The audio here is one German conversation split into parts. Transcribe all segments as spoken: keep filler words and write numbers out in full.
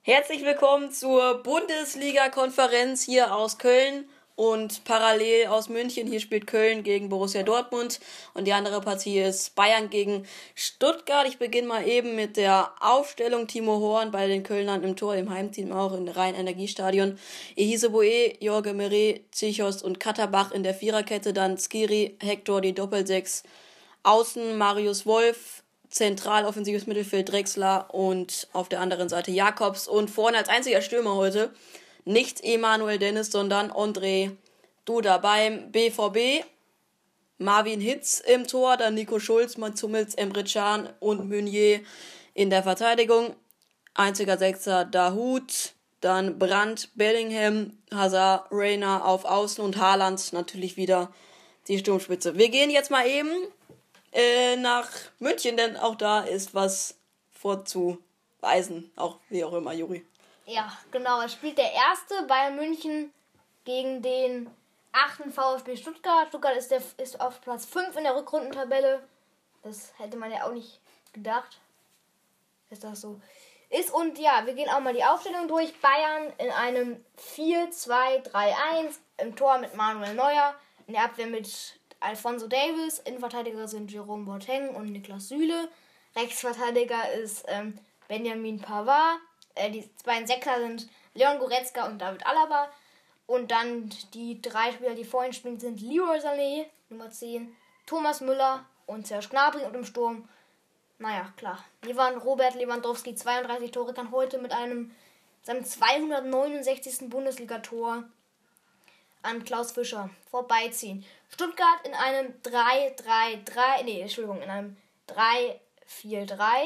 Herzlich willkommen zur Bundesliga-Konferenz hier aus Köln und parallel aus München. Hier spielt Köln gegen Borussia Dortmund und die andere Partie ist Bayern gegen Stuttgart. Ich beginne mal eben mit der Aufstellung. Timo Horn bei den Kölnern im Tor, im Heimteam auch im Rhein-Energiestadion. Ehiseboe, Jorge Meret, Zichos und Katterbach in der Viererkette. Dann Skiri, Hector, die Doppelsechs. Außen Marius Wolf. Zentral offensives Mittelfeld Drexler und auf der anderen Seite Jakobs. Und vorne als einziger Stürmer heute nicht Emanuel Dennis, sondern André Duda. Beim B V B Marvin Hitz im Tor, dann Nico Schulz, Mats Hummels, Emre Can und Meunier in der Verteidigung. Einziger Sechser Dahoud, dann Brandt, Bellingham, Hazard, Reina auf Außen und Haaland natürlich wieder die Sturmspitze. Wir gehen jetzt mal eben Äh, nach München, denn auch da ist was vorzuweisen, auch wie auch immer, Juri. Ja, genau, es spielt der erste Bayern München gegen den achten VfB Stuttgart. Stuttgart ist, der, ist auf Platz fünf in der Rückrundentabelle. Das hätte man ja auch nicht gedacht, dass das so ist. Und ja, wir gehen auch mal die Aufstellung durch. Bayern in einem vier zwei drei eins, im Tor mit Manuel Neuer, in der Abwehr mit Alphonso Davies, Innenverteidiger sind Jerome Boateng und Niklas Süle. Rechtsverteidiger ist ähm, Benjamin Pavard. Äh, die beiden Sechser sind Leon Goretzka und David Alaba. Und dann die drei Spieler, die vorhin spielen, sind Leroy Sané, Nummer zehn, Thomas Müller und Serge Gnabry. Und im Sturm, naja, klar, Levan, Robert Lewandowski, zweiunddreißig Tore, kann heute mit einem seinem zweihundertneunundsechzigsten Bundesliga-Tor an Klaus Fischer vorbeiziehen. Stuttgart in einem drei drei drei, nee, Entschuldigung, in einem drei vier drei.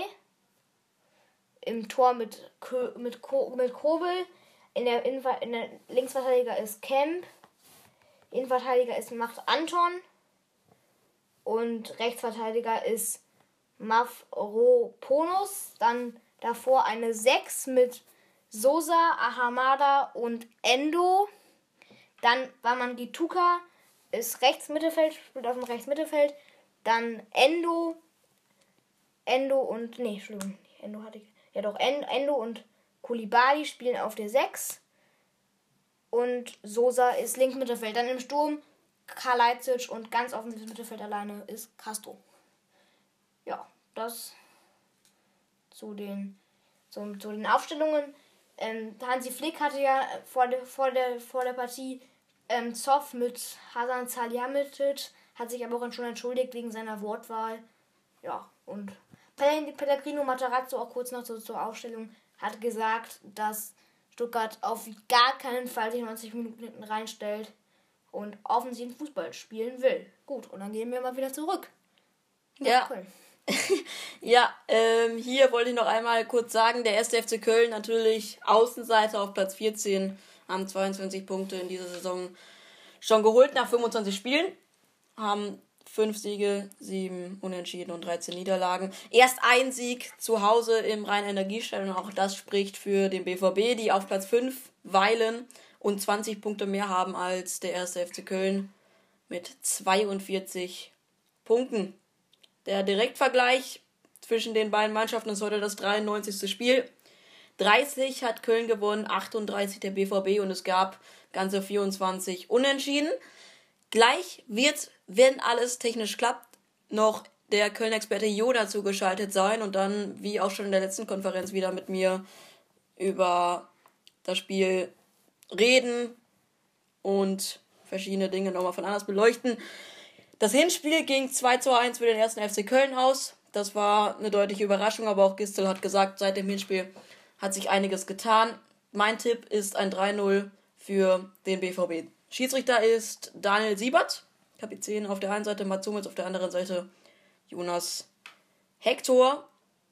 Im Tor mit, mit, mit Kobel. In der, Innenver- in der Linksverteidiger ist Kemp. Innenverteidiger ist Macht Anton. Und Rechtsverteidiger ist Mavropanos. Dann davor eine sechs mit Sosa, Ahamada und Endo. Dann Waman Gituka ist Rechtsmittelfeld, spielt auf dem Rechtsmittelfeld. Dann Endo, Endo und, nee, Entschuldigung, Endo hatte ich, ja doch, Endo und Koulibaly spielen auf der sechs. Und Sosa ist Linksmittelfeld. Dann im Sturm Kalajdzic und ganz offensives Mittelfeld alleine ist Castro. Ja, das zu den, zu, zu den Aufstellungen. Ähm, Hansi Flick hatte ja vor der, vor der, vor der Partie ähm, Zoff mit Hasan Salihamidzic, hat sich aber auch schon entschuldigt wegen seiner Wortwahl. Ja, und Pellegrino Matarazzo, auch kurz noch zur, zur Aufstellung, hat gesagt, dass Stuttgart auf gar keinen Fall sich neunzig Minuten hinten reinstellt und offensiven Fußball spielen will. Gut, und dann gehen wir mal wieder zurück. Ja. Köln. Ja, ähm, hier wollte ich noch einmal kurz sagen, der erste F C Köln natürlich Außenseiter auf Platz vierzehn, haben zweiundzwanzig Punkte in dieser Saison schon geholt nach fünfundzwanzig Spielen, haben fünf Siege, sieben Unentschieden und dreizehn Niederlagen. Erst ein Sieg zu Hause im Rhein-Energiestadion, auch das spricht für den B V B, die auf Platz fünf weilen und zwanzig Punkte mehr haben als der erste F C Köln mit zweiundvierzig Punkten. Der Direktvergleich zwischen den beiden Mannschaften ist heute das dreiundneunzigste Spiel. dreißig hat Köln gewonnen, achtunddreißig der B V B und es gab ganze vierundzwanzig Unentschieden. Gleich wird, wenn alles technisch klappt, noch der Köln-Experte Jo dazu geschaltet sein und dann, wie auch schon in der letzten Konferenz, wieder mit mir über das Spiel reden und verschiedene Dinge nochmal von anders beleuchten. Das Hinspiel ging zwei zu eins für den ersten F C Köln aus. Das war eine deutliche Überraschung, aber auch Gistel hat gesagt, seit dem Hinspiel hat sich einiges getan. Mein Tipp ist ein drei null für den B V B. Schiedsrichter ist Daniel Siebert, Kapitän auf der einen Seite, Mats Hummels auf der anderen Seite, Jonas Hector.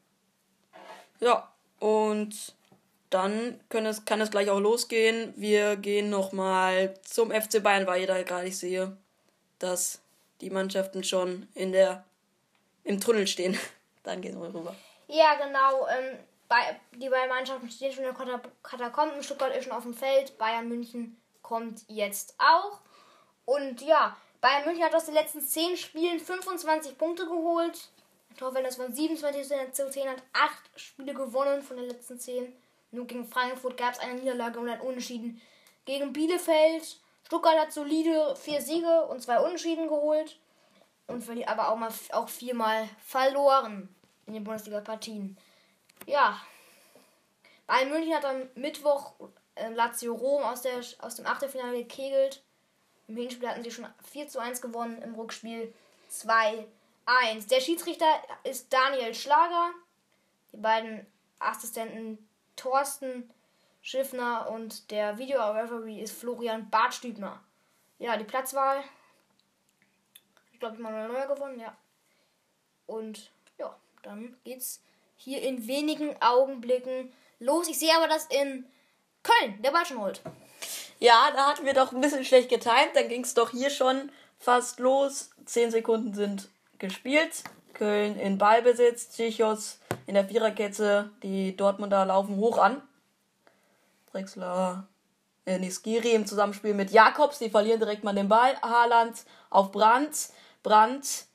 Ja, und dann können es, kann es gleich auch losgehen. Wir gehen nochmal zum F C Bayern, weil ich da gerade ich sehe, dass die Mannschaften schon in der im Tunnel stehen. Dann gehen wir rüber. Ja, genau. Ähm, bei, die beiden Mannschaften stehen schon in der Katakomben. Stuttgart ist schon auf dem Feld. Bayern München kommt jetzt auch. Und ja, Bayern München hat aus den letzten zehn Spielen fünfundzwanzig Punkte geholt. Torverhältnis von siebenundzwanzig zu zehn, hat acht Spiele gewonnen von den letzten zehn. Nur gegen Frankfurt gab es eine Niederlage und ein Unentschieden gegen Bielefeld. Stuttgart hat solide vier Siege und zwei Unentschieden geholt. Und verliert aber auch mal auch viermal verloren in den Bundesliga-Partien. Ja. Bayern München hat am Mittwoch äh, Lazio Rom aus, der, aus dem Achtelfinale gekegelt. Im Hinspiel hatten sie schon vier zu eins gewonnen, im Rückspiel zwei eins. Der Schiedsrichter ist Daniel Schlager. Die beiden Assistenten Thorsten Schiffner und der Video-Referee ist Florian Bartstübner. Ja, die Platzwahl. Ich glaube, Manuel Neuer gewonnen, ja. Und ja, dann geht's hier in wenigen Augenblicken los. Ich sehe aber, dass in Köln der Ball schon holt. Ja, da hatten wir doch ein bisschen schlecht getimt. Dann ging es doch hier schon fast los. Zehn Sekunden sind gespielt. Köln in Ballbesitz. Tschichos in der Viererkette. Die Dortmunder laufen hoch an. Drexler, äh, Niskiri im Zusammenspiel mit Jakobs. Die verlieren direkt mal den Ball. Haaland auf Brandt. Brandt.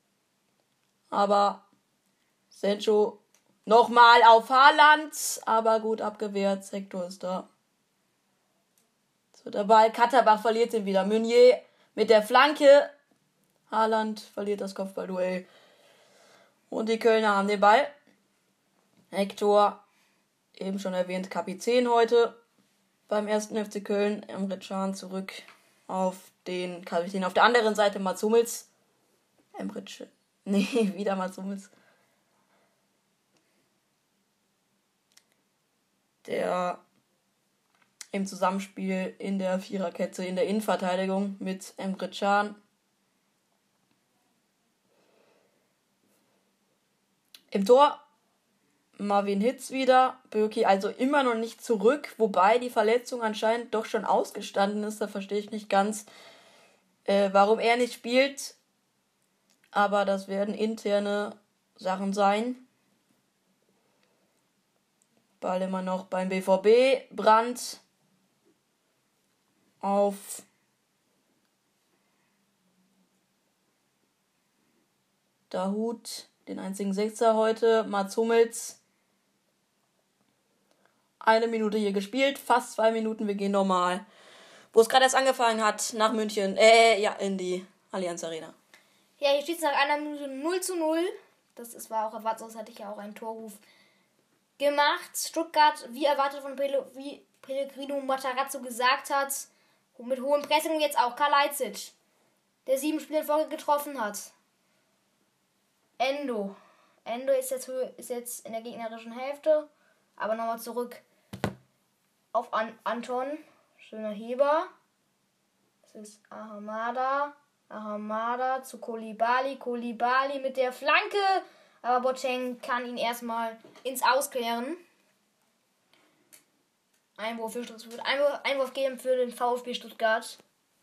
Aber Sancho nochmal auf Haaland. Aber gut abgewehrt. Sektor ist da. Jetzt wird der Ball. Katterbach verliert ihn wieder. Meunier mit der Flanke. Haaland verliert das Kopfballduell. Und die Kölner haben den Ball. Hector, eben schon erwähnt, Kapitän heute beim ersten F C Köln. Emre Can zurück auf den Kapitän. Auf der anderen Seite Mats Hummels. Emre Can. Nee, wieder Mats Hummels. Der im Zusammenspiel in der Viererkette, in der Innenverteidigung mit Emre Can. Im Tor Marvin Hitz wieder. Bürki also immer noch nicht zurück, wobei die Verletzung anscheinend doch schon ausgestanden ist. Da verstehe ich nicht ganz, äh, warum er nicht spielt. Aber das werden interne Sachen sein. Ball immer noch beim B V B. Brandt auf Dahut, den einzigen Sechser heute. Mats Hummels. Eine Minute hier gespielt, fast zwei Minuten, wir gehen normal. Wo es gerade erst angefangen hat, nach München, äh, ja, in die Allianz Arena. Ja, hier steht es nach einer Minute null zu null. Das ist, war auch erwartet, sonst hatte ich ja auch einen Torruf gemacht. Stuttgart, wie erwartet von Pele, wie Pellegrino Matarazzo gesagt hat, mit hohem Pressing jetzt auch Kalajdzic, der sieben Spiele in Folge getroffen hat. Endo. Endo ist jetzt, ist jetzt in der gegnerischen Hälfte. Aber nochmal zurück auf An- Anton. Schöner Heber. Das ist Ahamada. Ahamada zu Koulibaly. Koulibaly mit der Flanke. Aber Boateng kann ihn erstmal ins Ausklären. Einwurf für Stuttgart. Einwurf, Einwurf geben für den VfB Stuttgart.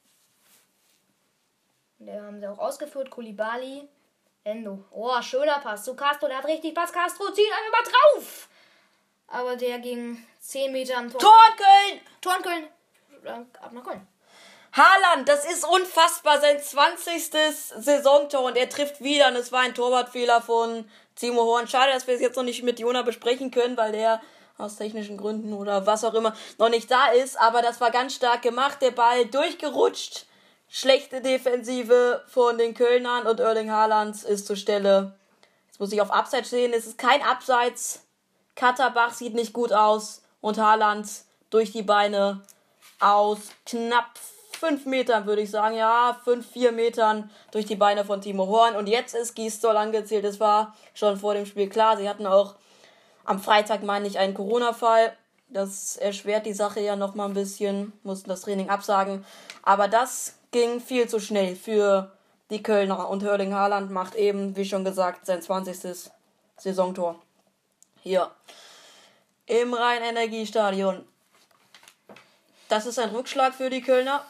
Der haben sie auch ausgeführt. Koulibaly. Endo. Oh, schöner Pass zu Castro. Der hat richtig Pass. Castro zieht einfach mal drauf. Aber der ging zehn Meter am Tor. Tor in Köln! Tor in Köln. Ab nach Köln. Haaland, das ist unfassbar. Sein zwanzigstes Saisontor und er trifft wieder. Und es war ein Torwartfehler von Timo Horn. Schade, dass wir es jetzt noch nicht mit Jona besprechen können, weil der aus technischen Gründen oder was auch immer noch nicht da ist. Aber das war ganz stark gemacht. Der Ball durchgerutscht. Schlechte Defensive von den Kölnern und Erling Haaland ist zur Stelle. Jetzt muss ich auf Abseits sehen. Es ist kein Abseits. Katterbach sieht nicht gut aus. Und Haaland durch die Beine aus knapp fünf Metern, würde ich sagen. Ja, fünf, vier Metern durch die Beine von Timo Horn. Und jetzt ist Gisdol angezählt. Das war schon vor dem Spiel klar. Sie hatten auch am Freitag, meine ich, einen Corona-Fall. Das erschwert die Sache ja noch mal ein bisschen. Mussten das Training absagen. Aber das ging viel zu schnell für die Kölner. Und Erling Haaland macht eben, wie schon gesagt, sein zwanzigstes Saisontor. Hier im Rhein-Energiestadion. Das ist ein Rückschlag für die Kölner.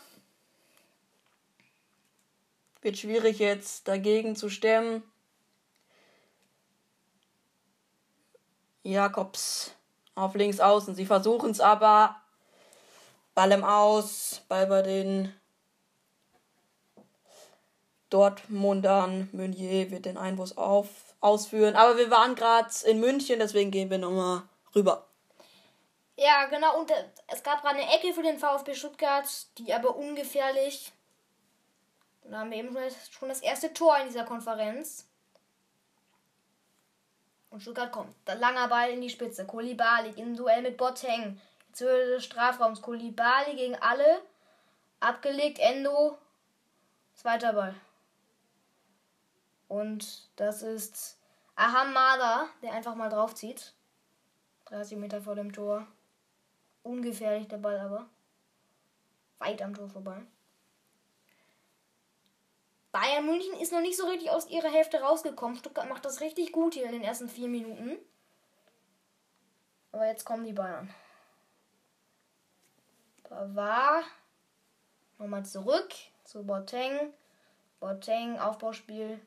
Wird schwierig jetzt dagegen zu stemmen. Jakobs auf links außen. Sie versuchen es aber. Ball im Aus. Ball bei den Dortmundern. Meunier wird den Einwurf auf, ausführen. Aber wir waren gerade in München, deswegen gehen wir nochmal rüber. Ja, genau. Und äh, es gab gerade eine Ecke für den VfB Stuttgart, die aber ungefährlich. Und da haben wir eben schon das erste Tor in dieser Konferenz. Und Stuttgart kommt. Dann langer Ball in die Spitze. Koulibaly im Duell mit Boateng. Jetzt Höhe des Strafraums. Koulibaly gegen alle. Abgelegt. Endo. Zweiter Ball. Und das ist Ahamada, der einfach mal draufzieht. dreißig Meter vor dem Tor. Ungefährlich der Ball aber. Weit am Tor vorbei. Bayern München ist noch nicht so richtig aus ihrer Hälfte rausgekommen. Stuttgart macht das richtig gut hier in den ersten vier Minuten. Aber jetzt kommen die Bayern. Pavard. Nochmal zurück zu Boateng. Boateng, Aufbauspiel.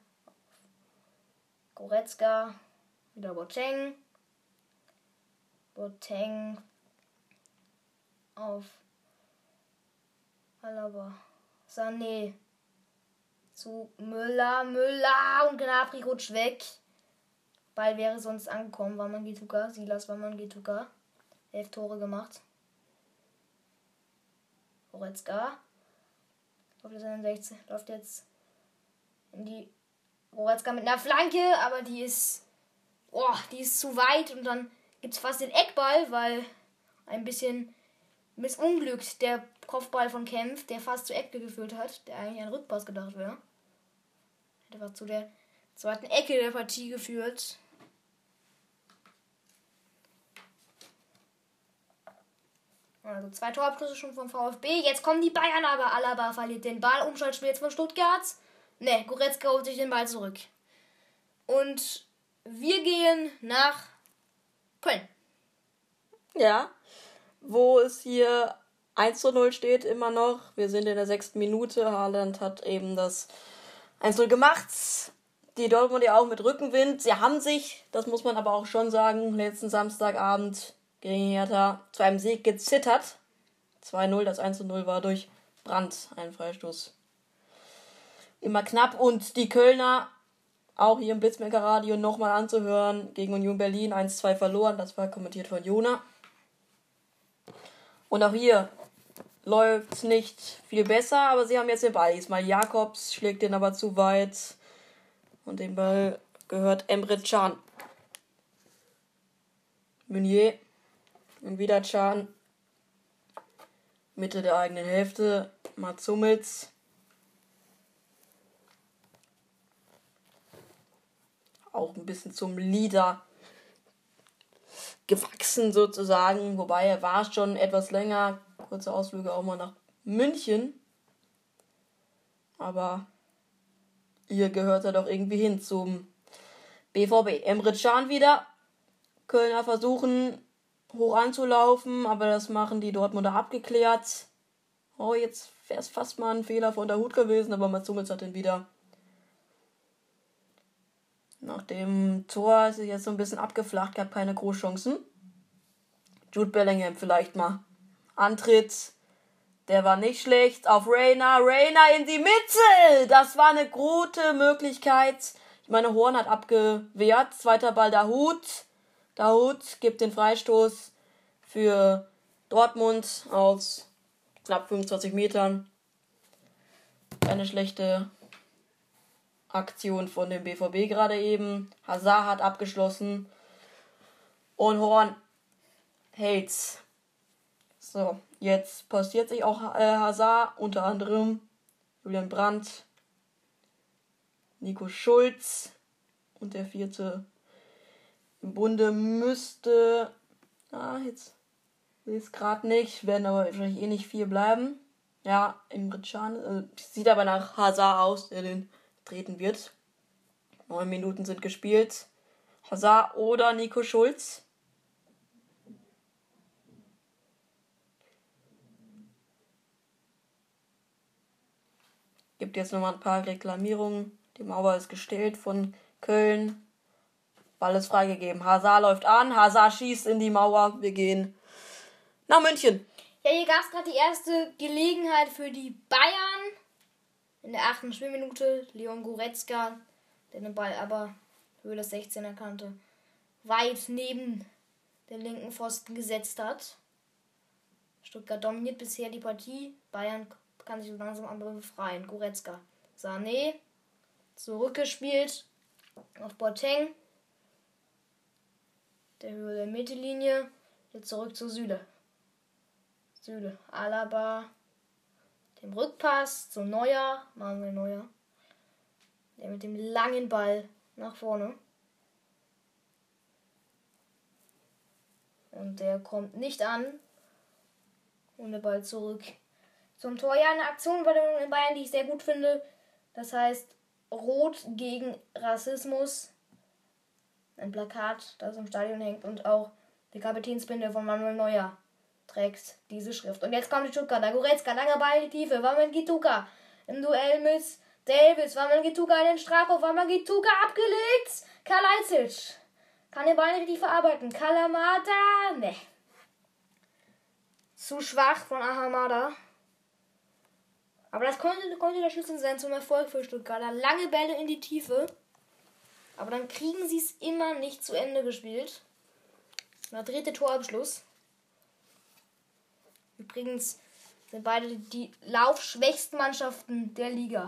Goretzka. Wieder Boateng. Boateng. Auf Alaba. Sané. Zu Müller, Müller und Gnabry rutscht weg. Ball wäre sonst angekommen, war man Gituka. Silas war man Gituka. Elf Tore gemacht. Goretzka. Läuft jetzt in den sechzehn. Läuft jetzt in die Goretzka mit einer Flanke, aber die ist oh, die ist zu weit und dann gibt es fast den Eckball, weil ein bisschen missunglückt der Kopfball von Kempf, der fast zur Ecke geführt hat, der eigentlich ein Rückpass gedacht wäre. Hätte was zu der zweiten Ecke der Partie geführt. Also zwei Torabschlüsse schon vom VfB. Jetzt kommen die Bayern, aber Alaba verliert den Ball. Umschaltspiel jetzt von Stuttgart. Ne, Goretzka holt sich den Ball zurück. Und wir gehen nach Köln. Ja, wo es hier eins zu null steht immer noch. Wir sind in der sechsten Minute. Haaland hat eben das eins zu null gemacht. Die Dortmunder auch mit Rückenwind. Sie haben sich, das muss man aber auch schon sagen, letzten Samstagabend gegen Hertha zu einem Sieg gezittert. zwei null, das eins zu null war durch Brandt, ein Freistoß. Immer knapp. Und die Kölner, auch hier im Blitzmerker-Radio nochmal anzuhören, gegen Union Berlin eins zu zwei verloren. Das war kommentiert von Jona. Und auch hier läuft nicht viel besser, aber sie haben jetzt den Ball. Diesmal Jakobs schlägt den aber zu weit. Und den Ball gehört Emre Can. Meunier. Und wieder Can. Mitte der eigenen Hälfte. Mats Hummels. Auch ein bisschen zum Leader gewachsen sozusagen. Wobei er war schon etwas länger. Kurze Ausflüge auch mal nach München. Aber hier gehört er doch irgendwie hin zum B V B. Emre Can wieder. Kölner versuchen hoch anzulaufen, aber das machen die Dortmunder abgeklärt. Oh, jetzt wäre es fast mal ein Fehler von der Hut gewesen, aber Mats Hummels hat den wieder. Nach dem Tor ist es jetzt so ein bisschen abgeflacht, gab keine Großchancen. Jude Bellingham vielleicht mal. Antritt, der war nicht schlecht. Auf Reina, Reina in die Mitte! Das war eine gute Möglichkeit. Ich meine, Horn hat abgewehrt. Zweiter Ball Dahoud. Dahoud gibt den Freistoß für Dortmund aus knapp fünfundzwanzig Metern. Eine schlechte Aktion von dem B V B gerade eben. Hazard hat abgeschlossen. Und Horn hält's. So, jetzt passiert sich auch äh, Hazard, unter anderem Julian Brandt, Nico Schulz und der vierte im Bunde müsste, ah, jetzt sehe ich es gerade nicht, werden aber wahrscheinlich eh nicht vier bleiben. Ja, Emre Can, äh, sieht aber nach Hazard aus, der den treten wird. Neun Minuten sind gespielt. Hazard oder Nico Schulz. Gibt jetzt nochmal ein paar Reklamierungen. Die Mauer ist gestellt von Köln. Ball ist freigegeben. Hazard läuft an. Hazard schießt in die Mauer. Wir gehen nach München. Ja, hier gab es gerade die erste Gelegenheit für die Bayern. In der achten Spielminute Leon Goretzka, der den Ball aber Höhe des sechzehner Kante weit neben den linken Pfosten gesetzt hat. Stuttgart dominiert bisher die Partie. Bayern kann sich so langsam aber befreien. Goretzka. Sané. Zurückgespielt. Auf Boateng. Der Höhe der Mittellinie. Jetzt zurück zu Süle. Süle. Alaba. Dem Rückpass zu Neuer. Manuel Neuer. Der mit dem langen Ball nach vorne. Und der kommt nicht an. Und der Ball zurück zum Tor. Ja, eine Aktion bei den Bayern, die ich sehr gut finde. Das heißt, Rot gegen Rassismus. Ein Plakat, das im Stadion hängt. Und auch die Kapitänsbinde von Manuel Neuer trägt diese Schrift. Und jetzt kommt die Stuttgarter. Goretzka, langer Ball in die Tiefe. Wamangituka im Duell mit Davis. Wamangituka in den Strafraum. Wamangituka abgelegt. Kalajdzic kann den Ball nicht richtig verarbeiten. Kalamata, ne. Zu schwach von Ahamada. Aber das konnte, konnte der Schlüssel sein zum Erfolg für Stuttgart. Lange Bälle in die Tiefe. Aber dann kriegen sie es immer nicht zu Ende gespielt. Der dritte Torabschluss. Übrigens sind beide die laufschwächsten Mannschaften der Liga.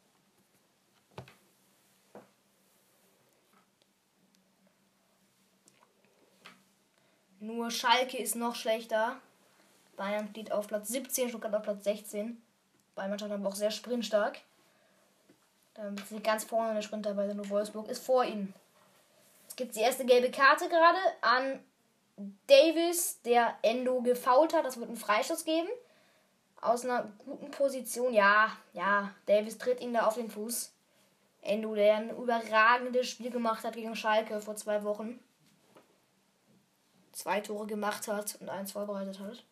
Nur Schalke ist noch schlechter. Bayern steht auf Platz siebzehn, Stuttgart auf Platz sechzehn. Beide Mannschaften haben auch sehr sprintstark. Dann sind sie ganz vorne in der Sprinttabelle. Nur Wolfsburg ist vor ihnen. Es gibt die erste gelbe Karte gerade an Davis, der Endo gefoult hat. Das wird einen Freistoß geben. Aus einer guten Position. Ja, ja, Davis tritt ihn da auf den Fuß. Endo, der ein überragendes Spiel gemacht hat gegen Schalke vor zwei Wochen. Zwei Tore gemacht hat und eins vorbereitet hat.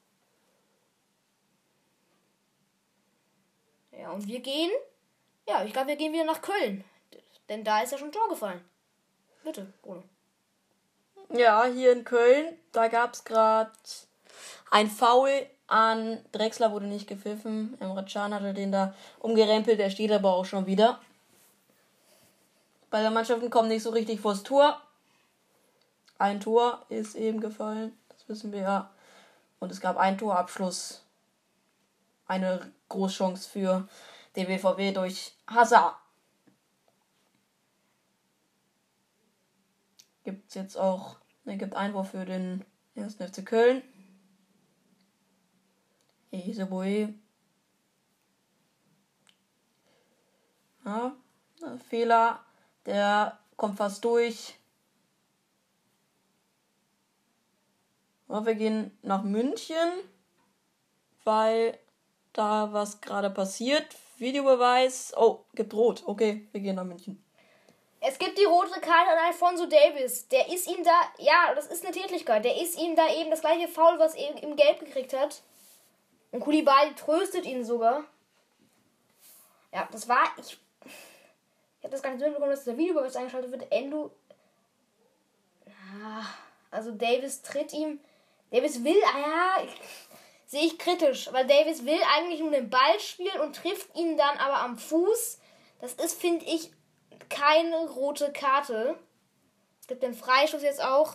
Ja, und wir gehen, ja, ich glaube, wir gehen wieder nach Köln. Denn da ist ja schon ein Tor gefallen. Bitte, Bruno. Ja, hier in Köln, da gab es gerade ein Foul an Drexler, wurde nicht gepfiffen. Emre Can hatte den da umgerempelt, der steht aber auch schon wieder. Beide Mannschaften kommen nicht so richtig vors Tor. Ein Tor ist eben gefallen, das wissen wir ja. Und es gab einen Torabschluss. Eine Großchance für den B V B durch Hazard. Gibt es jetzt auch, ne, gibt Einwurf für den ersten F C Köln. Iseboe. Ja, Fehler, der kommt fast durch. Und wir gehen nach München, weil da was gerade passiert. Videobeweis. Oh, gibt Rot. Okay, wir gehen nach München. Es gibt die rote Karte an Alphonso Davies. Der ist ihm da, ja, das ist eine Tätlichkeit. Der ist ihm da eben das gleiche Foul, was er im Gelb gekriegt hat. Und Koulibaly tröstet ihn sogar. Ja, das war, ich, ich habe das gar nicht mitbekommen, dass der Videobeweis eingeschaltet wird. Endo, ja, also Davies tritt ihm, Davies will, ah ja, ich, sehe ich kritisch, weil Davies will eigentlich nur den Ball spielen und trifft ihn dann aber am Fuß. Das ist, finde ich, keine rote Karte. Es gibt den Freistoß jetzt auch.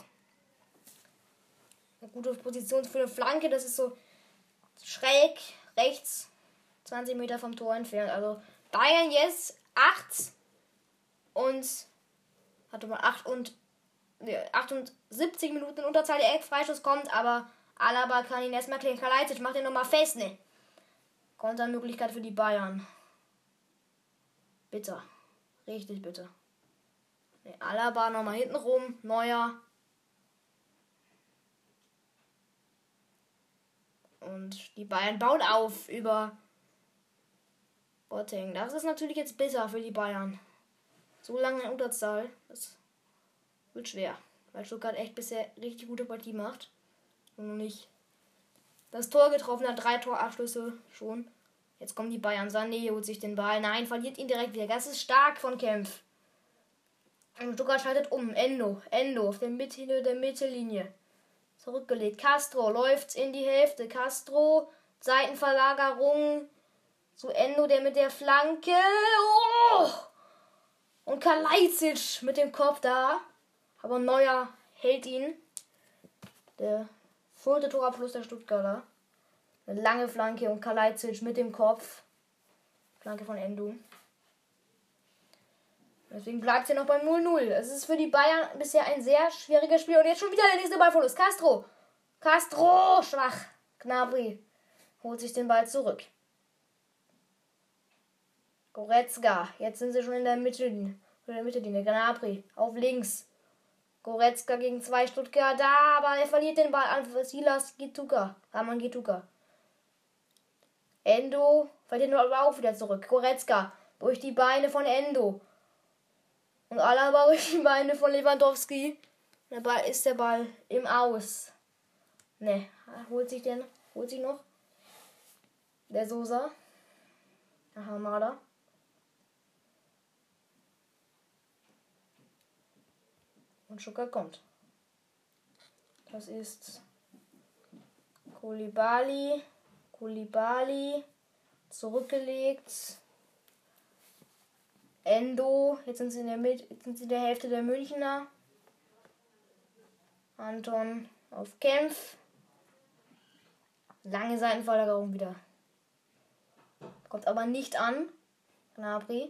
Eine gute Position für eine Flanke, das ist so schräg rechts, zwanzig Meter vom Tor entfernt. Also Bayern jetzt acht und hatte mal acht und nee, achtundsiebzig Minuten in Unterzahl. Der Eckfreistoß kommt, aber Alaba kann ihn erstmal klären. Kalajdzic macht ihn nochmal fest, ne? Kontermöglichkeit für die Bayern. Bitter. Richtig bitter. Ne, Alaba nochmal hinten rum. Neuer. Und die Bayern bauen auf über Boateng. Das ist natürlich jetzt bitter für die Bayern. So lange in Unterzahl. Das wird schwer. Weil Stuttgart echt bisher richtig gute Partie macht. Und noch nicht das Tor getroffen hat. Drei Torabschlüsse schon. Jetzt kommen die Bayern. Sané holt sich den Ball. Nein, verliert ihn direkt wieder. Das ist stark von Kempf. Und Stuttgart schaltet um. Endo. Endo auf der Mitte der Mittellinie. Zurückgelegt. Castro läuft in die Hälfte. Castro. Seitenverlagerung. Zu Endo, der mit der Flanke. Oh! Und Kalajdzic mit dem Kopf da. Aber Neuer hält ihn. Der vierte Torabschluss der Stuttgarter. Eine lange Flanke und Kalajdzic mit dem Kopf. Flanke von Endo. Deswegen bleibt es ja noch beim null null. Es ist für die Bayern bisher ein sehr schwieriges Spiel. Und jetzt schon wieder der nächste Ballverlust. Castro. Castro. Schwach. Gnabry holt sich den Ball zurück. Goretzka. Jetzt sind sie schon in der Mitte. In der Mittellinie. Gnabry auf links. Goretzka gegen zwei Stuttgart. Da, aber er verliert den Ball an Silas Gituka. Raman Gituka. Endo verliert den Ball auch wieder zurück. Goretzka durch die Beine von Endo. Und Alaba durch die Beine von Lewandowski. Der Ball ist der Ball im Aus. Ne, holt sich den, holt sich noch. Der Sosa. Der Hamada. Und Schucker kommt. Das ist Koulibaly. Koulibaly. Zurückgelegt. Endo. Jetzt sind sie in der Mitte, jetzt sind sie in der Hälfte der Münchner. Anton auf Kempf. Lange Seitenverlagerung wieder. Kommt aber nicht an. Gnabry.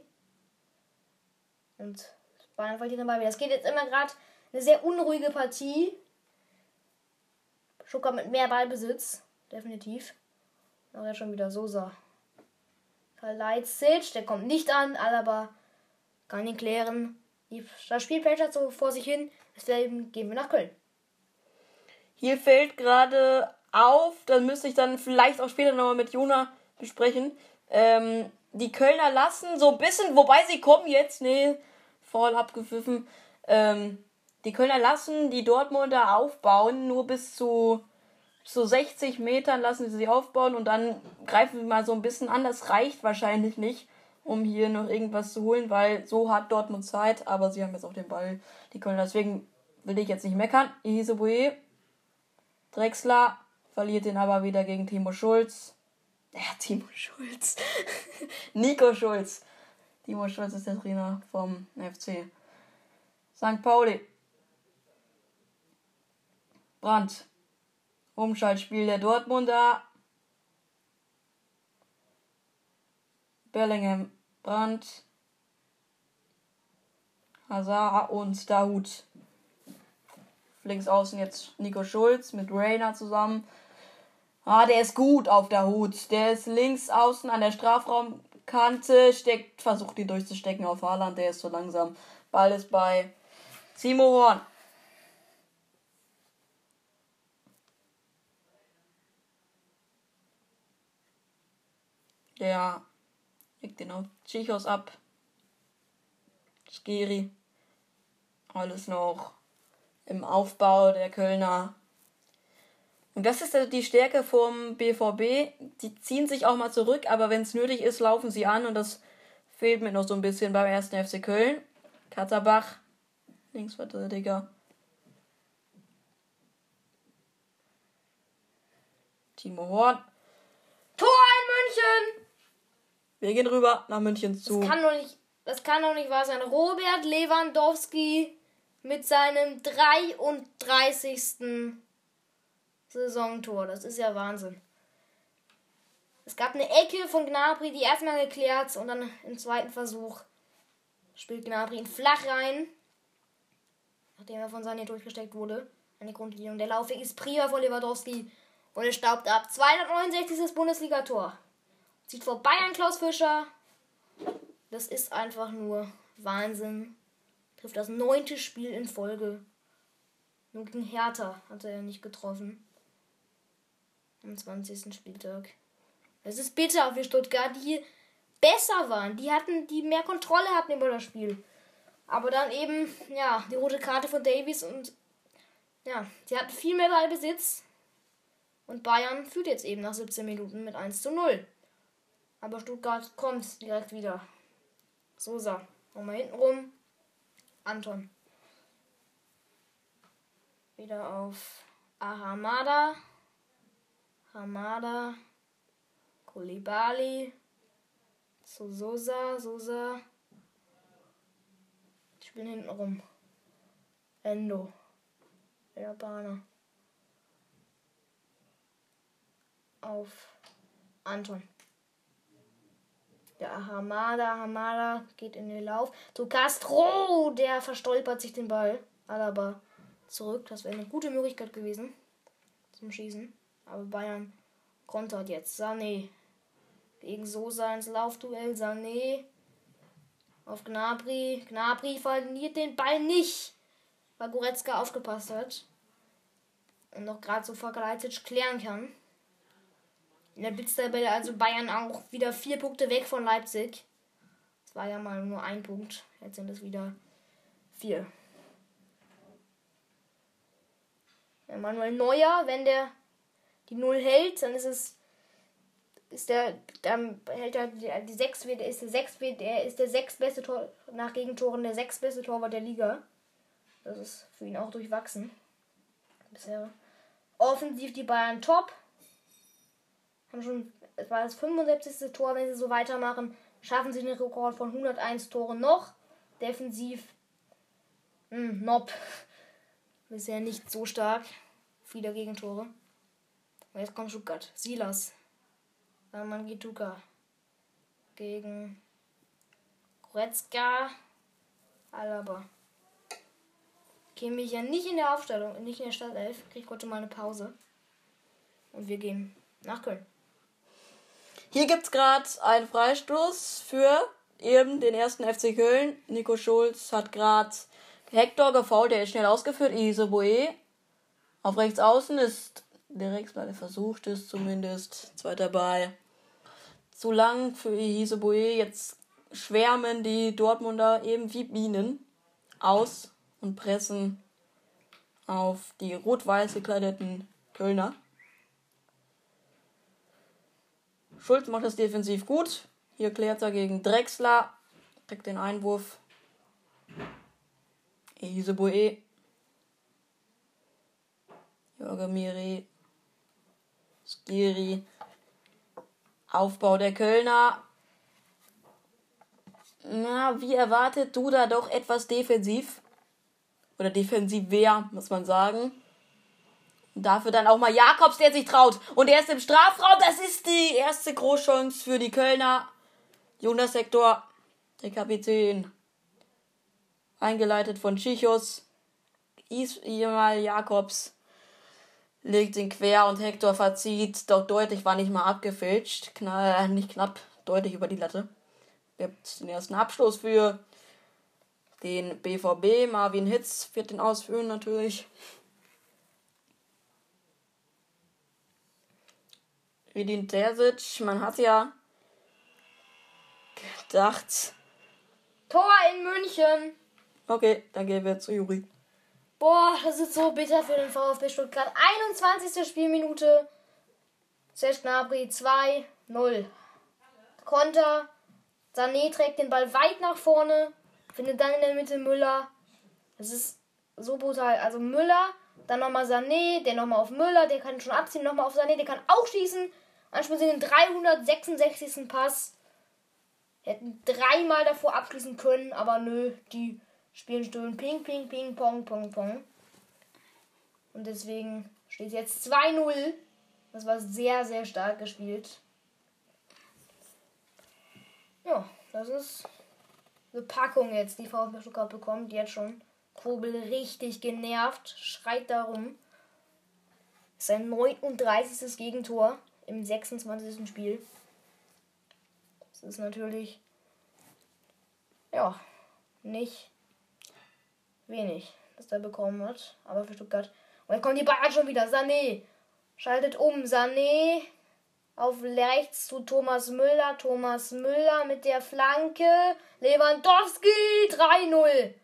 Und Bayern verliert den Ball wieder. Es geht jetzt immer gerade eine sehr unruhige Partie. Schucker mit mehr Ballbesitz. Definitiv. Aber jetzt schon wieder Sosa. Kalajdzic, der kommt nicht an. Alaba kann ihn klären. Die, das Spiel plätschert so vor sich hin. Deswegen gehen wir nach Köln. Hier fällt gerade auf, dann müsste ich dann vielleicht auch später nochmal mit Jona besprechen. Ähm, die Kölner lassen so ein bisschen, wobei sie kommen jetzt, nee, voll abgepfiffen. Ähm, die Kölner lassen die Dortmunder aufbauen, nur bis zu, bis zu sechzig Metern lassen sie sie aufbauen und dann greifen wir mal so ein bisschen an. Das reicht wahrscheinlich nicht, um hier noch irgendwas zu holen, weil so hat Dortmund Zeit, aber sie haben jetzt auch den Ball, die Kölner. Deswegen will ich jetzt nicht meckern. Iseboe, Drexler verliert den aber wieder gegen Timo Schulz. Ja, Timo Schulz. Nico Schulz. Timo Schulz ist der Trainer vom F C Sankt Pauli. Brandt. Umschaltspiel der Dortmunder. Bellingham, Brandt, Hazard und Dahoud. Links außen jetzt Nico Schulz mit Reina zusammen. Ah, der ist gut auf Dahoud. Der ist links außen an der Strafraumkante, steckt, versucht ihn durchzustecken auf Haaland. Der ist so langsam. Ball ist bei Timo Horn. Der legt den auf Tschichos ab. Skiri. Alles noch im Aufbau der Kölner. Und das ist die Stärke vom B V B. Die ziehen sich auch mal zurück, aber wenn es nötig ist, laufen sie an. Und das fehlt mir noch so ein bisschen beim ersten F C Köln. Katterbach, Linksverteidiger. Timo Horn. Tor in München! Wir gehen rüber nach München zu. Das kann doch nicht, das kann doch nicht wahr sein. Robert Lewandowski mit seinem dreiunddreißigsten Saisontor. Das ist ja Wahnsinn. Es gab eine Ecke von Gnabry, die erstmal geklärt und dann im zweiten Versuch spielt Gnabry ihn flach rein, nachdem er von Sané durchgesteckt wurde. An die Grundlinie. Und der Laufweg ist prima von Lewandowski und er staubt ab. zweihundertneunundsechzigstes Bundesliga-Tor. Sieht vorbei an Klaus Fischer. Das ist einfach nur Wahnsinn. Trifft das neunte Spiel in Folge. Nur gegen Hertha hat er ja nicht getroffen. Am zwanzigsten Spieltag. Es ist bitter für Stuttgart, die besser waren. Die hatten, die mehr Kontrolle hatten über das Spiel. Aber dann eben, ja, die rote Karte von Davies und ja, sie hatten viel mehr Ballbesitz. Und Bayern führt jetzt eben nach siebzehn Minuten mit eins zu null. Aber Stuttgart kommt direkt wieder. Sosa. Nochmal hinten rum. Anton. Wieder auf Ahamada. Hamada. Koulibaly. Zu Sosa. Sosa. Ich bin hinten rum. Endo. Der Japaner. auf Anton. Ja, Hamada, Hamada geht in den Lauf. Zu Castro, der verstolpert sich den Ball. Alaba zurück, das wäre eine gute Möglichkeit gewesen zum Schießen. Aber Bayern kontert jetzt. Sané gegen Sosa ins Laufduell. Sané auf Gnabry. Gnabry verliert den Ball nicht, weil Goretzka aufgepasst hat. Und noch gerade so Fakalajdzic klären kann. In der Blitztabelle also Bayern auch wieder vier Punkte weg von Leipzig. Das war ja mal nur ein Punkt. Jetzt sind es wieder vier. Ja, Manuel Neuer, wenn der die Null hält, dann ist es ist der dann hält er die, die sechs ist der sechs er ist der sechstbeste Tor nach Gegentoren, der sechstbeste Torwart der Liga. Das ist für ihn auch durchwachsen. Bisher offensiv die Bayern top. Haben schon, es war das fünfundsiebzigste Tor, wenn sie so weitermachen, schaffen sie den Rekord von hunderteins Toren noch. Defensiv, mh, nope. Bisher nicht so stark. Viele Gegentore. Und jetzt kommt Stuttgart. Silas. Dann Mangituka. Gegen Goretzka. Alaba. Kimmich ja nicht in der Aufstellung, nicht in der Startelf. Kriegt heute mal eine Pause. Und wir gehen nach Köln. Hier gibt es gerade einen Freistoß für eben den ersten F C Köln. Nico Schulz hat gerade Hector gefoult, der ist schnell ausgeführt. Iseboe auf rechts außen ist direkt, weil er versucht ist, zumindest zweiter Ball. Zu lang für Iseboe. Jetzt schwärmen die Dortmunder eben wie Bienen aus und pressen auf die rot-weiß gekleideten Kölner. Schulz macht das defensiv gut. Hier klärt er gegen Drexler. Kriegt den Einwurf. Iseboe. Jorge Miri. Skiri. Aufbau der Kölner. Na, wie erwartet, Duda doch etwas defensiv. Oder defensiver, muss man sagen. Und dafür dann auch mal Jakobs, der sich traut. Und er ist im Strafraum. Das ist die erste Großchance für die Kölner. Jonas Hector, der Kapitän. Eingeleitet von Chichos. Ismail Jakobs legt ihn quer und Hector verzieht. Doch deutlich, war nicht mal abgefälscht. Knall, nicht knapp, deutlich über die Latte. Gibt den ersten Abschluss für den B V B. Marvin Hitz wird den ausführen natürlich. Edin Terzic, man hat ja gedacht. Tor in München. Okay, dann gehen wir zu Juri. Boah, das ist so bitter für den VfB Stuttgart. einundzwanzigste Spielminute. Serge Gnabry zwei null. Konter. Sané trägt den Ball weit nach vorne. Findet dann in der Mitte Müller. Das ist so brutal. Also Müller, dann nochmal Sané, der nochmal auf Müller, der kann schon abziehen, nochmal auf Sané, der kann auch schießen. Anschluss in den dreihundertsechsundsechzigsten Pass. Hätten dreimal davor abschließen können, aber nö, die spielen schön Ping, Ping, Ping, Pong, Pong, Pong. Und deswegen steht es jetzt zwei null. Das war sehr, sehr stark gespielt. Ja, das ist eine Packung jetzt, die VfB Stuttgart bekommt. Jetzt schon. Kobel richtig genervt, schreit darum. Sein neununddreißigstes Gegentor im sechsundzwanzigsten Spiel. Das ist natürlich, ja, nicht wenig, das er bekommen hat. Aber für Stuttgart. Und jetzt kommt die Bayern schon wieder. Sané schaltet um. Sané auf rechts zu Thomas Müller. Thomas Müller mit der Flanke. Lewandowski drei null.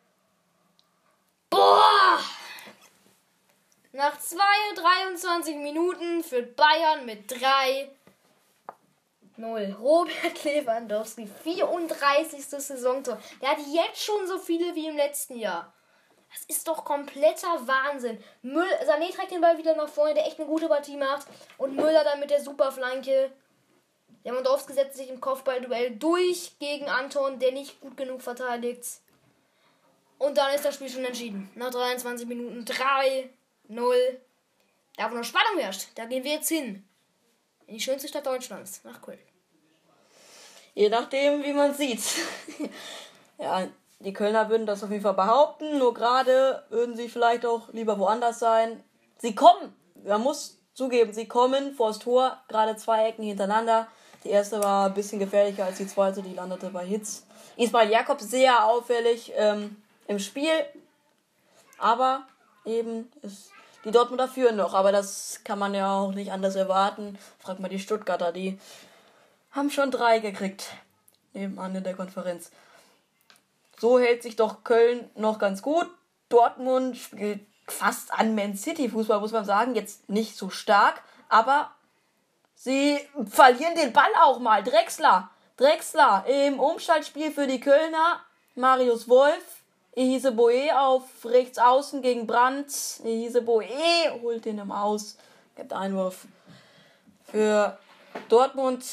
Boah! Nach dreiundzwanzig Minuten führt Bayern mit drei null. Robert Lewandowski, vierunddreißigste Saisontor. Der hat jetzt schon so viele wie im letzten Jahr. Das ist doch kompletter Wahnsinn. Müll, Sané trägt den Ball wieder nach vorne, der echt eine gute Partie macht. Und Müller dann mit der Superflanke. Lewandowski setzt sich im Kopfballduell durch gegen Anton, der nicht gut genug verteidigt. Und dann ist das Spiel schon entschieden. Nach dreiundzwanzig Minuten drei null. Da wo noch Spannung herrscht, da gehen wir jetzt hin. in die schönste Stadt Deutschlands, nach Köln. Je nachdem, wie man sieht. Ja, die Kölner würden das auf jeden Fall behaupten, nur gerade würden sie vielleicht auch lieber woanders sein. Sie kommen, man muss zugeben, sie kommen vors Tor, gerade zwei Ecken hintereinander. Die erste war ein bisschen gefährlicher als die zweite, die landete bei Hitz. Ismail Jakobs sehr auffällig ähm, im Spiel, aber eben ist die Dortmunder führen noch, aber das kann man ja auch nicht anders erwarten. Frag mal die Stuttgarter, die haben schon drei gekriegt, nebenan in der Konferenz. So hält sich doch Köln noch ganz gut. Dortmund spielt fast an Man City Fußball, muss man sagen. Jetzt nicht so stark, aber sie verlieren den Ball auch mal. Drexler, Drexler im Umschaltspiel für die Kölner. Marius Wolf, Ehise Boe auf rechts außen gegen Brandt. Ehise Boe holt den im Aus. Gibt Einwurf für Dortmund.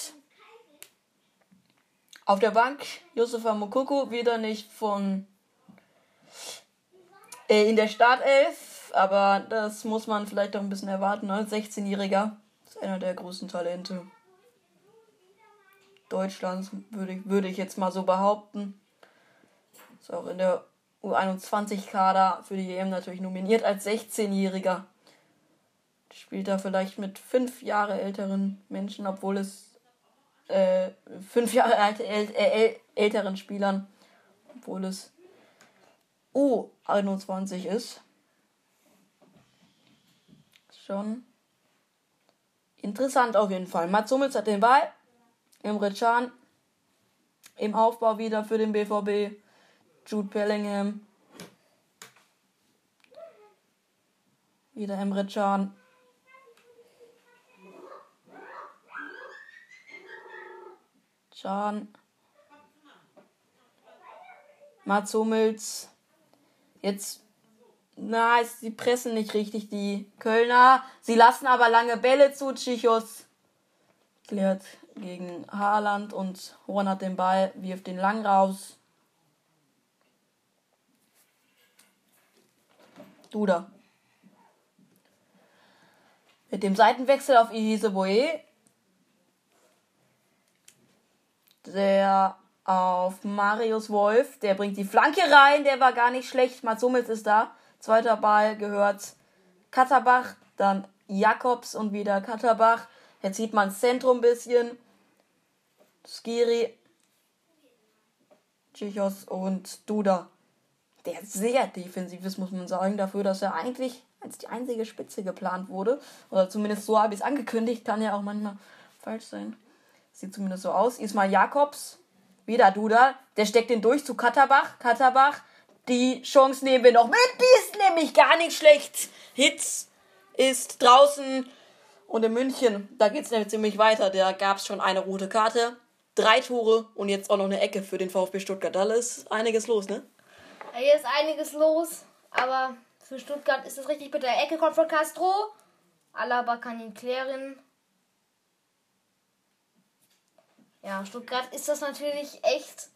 Auf der Bank Yusufa Moukoko, wieder nicht von äh, in der Startelf, aber das muss man vielleicht auch ein bisschen erwarten. Als sechzehnjähriger ist einer der großen Talente Deutschlands, würde ich, würde ich jetzt mal so behaupten. Ist auch in der U einundzwanzig-Kader für die E M natürlich nominiert als sechzehnjähriger. Spielt da vielleicht mit fünf Jahre älteren Menschen, obwohl es Äh, fünf Jahre alte, äl, äl, älteren Spielern, obwohl es U einundzwanzig ist. Schon interessant auf jeden Fall. Mats Hummels hat den Ball. Emre Can im Aufbau wieder für den B V B. Jude Bellingham. Wieder Emre Can. Can. Mats Hummels. Jetzt, na, sie pressen nicht richtig, die Kölner. Sie lassen aber lange Bälle zu. Tschichos klärt gegen Haaland und Horn hat den Ball, wirft den lang raus. Duda. Mit dem Seitenwechsel auf Ehise Boe. Der auf Marius Wolf, der bringt die Flanke rein, der war gar nicht schlecht. Mats Hummels ist da. Zweiter Ball gehört Katterbach, dann Jakobs und wieder Katterbach. Jetzt sieht man das Zentrum ein bisschen. Skiri, Tschichos und Duda. Der sehr defensiv ist, muss man sagen, dafür, dass er eigentlich als die einzige Spitze geplant wurde. Oder zumindest so habe ich es angekündigt, kann ja auch manchmal falsch sein. Sieht zumindest so aus. Ismail Jakobs, wieder Duda, der steckt den durch zu Katterbach. Katterbach, die Chance nehmen wir noch mit, die ist nämlich gar nicht schlecht. Hitz ist draußen und in München, da geht es nämlich ziemlich weiter. Da gab es schon eine rote Karte, drei Tore und jetzt auch noch eine Ecke für den VfB Stuttgart. Da ist einiges los, ne? Hier ist einiges los, aber für Stuttgart ist es richtig bitter. Ecke kommt von Castro, Alaba kann ihn klären. Ja, Stuttgart ist das natürlich echt...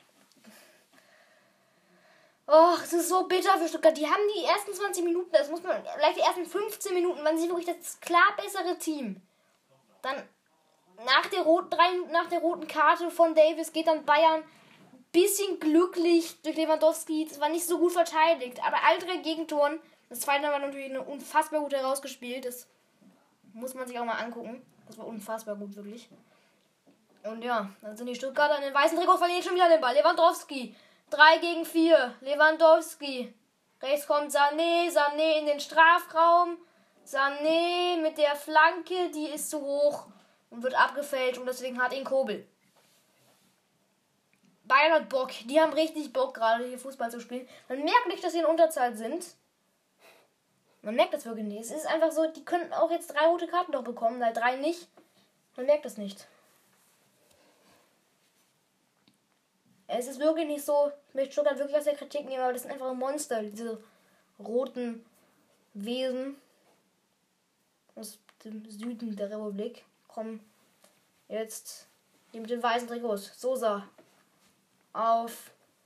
Oh, es ist so bitter für Stuttgart. Die haben die ersten zwanzig Minuten, das muss man, vielleicht die ersten fünfzehn Minuten, waren sie wirklich das klar bessere Team. Dann nach der roten, drei Minuten nach der roten Karte von Davis geht dann Bayern ein bisschen glücklich durch Lewandowski. Das war nicht so gut verteidigt, aber alle drei Gegentoren. Das zweite war natürlich eine unfassbar gut herausgespielt. Das muss man sich auch mal angucken. Das war unfassbar gut, wirklich. Und ja, dann sind die Stuttgarter in den weißen Trikot, verlieren schon wieder den Ball. Lewandowski, drei gegen vier. Lewandowski. Rechts kommt Sané, Sané in den Strafraum. Sané mit der Flanke, die ist zu hoch und wird abgefälscht und deswegen hat ihn Kobel. Bayern hat Bock, die haben richtig Bock gerade hier Fußball zu spielen. Man merkt nicht, dass sie in Unterzahl sind. Man merkt das wirklich nicht. Es ist einfach so, die könnten auch jetzt drei rote Karten doch bekommen, weil drei nicht. Man merkt das nicht. Es ist wirklich nicht so, ich möchte Stuttgart wirklich aus der Kritik nehmen, aber das sind einfach Monster, diese roten Wesen aus dem Süden der Republik. Kommen jetzt die mit den weißen Trikots. Sosa auf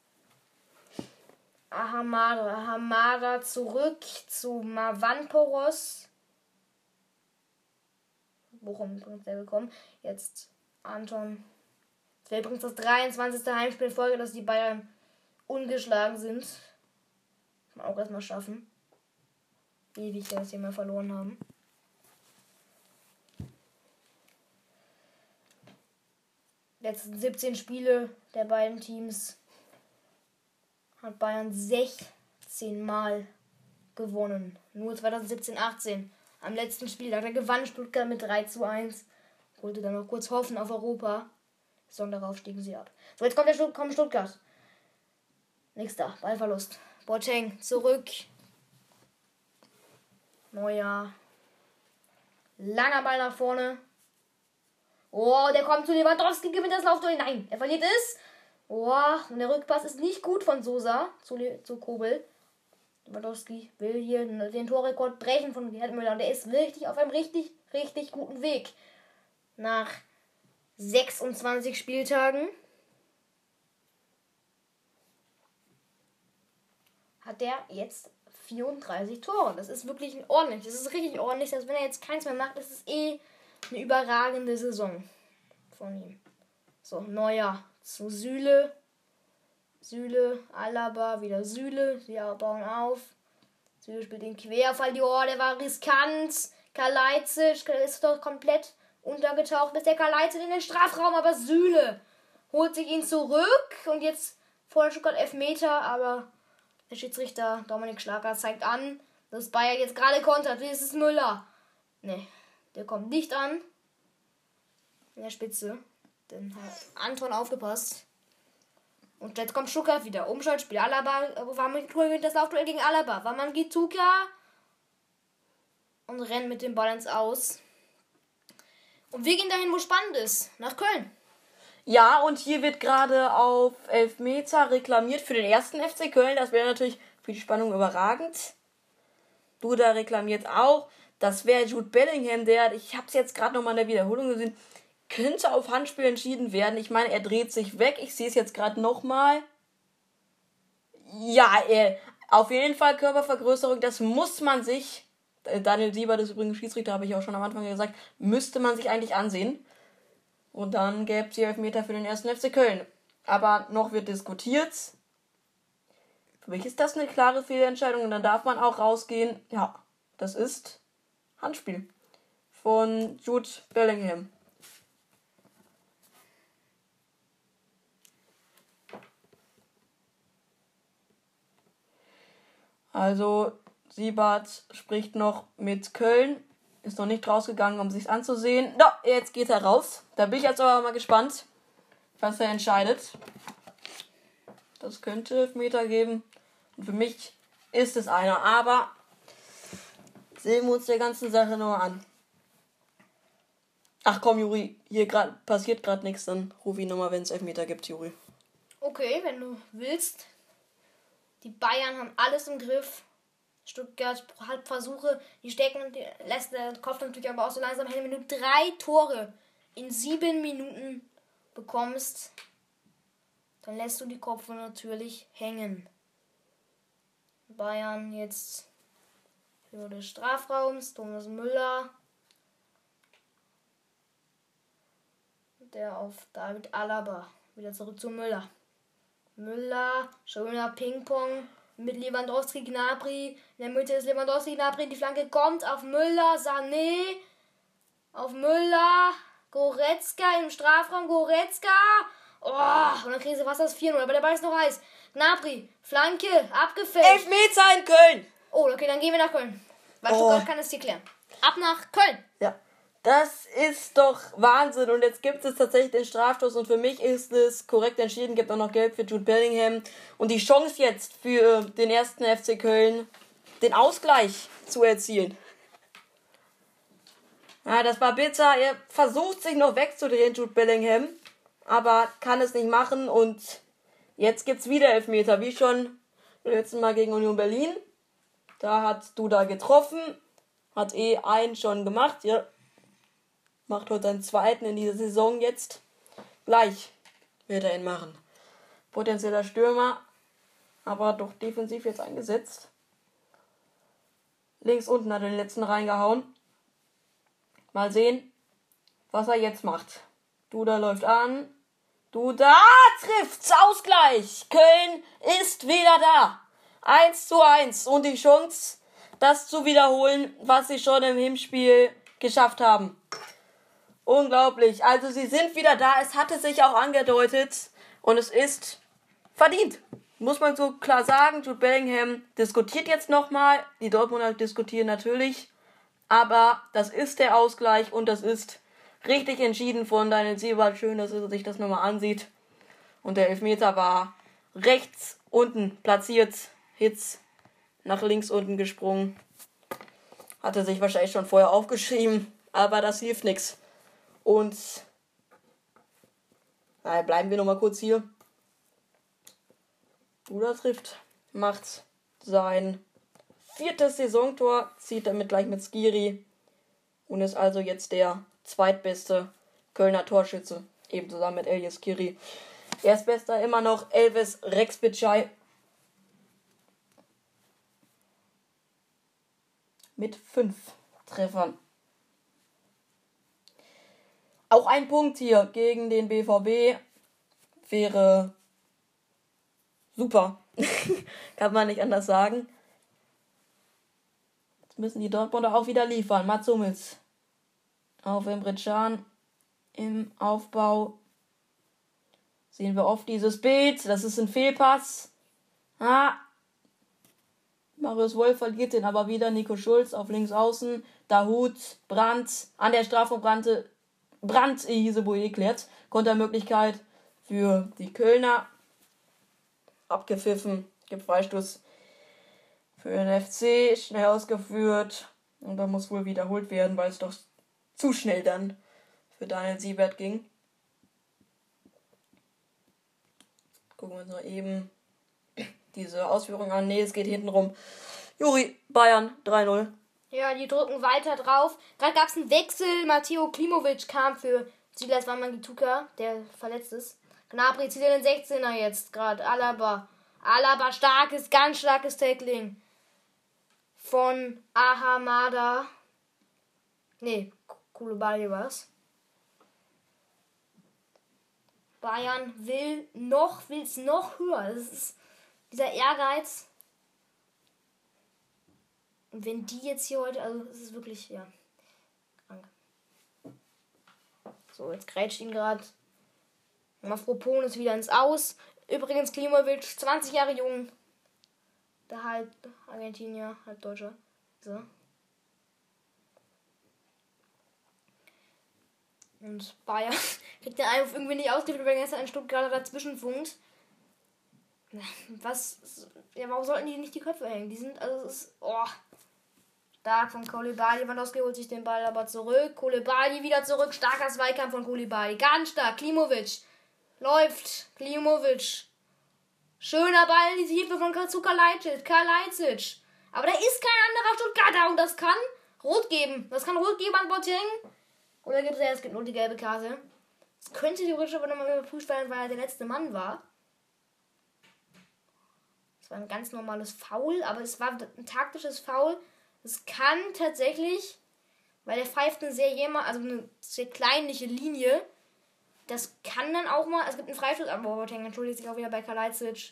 Ahamada. Ahamada zurück zu Mavropanos. Bochum ist der gekommen. Jetzt Anton. Das wäre übrigens das dreiundzwanzigste Heimspiel in Folge, dass die Bayern ungeschlagen sind. Muss man auch erstmal schaffen. Ewig, dass sie mal verloren haben. Letzten siebzehn Spiele der beiden Teams hat Bayern sechzehn Mal gewonnen. Nur zwanzig siebzehn achtzehn. Am letzten Spieltag, da gewann Stuttgart mit drei zu eins. Wollte dann noch kurz hoffen auf Europa. Sondern darauf stiegen sie ab. So, jetzt kommt der Stutt- kommt Stuttgart. Nächster, Ballverlust. Boateng zurück. Neuer. Langer Ball nach vorne. Oh, der kommt zu Lewandowski, gewinnt das Laufduell. Nein, er verliert es. Oh, und der Rückpass ist nicht gut von Sosa zu, Le- zu Kobel. Lewandowski will hier den Torrekord brechen von Gerd Müller. Und der ist richtig auf einem richtig, richtig guten Weg. Nach sechsundzwanzig Spieltagen hat er jetzt vierunddreißig Tore. Das ist wirklich ordentlich. Das ist richtig ordentlich. Dass wenn er jetzt keins mehr macht, ist es eh eine überragende Saison von ihm. So, Neuer zu Süle. Süle, Alaba, wieder Süle. Sie bauen auf. Süle spielt den Querfall. Oh, der war riskant. Kalajdzic ist doch komplett untergetaucht. Bis der Kalajdzic in den Strafraum. Aber Süle holt sich ihn zurück. Und jetzt vor der Stuttgart Elfmeter. Aber der Schiedsrichter Dominik Schlager zeigt an, dass Bayern jetzt gerade kontert. Wie ist es Müller? Ne, der kommt nicht an. In der Spitze. Dann hat Anton aufgepasst. Und jetzt kommt Stuttgart wieder. Umschaltspiel. Alaba, Waman gewinnt das Laufduell gegen Alaba. Waman Gituka. Und rennt mit dem Ball ins Aus. Und wir gehen dahin, wo spannend ist. Nach Köln. Ja, und hier wird gerade auf Elfmeter reklamiert für den ersten F C Köln. Das wäre natürlich für die Spannung überragend. Duda reklamiert auch. Das wäre Jude Bellingham, der, ich habe es jetzt gerade nochmal in der Wiederholung gesehen, könnte auf Handspiel entschieden werden. Ich meine, er dreht sich weg. Ich sehe es jetzt gerade nochmal. Ja, er, auf jeden Fall Körpervergrößerung. Das muss man sich, Daniel Sieber, das ist übrigens Schiedsrichter, habe ich auch schon am Anfang gesagt, müsste man sich eigentlich ansehen. Und dann gäbe es hier Elfmeter für den ersten F C Köln. Aber noch wird diskutiert. Für mich ist das eine klare Fehlentscheidung. Und dann darf man auch rausgehen. Ja, das ist Handspiel von Jude Bellingham. Also, Siebert spricht noch mit Köln. Ist noch nicht rausgegangen, um sich's anzusehen. No, jetzt geht er raus. Da bin ich jetzt aber mal gespannt, was er entscheidet. Das könnte Elfmeter geben. Und für mich ist es einer. Aber sehen wir uns der ganzen Sache nur an. Ach komm, Juri, hier grad, passiert gerade nichts. Dann ruf ihn nochmal, wenn es Elfmeter gibt, Juri. Okay, wenn du willst. Die Bayern haben alles im Griff. Stuttgart hat Versuche, die stecken und die lässt der Kopf natürlich aber auch so langsam hin. Wenn du drei Tore in sieben Minuten bekommst, dann lässt du die Kopf natürlich hängen. Bayern jetzt für des Strafraums, Thomas Müller, der auf David Alaba, wieder zurück zu Müller. Müller, schöner Ping-Pong mit Lewandowski, Gnabry. In der Mitte ist Lewandowski, Gnabry. Die Flanke kommt auf Müller, Sané. Auf Müller. Goretzka im Strafraum. Goretzka. Oh, und dann kriegen sie fast das vier null. Aber der Ball ist noch heiß. Gnabry, Flanke, abgefällt. Elfmeter in Köln. Oh, okay, dann gehen wir nach Köln. Weil Oh. Stuttgart kann es hier klären. Ab nach Köln. Ja, das ist doch Wahnsinn. Und jetzt gibt es tatsächlich den Strafstoß. Und für mich ist es korrekt entschieden. Gibt auch noch Gelb für Jude Bellingham. Und die Chance jetzt für den ersten F C Köln, den Ausgleich zu erzielen. Ja, das war bitter. Er versucht sich noch wegzudrehen, Jude Bellingham. Aber kann es nicht machen. Und jetzt gibt es wieder Elfmeter. Wie schon beim letzten Mal gegen Union Berlin. Da hat Duda getroffen. Hat eh einen schon gemacht. Ja. Macht heute seinen zweiten in dieser Saison jetzt. Gleich wird er ihn machen. Potenzieller Stürmer, aber doch defensiv jetzt eingesetzt. Links unten hat er den letzten reingehauen. Mal sehen, was er jetzt macht. Duda läuft an. Duda trifft's. Ausgleich. Köln ist wieder da. eins zu eins. Und die Chance, das zu wiederholen, was sie schon im Hinspiel geschafft haben. Unglaublich. Also sie sind wieder da. Es hatte sich auch angedeutet. Und es ist verdient. Muss man so klar sagen. Jude Bellingham diskutiert jetzt nochmal. Die Dortmunder diskutieren natürlich. Aber das ist der Ausgleich. Und das ist richtig entschieden von Daniel Siebert. Schön, dass er sich das nochmal ansieht. Und der Elfmeter war rechts unten platziert. Hitz nach links unten gesprungen. Hatte sich wahrscheinlich schon vorher aufgeschrieben. Aber das hilft nichts. Und naja, bleiben wir nochmal kurz hier. Duda trifft, macht sein viertes Saisontor, zieht damit gleich mit Skiri und ist also jetzt der zweitbeste Kölner Torschütze, eben zusammen mit Elias Skiri. Erstbester immer noch Elvis Rexbitschei mit fünf Treffern. Auch ein Punkt hier gegen den B V B wäre super. Kann man nicht anders sagen. Jetzt müssen die Dortmunder auch wieder liefern. Mats Hummels auf Emre Can im Aufbau. Sehen wir oft dieses Bild. Das ist ein Fehlpass. Ah. Marius Wolf verliert den aber wieder. Nico Schulz auf links außen. Dahoud, Brandt an der Strafraumkante. Brandt Iseboe klärt. Kontermöglichkeit für die Kölner. Abgepfiffen. Gibt Freistoß für den F C. Schnell ausgeführt. Und dann muss wohl wiederholt werden, weil es doch zu schnell dann für Daniel Siebert ging. Gucken wir uns noch eben diese Ausführung an. Ne, es geht hinten rum. Juri, Bayern, drei null. Ja, die drücken weiter drauf. Gerade gab es einen Wechsel. Matteo Klimovic kam für Silas Wamangituka, der verletzt ist. Gnabry zieht in den sechzehner jetzt gerade. Alaba. Alaba, starkes, ganz starkes Tackling. Von Ahamada. Nee, Koulibaly war's. Bayern will noch, will's noch höher. Das ist dieser Ehrgeiz. Und wenn die jetzt hier heute, also es ist wirklich, ja, krank. So, jetzt grätscht ihn gerade Mafroponis wieder ins Aus. Übrigens Klimovic, zwanzig Jahre jung. Der halb Argentinier, halb Deutscher. So. Und Bayern kriegt den Einwurf irgendwie nicht ausgeführt, weil gestern ein Stuttgarter dazwischen funkt. Was, ja, warum sollten die nicht die Köpfe hängen? Die sind, also es ist, oh, stark von Koulibaly. Lewandowski holt sich den Ball aber zurück. Koulibaly wieder zurück. Starker Zweikampf von Koulibaly. Ganz stark. Klimovic. Läuft. Klimovic. Schöner Ball in die Tiefe von zu Kalajdzic. Kalajdzic. Aber da ist kein anderer Stuttgarter und das kann Rot geben. Das kann Rot geben an Boateng. Oder gibt es ja, es gibt nur die gelbe Karte. Es könnte theoretisch aber nochmal überprüft werden, weil er der letzte Mann war. Es war ein ganz normales Foul, aber es war ein taktisches Foul. Es kann tatsächlich, weil er pfeift eine sehr jema, also eine sehr kleinliche Linie. Das kann dann auch mal, es gibt einen Freistoß, aber Boateng entschuldigt sich auch wieder bei Kalajdzic.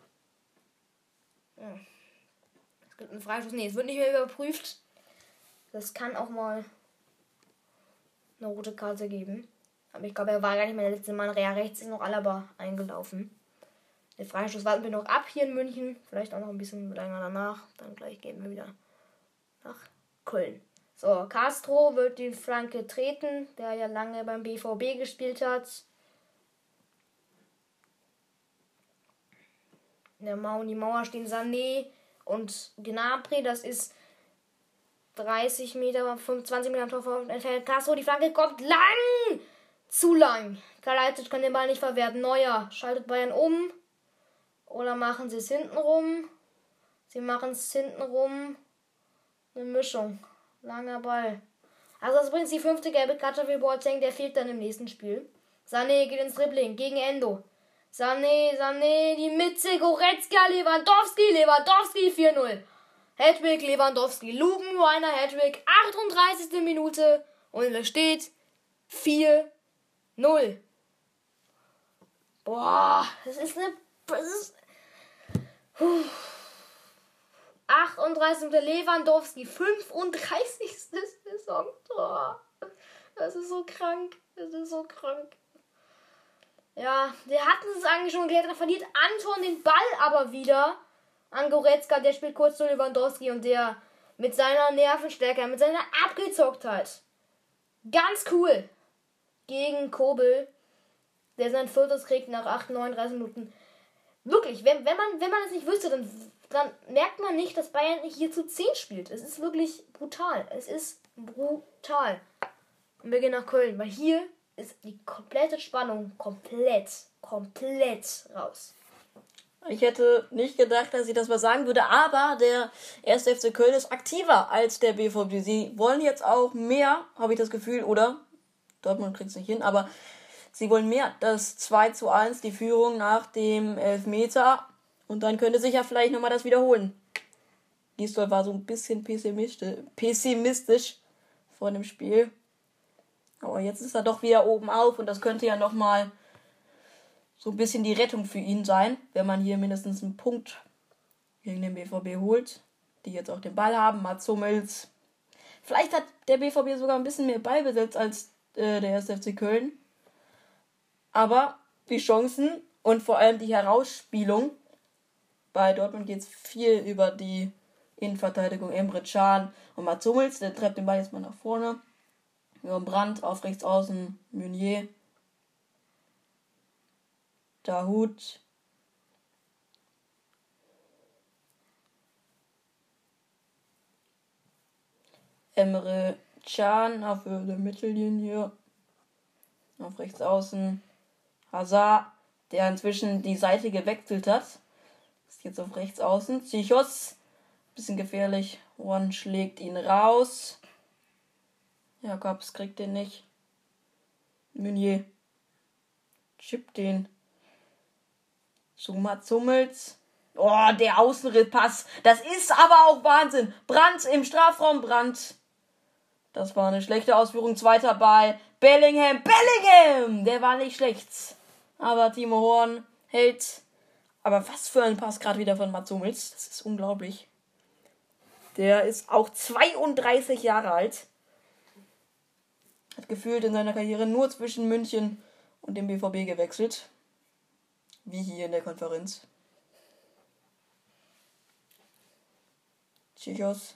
Ja. Es gibt einen Freistoß, nee, es wird nicht mehr überprüft. Das kann auch mal eine rote Karte geben. Aber ich glaube, er war gar nicht mehr der letzte Mann. Ja, rechts ist noch Alaba eingelaufen. Der Freistoß warten wir noch ab hier in München. Vielleicht auch noch ein bisschen länger danach. Dann gleich gehen wir wieder nach Köln. So, Castro wird die Flanke treten, der ja lange beim B V B gespielt hat. In der Mauer, in die Mauer stehen Sané und Gnabry. Das ist dreißig Meter, fünfundzwanzig Meter am Tor entfernt. Castro, die Flanke kommt lang! Zu lang. Kalajdzic kann den Ball nicht verwerten. Neuer schaltet Bayern um. Oder machen sie es hinten rum? Sie machen es hinten rum. Eine Mischung. Langer Ball. Also das bringt die fünfte gelbe Karte für Boateng. Der fehlt dann im nächsten Spiel. Sané geht ins Dribbling gegen Endo. Sané, Sané, die Mitte. Goretzka, Lewandowski, Lewandowski vier null. Hedwig, Lewandowski, Lugenreiner, Hedwig, achtunddreißigste Minute. Und es steht vier null. Boah, das ist eine... Das ist, puh. achtunddreißigste Lewandowski, fünfunddreißigste Saisontor. Das ist so krank. Das ist so krank. Ja, wir hatten es eigentlich schon geklärt, da verliert Anton den Ball aber wieder an Goretzka, der spielt kurz zu Lewandowski und der mit seiner Nervenstärke, mit seiner Abgezocktheit, ganz cool, gegen Kobel, der sein viertes kriegt nach acht, neununddreißig Minuten. Wirklich, wenn, wenn man wenn man es nicht wüsste, dann, dann merkt man nicht, dass Bayern hier zu zehn spielt. Es ist wirklich brutal. Es ist brutal. Und wir gehen nach Köln, weil hier ist die komplette Spannung komplett, komplett raus. Ich hätte nicht gedacht, dass ich das mal sagen würde, aber der erste F C Köln ist aktiver als der B V B. Sie wollen jetzt auch mehr, habe ich das Gefühl, oder? Dortmund kriegt es nicht hin, aber sie wollen mehr. Das zwei zu eins, die Führung nach dem Elfmeter. Und dann könnte sich ja vielleicht nochmal das wiederholen. Gisdol war so ein bisschen pessimistisch, pessimistisch vor dem Spiel. Aber jetzt ist er doch wieder oben auf und das könnte ja nochmal so ein bisschen die Rettung für ihn sein, wenn man hier mindestens einen Punkt gegen den B V B holt, die jetzt auch den Ball haben. Mats Hummels. Vielleicht hat der B V B sogar ein bisschen mehr Ballbesitz als äh, der erste F C Köln. Aber die Chancen und vor allem die Herausspielung, bei Dortmund geht es viel über die Innenverteidigung. Emre Can und Mats Hummels, der treibt den Ball jetzt mal nach vorne. Jürgen Brandt auf rechts außen, Meunier. Dahoud. Emre Can auf der Mittellinie. Auf rechts außen. Hazard, der inzwischen die Seite gewechselt hat. Ist jetzt auf rechts außen. Zichos. Bisschen gefährlich. Juan schlägt ihn raus. Jakobs kriegt den nicht. Meunier chippt den zu Mats Hummels. Oh, der Außenrittpass. Das ist aber auch Wahnsinn. Brandt im Strafraum. Brandt. Das war eine schlechte Ausführung. Zweiter Ball. Bellingham. Bellingham! Der war nicht schlecht. Aber Timo Horn hält. Aber was für ein Pass gerade wieder von Mats Hummels. Das ist unglaublich. Der ist auch zweiunddreißig Jahre alt. Hat gefühlt in seiner Karriere nur zwischen München und dem B V B gewechselt. Wie hier in der Konferenz. Tschichos.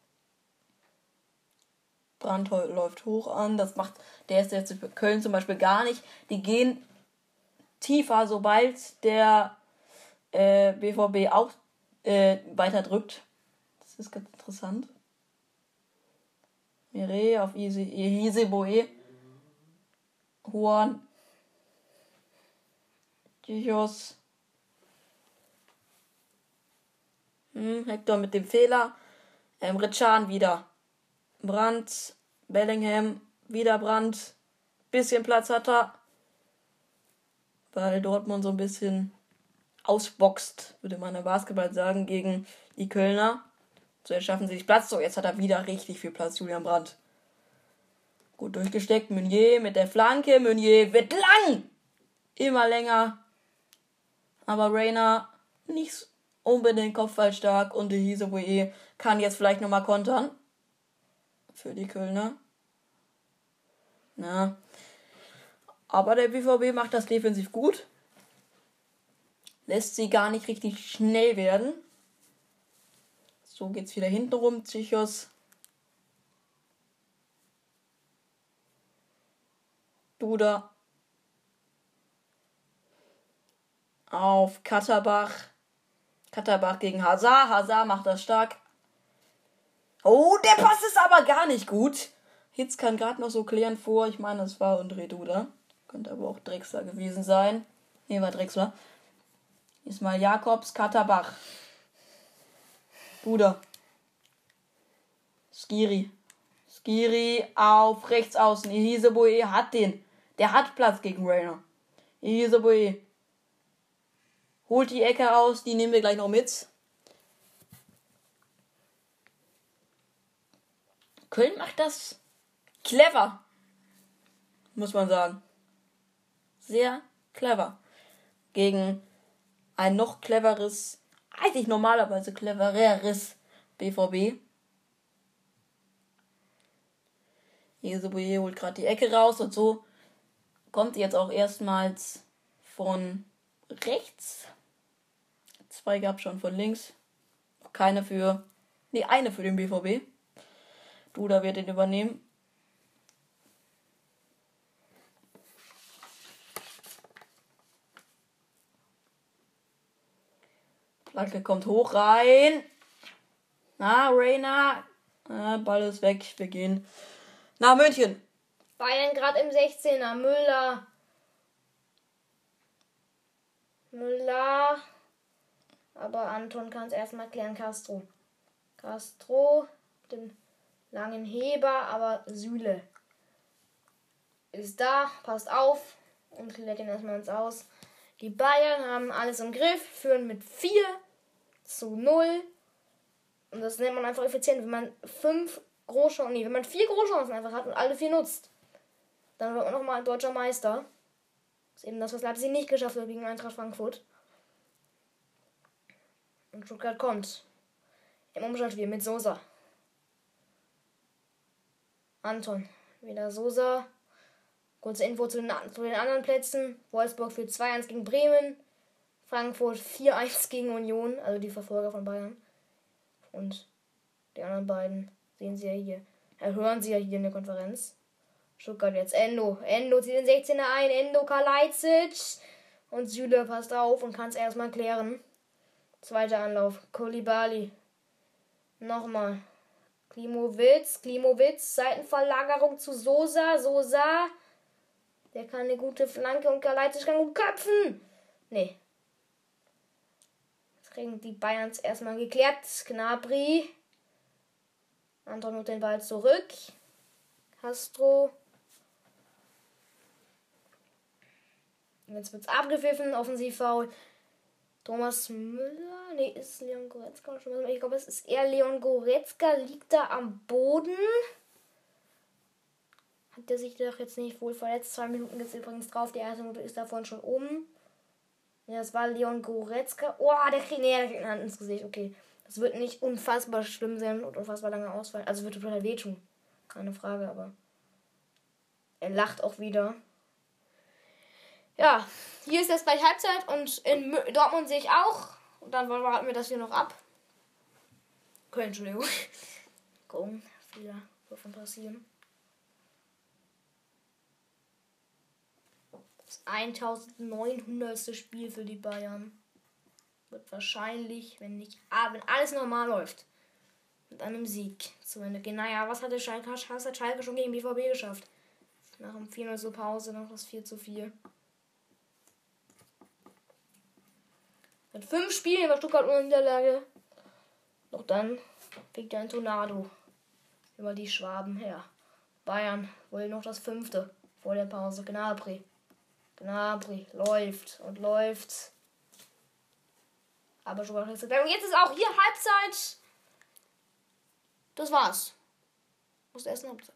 Brandt läuft hoch an. Das macht der erste F C Köln zum Beispiel gar nicht. Die gehen tiefer, sobald der äh, B V B auch äh, weiter drückt. Das ist ganz interessant. Mire auf Yzeboe. Juan. Tschichos. Hm, Hector mit dem Fehler. Emre Can wieder. Brandt. Bellingham. Wieder Brandt. Bisschen Platz hat er. Weil Dortmund so ein bisschen ausboxt, würde man im Basketball sagen, gegen die Kölner. So, jetzt schaffen sie sich Platz. So, jetzt hat er wieder richtig viel Platz, Julian Brandt. Gut durchgesteckt. Meunier mit der Flanke. Meunier wird lang. Immer länger. Aber Reina nicht unbedingt kopfballstark. Und die Yzeboe kann jetzt vielleicht nochmal kontern. Für die Kölner. Na. Aber der B V B macht das defensiv gut. Lässt sie gar nicht richtig schnell werden. So geht's wieder hinten rum. Tschichos. Duda. Auf Katterbach. Katterbach gegen Hazard. Hazard macht das stark. Oh, der Pass ist aber gar nicht gut. Hitz kann gerade noch so klären vor. Ich meine, das war André Duda. Könnte aber auch Drexler gewesen sein. Nee, war Drexler. Diesmal Jakobs, Katterbach. Duda. Skiri. Skiri auf rechts außen. Yzeboe hat den. Der hat Platz gegen Reina. Yzeboe holt die Ecke aus. Die nehmen wir gleich noch mit. Köln macht das clever. muss man sagen. Sehr clever. Gegen ein noch cleveres, eigentlich normalerweise clevereres B V B. Jesuboye holt gerade die Ecke raus und so kommt jetzt auch erstmals von rechts. Zwei gab es schon von links. Keine für, nee, eine für den B V B. Duda wird ihn übernehmen. Flanke kommt hoch rein. Na, Reina. Ah, Ball ist weg. Wir gehen nach München. Bayern gerade im sechzehner. Müller. Müller. Aber Anton kann es erstmal klären. Castro. Castro. Den langen Heber. Aber Süle ist da. Passt auf. Und lädt ihn erstmal ins Aus. Die Bayern haben alles im Griff. Führen mit vier zu null. Und das nennt man einfach effizient. Wenn man fünf Großchancen, nee, wenn man vier Großchancen einfach hat und alle vier nutzt, dann wird man nochmal deutscher Meister. Das ist eben das, was Leipzig nicht geschafft hat gegen Eintracht Frankfurt. Und Stuttgart kommt im Umschaltspiel mit Sosa. Anton. Wieder Sosa. Kurze Info zu den, zu den anderen Plätzen. Wolfsburg führt zwei eins gegen Bremen. Frankfurt vier eins gegen Union, also die Verfolger von Bayern. Und die anderen beiden sehen Sie ja hier. Ja, hören Sie ja hier in der Konferenz. Stuttgart jetzt Endo. Endo zieht den sechzehner ein. Endo Kalajdzic. Und Süle passt auf und kann es erstmal klären. Zweiter Anlauf. Koulibaly. Nochmal. Klimowitz. Klimowitz. Seitenverlagerung zu Sosa. Sosa. Der kann eine gute Flanke und Kalajdzic kann gut köpfen. Nee. Das kriegen die Bayerns erstmal geklärt. Gnabry. Anton holt den Ball zurück. Castro. Jetzt wird's abgepfiffen. Offensivfoul. Thomas Müller. Nee, ist Leon Goretzka schon. Ich glaube, es ist eher Leon Goretzka. Liegt da am Boden. Hat der sich doch jetzt nicht wohl verletzt. Zwei Minuten geht es übrigens drauf. Die erste Minute ist davon schon um. Ja, das war Leon Goretzka. Oh, der kriegt, nee, der kriegt eine Hand ins Gesicht. Okay. Das wird nicht unfassbar schlimm sein und unfassbar lange ausfallen. Also wird total wehtun. Keine Frage, aber er lacht auch wieder. Ja, hier ist jetzt gleich Halbzeit und in Dortmund sehe ich auch. Und dann warten wir das hier noch ab. Köln, Entschuldigung. Gucken, Fehler davon passieren. Das eintausendneunhundertste Spiel für die Bayern. Wird wahrscheinlich, wenn nicht, ah, wenn alles normal läuft, mit einem Sieg zu Ende gehen. Naja, was hat der Schalke, was hat Schalke schon gegen B V B geschafft? Nach dem vier null zur Pause noch das vier zu vier. Mit fünf Spielen über Stuttgart ohne Niederlage. Doch dann fegt ein Tornado über die Schwaben her. Bayern will noch das fünfte vor der Pause. Gnabry. Gnabry läuft und läuft. Aber schon mal jetzt ist auch hier Halbzeit. Das war's. Aus der ersten Halbzeit.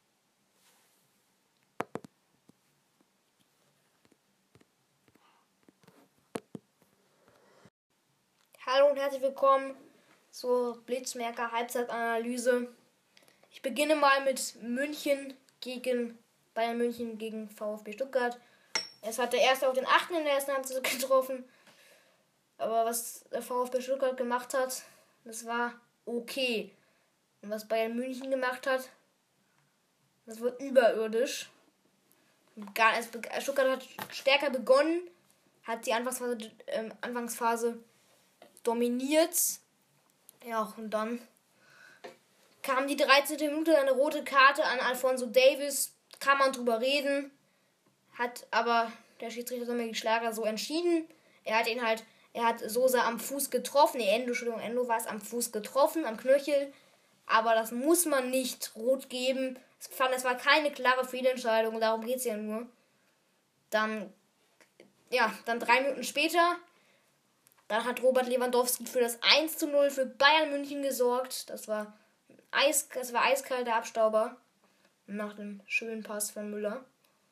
Hallo und herzlich willkommen zur Blitzmerker Halbzeitanalyse. Ich beginne mal mit München gegen Bayern München gegen VfB Stuttgart. Es hat der erste auf den achten in der ersten Halbzeit getroffen. Aber was der VfB Stuttgart gemacht hat, das war okay. Und was Bayern München gemacht hat, das war überirdisch. Stuttgart hat stärker begonnen, hat die Anfangsphase, äh, Anfangsphase dominiert. Ja, und dann kam die dreizehnte Minute, eine rote Karte an Alphonso Davies. Kann man drüber reden. Hat aber der Schiedsrichter Dominik Schlager so entschieden. Er hat ihn halt, er hat Sosa am Fuß getroffen. Nee, Endo, Entschuldigung, Endo war es am Fuß getroffen, am Knöchel. Aber das muss man nicht rot geben. Ich fand, es war keine klare Fehlentscheidung. Darum geht es ja nur. Dann, ja, dann drei Minuten später, dann hat Robert Lewandowski für das eins zu null für Bayern München gesorgt. Das war, Eis, das war eiskalter Abstauber nach dem schönen Pass von Müller.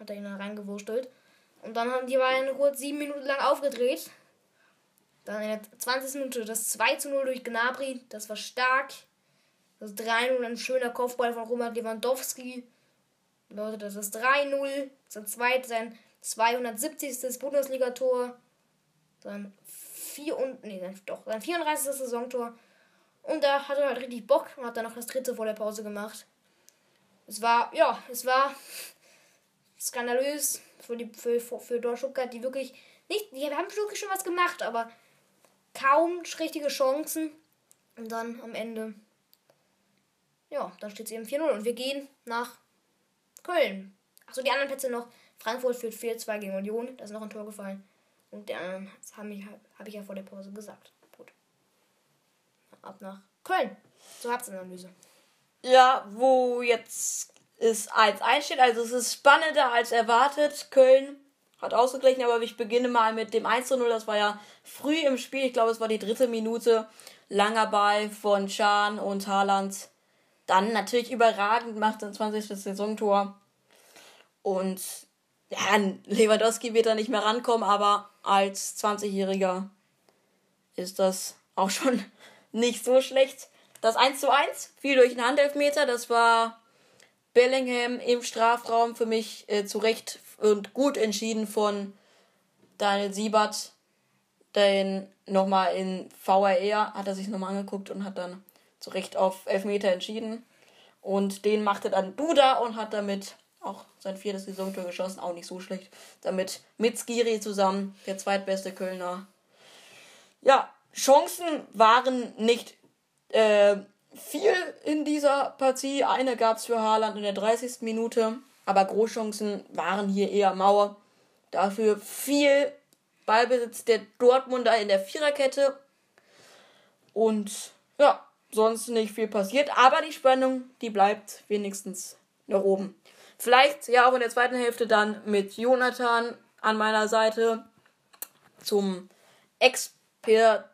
hat er ihn da reingewurstelt. Und dann haben die beiden kurz sieben Minuten lang aufgedreht. Dann in der zwanzigsten Minute das zwei zu null durch Gnabry. Das war stark. Das drei null, ein schöner Kopfball von Robert Lewandowski. Leute, das ist drei null. Sein zweit, sein zweihundertsiebzigste Bundesligator. Sein vier und nee, sein, doch, sein vierunddreißigste Saisontor. Und da hat er halt richtig Bock und hat dann noch das dritte vor der Pause gemacht. Es war, ja, es war skandalös für die für, für Dortmund Stuttgart, die wirklich nicht, die haben wirklich schon was gemacht, aber kaum richtige Chancen. Und dann am Ende, ja, dann steht es eben vier null und wir gehen nach Köln. Achso, die anderen Plätze noch. Frankfurt führt vier zwei gegen Union, da ist noch ein Tor gefallen. Und der anderen, das habe ich, hab ich ja vor der Pause gesagt. Gut. Ab nach Köln zur Halbzeitanalyse. Ja, wo jetzt es eins eins steht, also es ist spannender als erwartet. Köln hat ausgeglichen, aber ich beginne mal mit dem eins zu null, das war ja früh im Spiel, ich glaube es war die dritte Minute, langer Ball von Can und Haaland. Dann natürlich überragend, macht sein zwanzigste Saisontor. Und ja, Lewandowski wird da nicht mehr rankommen, aber als zwanzigjähriger ist das auch schon nicht so schlecht. Das eins zu eins fiel durch einen Handelfmeter, das war Bellingham im Strafraum, für mich äh, zu Recht und gut entschieden von Daniel Siebert. Den nochmal in V R R hat er sich nochmal angeguckt und hat dann zu Recht auf Elfmeter entschieden. Und den machte dann Duda und hat damit auch sein viertes Saisontor geschossen, auch nicht so schlecht. Damit mit Skiri zusammen der zweitbeste Kölner. Ja, Chancen waren nicht äh, viel in dieser Partie. Eine gab es für Haaland in der dreißigsten Minute, aber Großchancen waren hier eher Mauer. Dafür viel Ballbesitz der Dortmunder in der Viererkette. Und ja, sonst nicht viel passiert, aber die Spannung, die bleibt wenigstens nach oben. Vielleicht ja auch in der zweiten Hälfte dann mit Jonathan an meiner Seite zum Expertieren,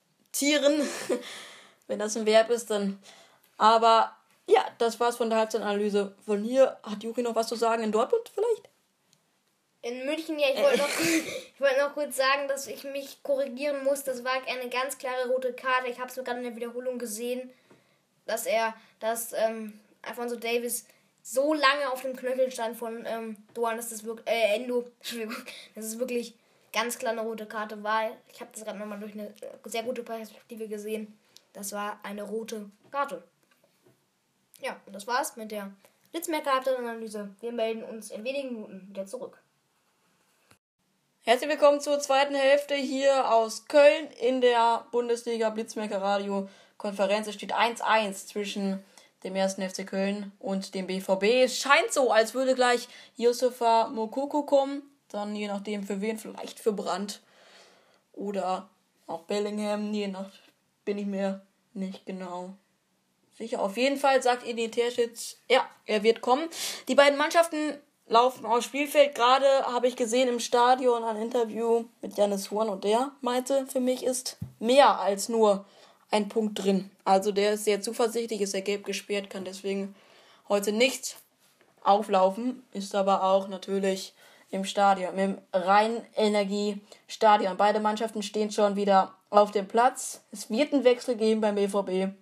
wenn das ein Verb ist, dann. Aber ja, das war's von der Halbzeitanalyse. Von hier hat Juri noch was zu sagen in Dortmund vielleicht? In München, ja, ich wollte noch, ich wollte noch kurz sagen, dass ich mich korrigieren muss. Das war eine ganz klare rote Karte. Ich habe es gerade in der Wiederholung gesehen, dass er, dass ähm, Alphonso Davies so lange auf dem Knöchel stand von ähm, Doan, dass das wirklich, äh, Endo, Entschuldigung, dass es wirklich ganz klar eine rote Karte war. Ich habe das gerade nochmal durch eine sehr gute Perspektive gesehen. Das war eine rote Karte. Ja, und das war's mit der Blitzmerker-Halbzeitanalyse. Wir melden uns in wenigen Minuten wieder zurück. Herzlich willkommen zur zweiten Hälfte hier aus Köln in der Bundesliga Blitzmerker Radio Konferenz. Es steht eins eins zwischen dem ersten F C Köln und dem B V B. Es scheint so, als würde gleich Youssoufa Moukoko kommen. Dann je nachdem für wen, vielleicht für Brandt oder auch Bellingham. Je nach bin ich mir nicht genau sicher. Auf jeden Fall sagt Edin Terzic, ja, er wird kommen. Die beiden Mannschaften laufen aufs Spielfeld. Gerade habe ich gesehen im Stadion ein Interview mit Janis Horn und der meinte, für mich ist mehr als nur ein Punkt drin. Also der ist sehr zuversichtlich, ist er gelb gesperrt, kann deswegen heute nicht auflaufen, ist aber auch natürlich im Stadion, im Rhein-Energie-Stadion. Beide Mannschaften stehen schon wieder auf dem Platz. Es wird einen Wechsel geben beim B V B.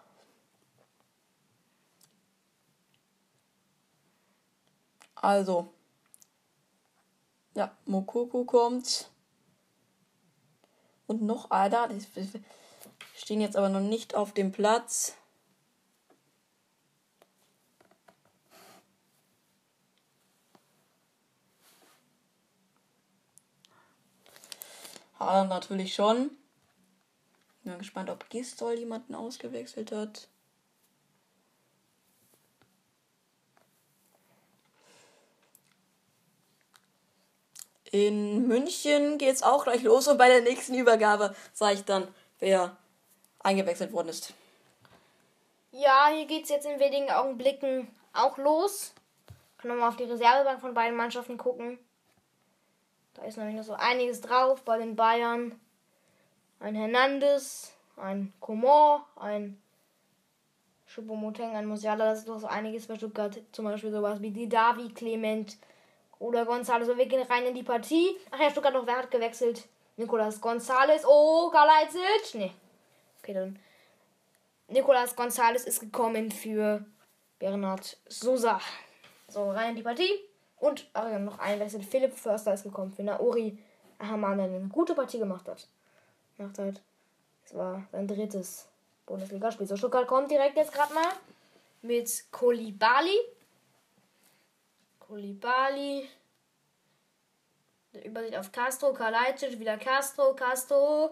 Also, ja, Moukoko kommt. Und noch einer, die stehen jetzt aber noch nicht auf dem Platz. Haaland natürlich schon. Bin mal gespannt, ob Gistol jemanden ausgewechselt hat. In München geht es auch gleich los und bei der nächsten Übergabe sage ich dann, wer eingewechselt worden ist. Ja, hier geht es jetzt in wenigen Augenblicken auch los. Können wir mal auf die Reservebank von beiden Mannschaften gucken. Da ist nämlich noch so einiges drauf bei den Bayern. Ein Hernandez, ein Coman, ein Choupo-Moting, ein Musiala. Das ist doch so einiges bei Stuttgart. Zum Beispiel sowas wie Didavi, Clement, Oder González. Und wir gehen rein in die Partie. Ach ja, Stuttgart noch, wer hat gewechselt? Nicolas González. Oh, Kalajdzic. Nee. Okay, dann. Nicolas González ist gekommen für Bernard Sosa. So, rein in die Partie. Und ach ja, noch ein Wechsel. Philipp Förster ist gekommen für Naori Hamann, der eine gute Partie gemacht hat. Macht halt. Das war sein drittes Bundesligaspiel. So, Stuttgart kommt direkt jetzt gerade mal mit Koulibaly. Koulibaly. Der Übersicht auf Castro, Kalajdzic, wieder Castro, Castro.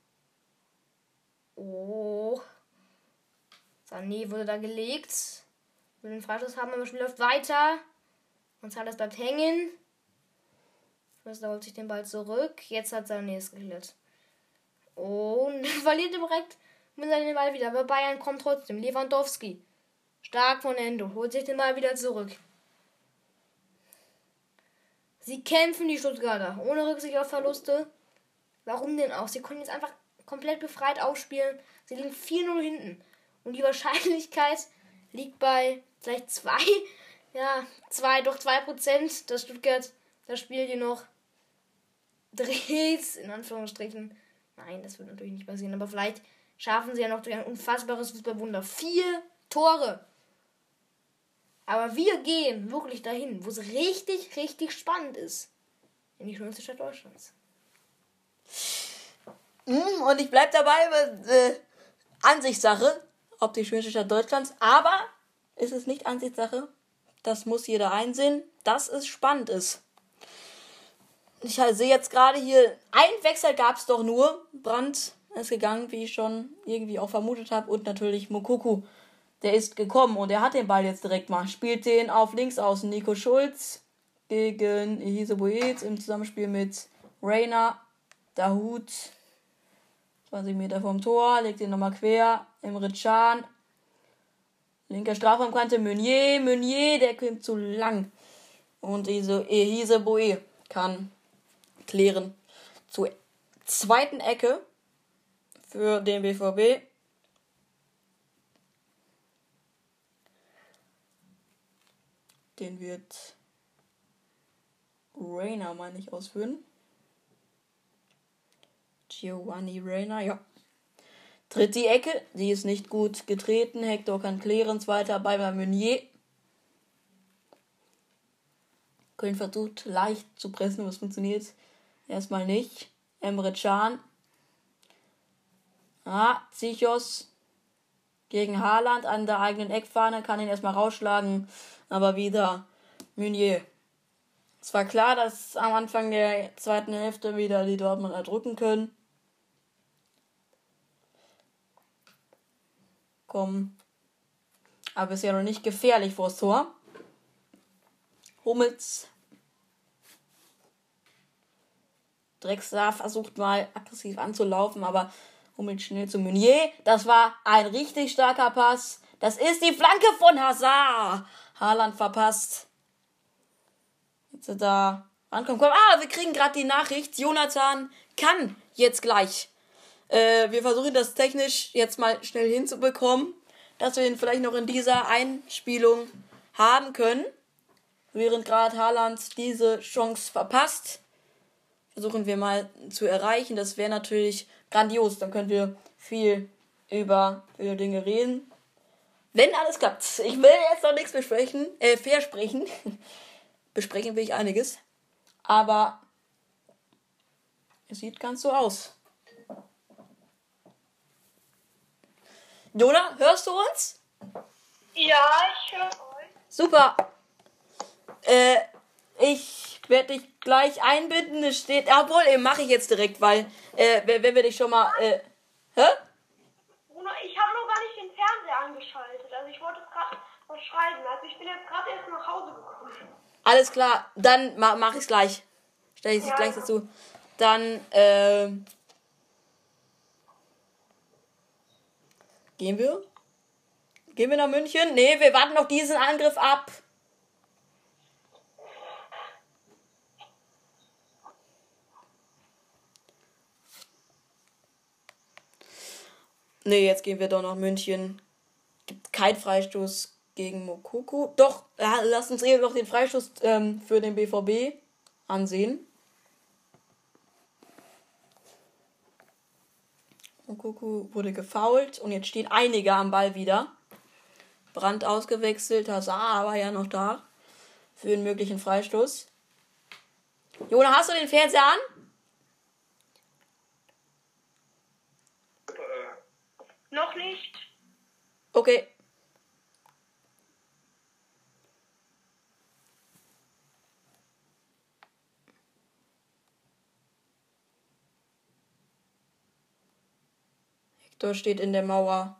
Oh. Sané wurde da gelegt. Will den Freistoß haben, aber das Spiel läuft weiter. González bleibt hängen. Förster holt sich den Ball zurück. Jetzt hat Sané es geklärt. Oh, und verliert direkt mit seinem Ball wieder. Aber Bayern kommt trotzdem. Lewandowski. Stark von Endo. Holt sich den Ball wieder zurück. Sie kämpfen, die Stuttgarter. Ohne Rücksicht auf Verluste. Warum denn auch? Sie können jetzt einfach komplett befreit aufspielen. Sie liegen vier null hinten. Und die Wahrscheinlichkeit liegt bei vielleicht zwei, ja, zwei, doch zwei Prozent, dass Stuttgart das Spiel hier noch dreht, in Anführungsstrichen. Nein, das wird natürlich nicht passieren, aber vielleicht schaffen sie ja noch durch ein unfassbares Fußballwunder vier Tore. Aber wir gehen wirklich dahin, wo es richtig, richtig spannend ist. In die schönste Stadt Deutschlands. Und ich bleib dabei, äh, Ansichtssache, ob die schönste Stadt Deutschlands, aber ist es nicht Ansichtssache. Das muss jeder einsehen, dass es spannend ist. Ich sehe jetzt gerade hier, ein Wechsel gab es doch nur. Brandt ist gegangen, wie ich schon irgendwie auch vermutet habe. Und natürlich Moukoko, der ist gekommen und er hat den Ball jetzt direkt mal. Spielt den auf links außen. Nico Schulz gegen Ehise Boez im Zusammenspiel mit Reina. Dahoud, zwanzig Meter vom Tor, legt den nochmal quer. Emre Can. Linker Strafraumkante, Meunier. Meunier, der kommt zu lang. Und Ehise Boez kann klären zur zweiten Ecke für den B V B. Den wird Reina, meine ich, ausführen. Giovanni Reina, ja. Tritt die Ecke, die ist nicht gut getreten. Hector kann klären, zweiter Ball bei Meunier. Köln versucht leicht zu pressen, aber es funktioniert erstmal nicht. Emre Can. Ah, Zichos gegen Haaland an der eigenen Eckfahne, kann ihn erstmal rausschlagen, aber wieder Meunier. Es war klar, dass am Anfang der zweiten Hälfte wieder die Dortmund erdrücken können. Kommen aber bisher noch nicht gefährlich vors Tor. Hummels. Drexler versucht mal aggressiv anzulaufen, aber Hummels schnell zu Meunier. Das war ein richtig starker Pass. Das ist die Flanke von Hazard. Haaland verpasst. Jetzt ist da rankommen. Komm. Ah, wir kriegen gerade die Nachricht. Jonathan kann jetzt gleich. Äh, wir versuchen das technisch jetzt mal schnell hinzubekommen, dass wir ihn vielleicht noch in dieser Einspielung haben können. Während gerade Haaland diese Chance verpasst, versuchen wir mal zu erreichen. Das wäre natürlich grandios. Dann können wir viel über viele Dinge reden. Wenn alles klappt. Ich will jetzt noch nichts besprechen, äh, versprechen. Besprechen will ich einiges. Aber es sieht ganz so aus. Jona, hörst du uns? Ja, ich höre euch. Super. Äh, ich werde dich gleich einbinden. Es steht, obwohl, äh, mache ich jetzt direkt, weil, äh, wenn wir dich schon mal, äh, hä? Bruno, ich habe noch gar nicht den Fernseher angeschaltet. Also ich wollte gerade was schreiben. Also ich bin jetzt gerade erst nach Hause gekommen. Alles klar, dann ma- mache ich es gleich. Stelle ich es Ja. gleich dazu. Dann, äh, gehen wir? Gehen wir nach München? Nee, wir warten noch diesen Angriff ab. Nee, jetzt gehen wir doch nach München. Gibt keinen Freistoß, gegen Moukoko. Doch, ja, lass uns eben noch den Freistoß ähm, für den B V B ansehen. Moukoko wurde gefoult und jetzt stehen einige am Ball wieder. Brandt ausgewechselt, Hazard war ja noch da für einen möglichen Freistoß. Jona, hast du den Fernseher an? Noch nicht. Okay. Hector steht in der Mauer.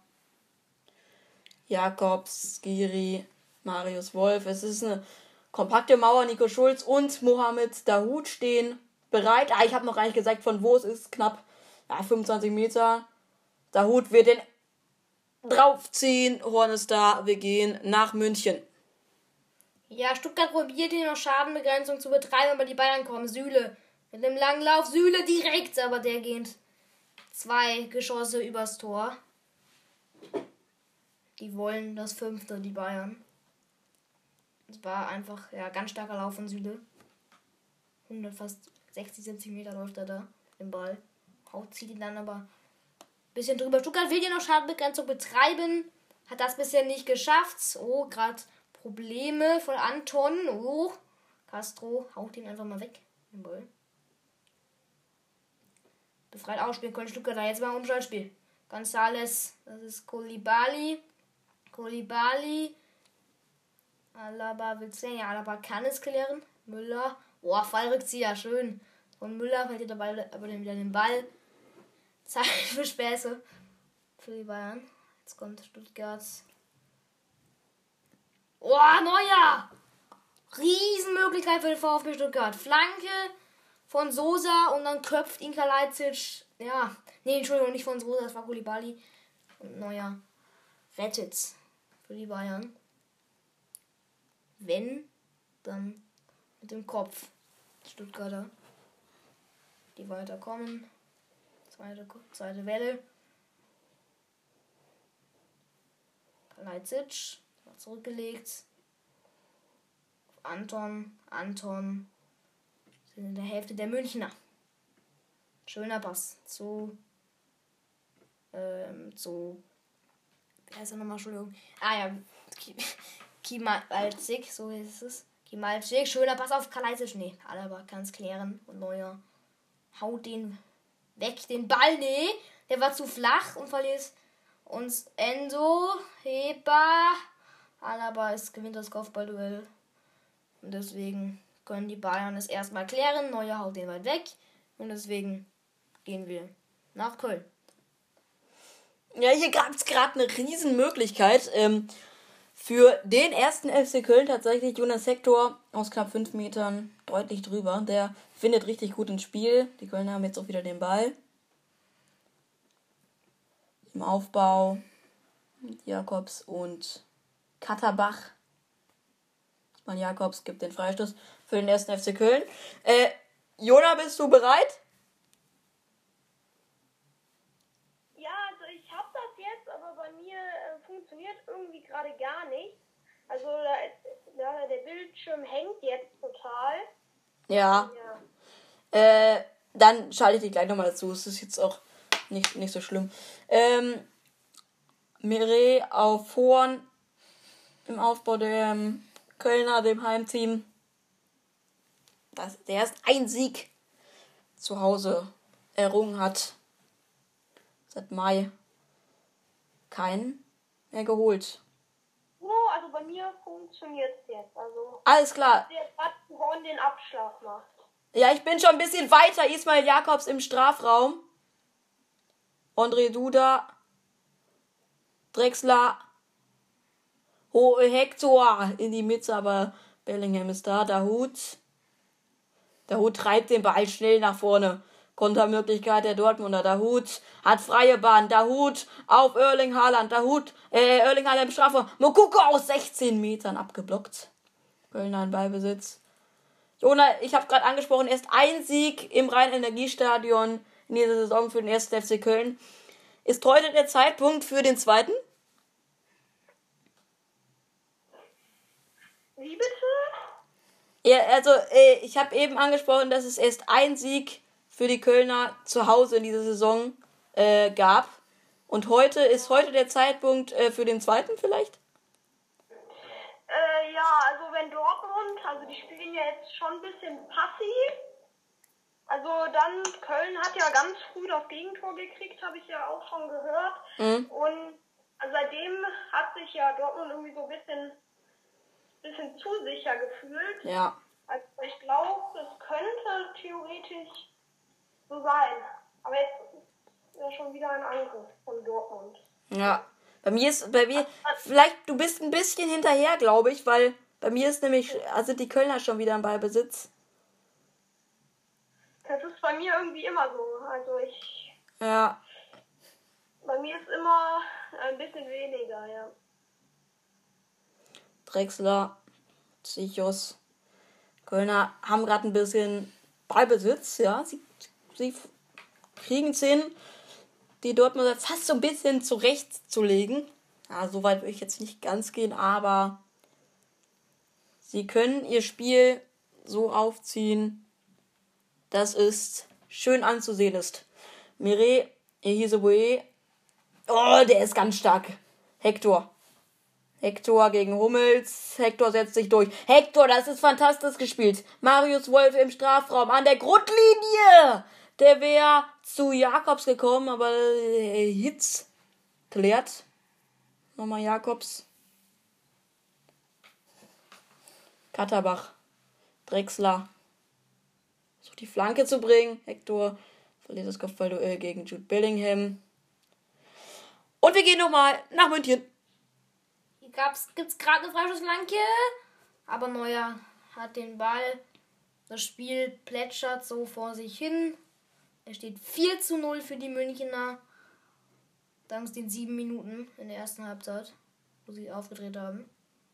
Jakobs, Skiri, Marius Wolf. Es ist eine kompakte Mauer. Nico Schulz und Mohamed Dahoud stehen bereit. Ah, ich habe noch gar nicht gesagt, von wo es ist. Knapp ja, fünfundzwanzig Meter. Dahoud wird den draufziehen. Horn ist da. Wir gehen nach München. Ja, Stuttgart probiert hier noch Schadenbegrenzung zu betreiben, aber die Bayern kommen. Süle mit dem langen Lauf. Süle direkt, aber der geht zwei Geschosse übers Tor. Die wollen das fünfte, die Bayern. Es war einfach, ja, ganz starker Lauf von Süle. hundert, fast sechzig, siebzig Meter läuft er da, den Ball. Haut, zieht ihn dann aber ein bisschen drüber. Stuttgart will ja noch Schadenbegrenzung betreiben. Hat das bisher nicht geschafft. Oh, gerade Probleme von Anton. Oh, Castro haut ihn einfach mal weg, den Ball. Befreit ausspielen können Stuttgart da jetzt mal im Umschaltspiel. Gonzales, das ist Koulibaly. Koulibaly. Alaba will sehen. Ja, Alaba kann es klären. Müller. Boah, Fallrückzieher, schön. Von Müller verliert der Ball, aber dann wieder den Ball. Zeit für Späße. Für die Bayern. Jetzt kommt Stuttgart. Oh, Neuer! Riesenmöglichkeit für den VfB Stuttgart. Flanke von Sosa und dann köpft ihn Kalajdzic. Ja, nee, Entschuldigung, nicht von Sosa, das war Koulibaly. Und Neuer rettet's für die Bayern. Wenn, dann mit dem Kopf. Stuttgarter. Die weiterkommen. Zweite, zweite Welle. Kalajdzic war zurückgelegt. Anton. Anton. Sind in der Hälfte der Münchner. Schöner Pass zu. Ähm, zu. Wie heißt er nochmal? Entschuldigung. Ah ja. Kimalczyk, so ist es. Kimalczyk, schöner Pass auf Kalajdzic. Nee, Alaba kann es klären. Und Neuer haut den weg. Den Ball, nee. Der war zu flach und verliert uns Endo. Heber. Alaba ist, gewinnt das Kopfballduell. Und deswegen können die Bayern es erstmal klären. Neuer haut den weit weg. Und deswegen gehen wir nach Köln. Ja, hier gab es gerade eine Riesenmöglichkeit. Ähm, für den ersten F C Köln tatsächlich Jonas Hector aus knapp fünf Metern deutlich drüber. Der findet richtig gut ins Spiel. Die Kölner haben jetzt auch wieder den Ball. Im Aufbau mit Jakobs und Katterbach. Mann Jakobs gibt den Freistoß für den ersten F C Köln. Äh, Jona, bist du bereit? Ja, also ich habe das jetzt, aber bei mir äh, funktioniert irgendwie gerade gar nicht. Also da, da, der Bildschirm hängt jetzt total. Ja. Ja. Äh, dann schalte ich dich gleich nochmal dazu. Es ist jetzt auch nicht, nicht so schlimm. Ähm, Mire auf Horn im Aufbau der ähm, Kölner, dem Heimteam. Das, der erst ein Sieg zu Hause errungen hat. Seit Mai keinen mehr geholt. Oh, also bei mir funktioniert es jetzt. Also Alles klar. der gerade Horn den Abschlag macht. Ja, ich bin schon ein bisschen weiter. Ismail Jakobs im Strafraum. André Duda. Drexler. Hohe Hector in die Mitte, aber Bellingham ist da. Dahoud. Dahoud treibt den Ball schnell nach vorne. Kontermöglichkeit der Dortmunder. Dahoud hat freie Bahn. Dahoud auf Erling Haaland. Dahoud, äh, Erling Haaland im Strafraum. Moukoko aus sechzehn Metern abgeblockt. Kölner in Ballbesitz. Jona, ich habe gerade angesprochen, erst ein Sieg im Rhein-Energiestadion in dieser Saison für den ersten F C Köln. Ist heute der Zeitpunkt für den zweiten? Wie bitte? Ja, also äh, ich habe eben angesprochen, dass es erst ein Sieg für die Kölner zu Hause in dieser Saison äh, gab. Und heute ist heute der Zeitpunkt äh, für den zweiten vielleicht? Äh, ja, also wenn Dortmund, also die spielen ja jetzt schon ein bisschen passiv. Also dann, Köln hat ja ganz früh das Gegentor gekriegt, habe ich ja auch schon gehört. Mhm. Und seitdem hat sich ja Dortmund irgendwie so ein bisschen, bisschen zu sicher gefühlt. Ja. Also ich glaube, es könnte theoretisch so sein. Aber jetzt ist ja schon wieder ein Angriff von Dortmund. Ja. Bei mir ist, bei mir, vielleicht, du bist ein bisschen hinterher, glaube ich, weil bei mir ist nämlich, also die Kölner schon wieder im Ballbesitz. Das ist bei mir irgendwie immer so. Also ich, Ja. bei mir ist immer ein bisschen weniger, ja. Drexler, Zichos, Kölner haben gerade ein bisschen Ballbesitz, ja. Sie, sie kriegen es hin, die Dortmunder fast so ein bisschen zurechtzulegen. Ja, so weit würde ich jetzt nicht ganz gehen, aber sie können ihr Spiel so aufziehen, dass es schön anzusehen ist. Mire, Ehiseboe, oh, der ist ganz stark. Hector. Hector gegen Hummels. Hector setzt sich durch. Hector, das ist fantastisch gespielt. Marius Wolf im Strafraum an der Grundlinie. Der wäre zu Jakobs gekommen, aber äh, Hitz klärt. Nochmal Jakobs. Katterbach. Drexler. Versucht die Flanke zu bringen. Hector verliert das Kopfballduell gegen Jude Bellingham. Und wir gehen nochmal nach München. Hier gibt es gerade eine Freischussflanke, aber Neuer hat den Ball. Das Spiel plätschert so vor sich hin. Es steht vier zu null für die Münchner. Dank den sieben Minuten in der ersten Halbzeit, wo sie aufgedreht haben.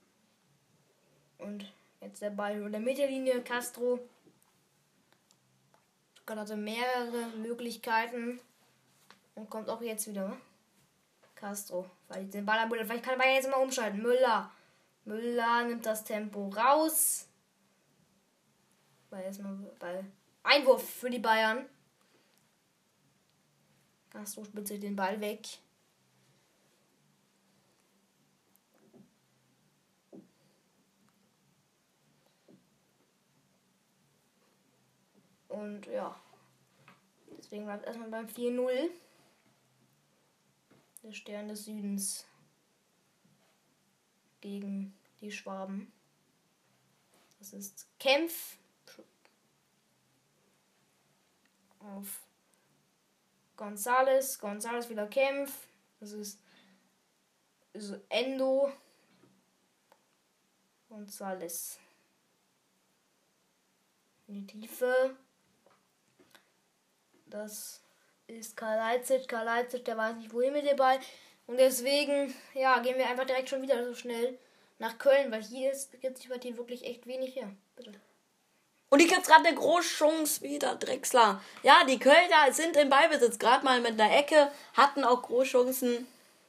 Und jetzt der Ball über der Mittellinie. Castro hatte mehrere Möglichkeiten und kommt auch jetzt wieder. Castro, weil den Ball am Müller. Vielleicht kann er jetzt mal umschalten. Müller. Müller nimmt das Tempo raus. Weil erstmal bei Einwurf für die Bayern. Castro spielt sich den Ball weg. Und ja. Deswegen bleibt erstmal beim vier null. Der Stern des Südens gegen die Schwaben. Das ist Kempf auf Gonzales. Gonzales wieder Kempf. Das ist, ist Endo. Gonzales. In die Tiefe. Das ist Karl Leitzig. Karl Leitzig, der weiß nicht, wohin mit dem Ball. Und deswegen, ja, gehen wir einfach direkt schon wieder so schnell nach Köln, weil hier ist, gibt sich bei denen wirklich echt wenig her. Bitte. Und ich habe gerade eine große Chance wieder, Drexler. Ja, die Kölner sind im Ballbesitz, gerade mal mit einer Ecke, hatten auch Großchancen.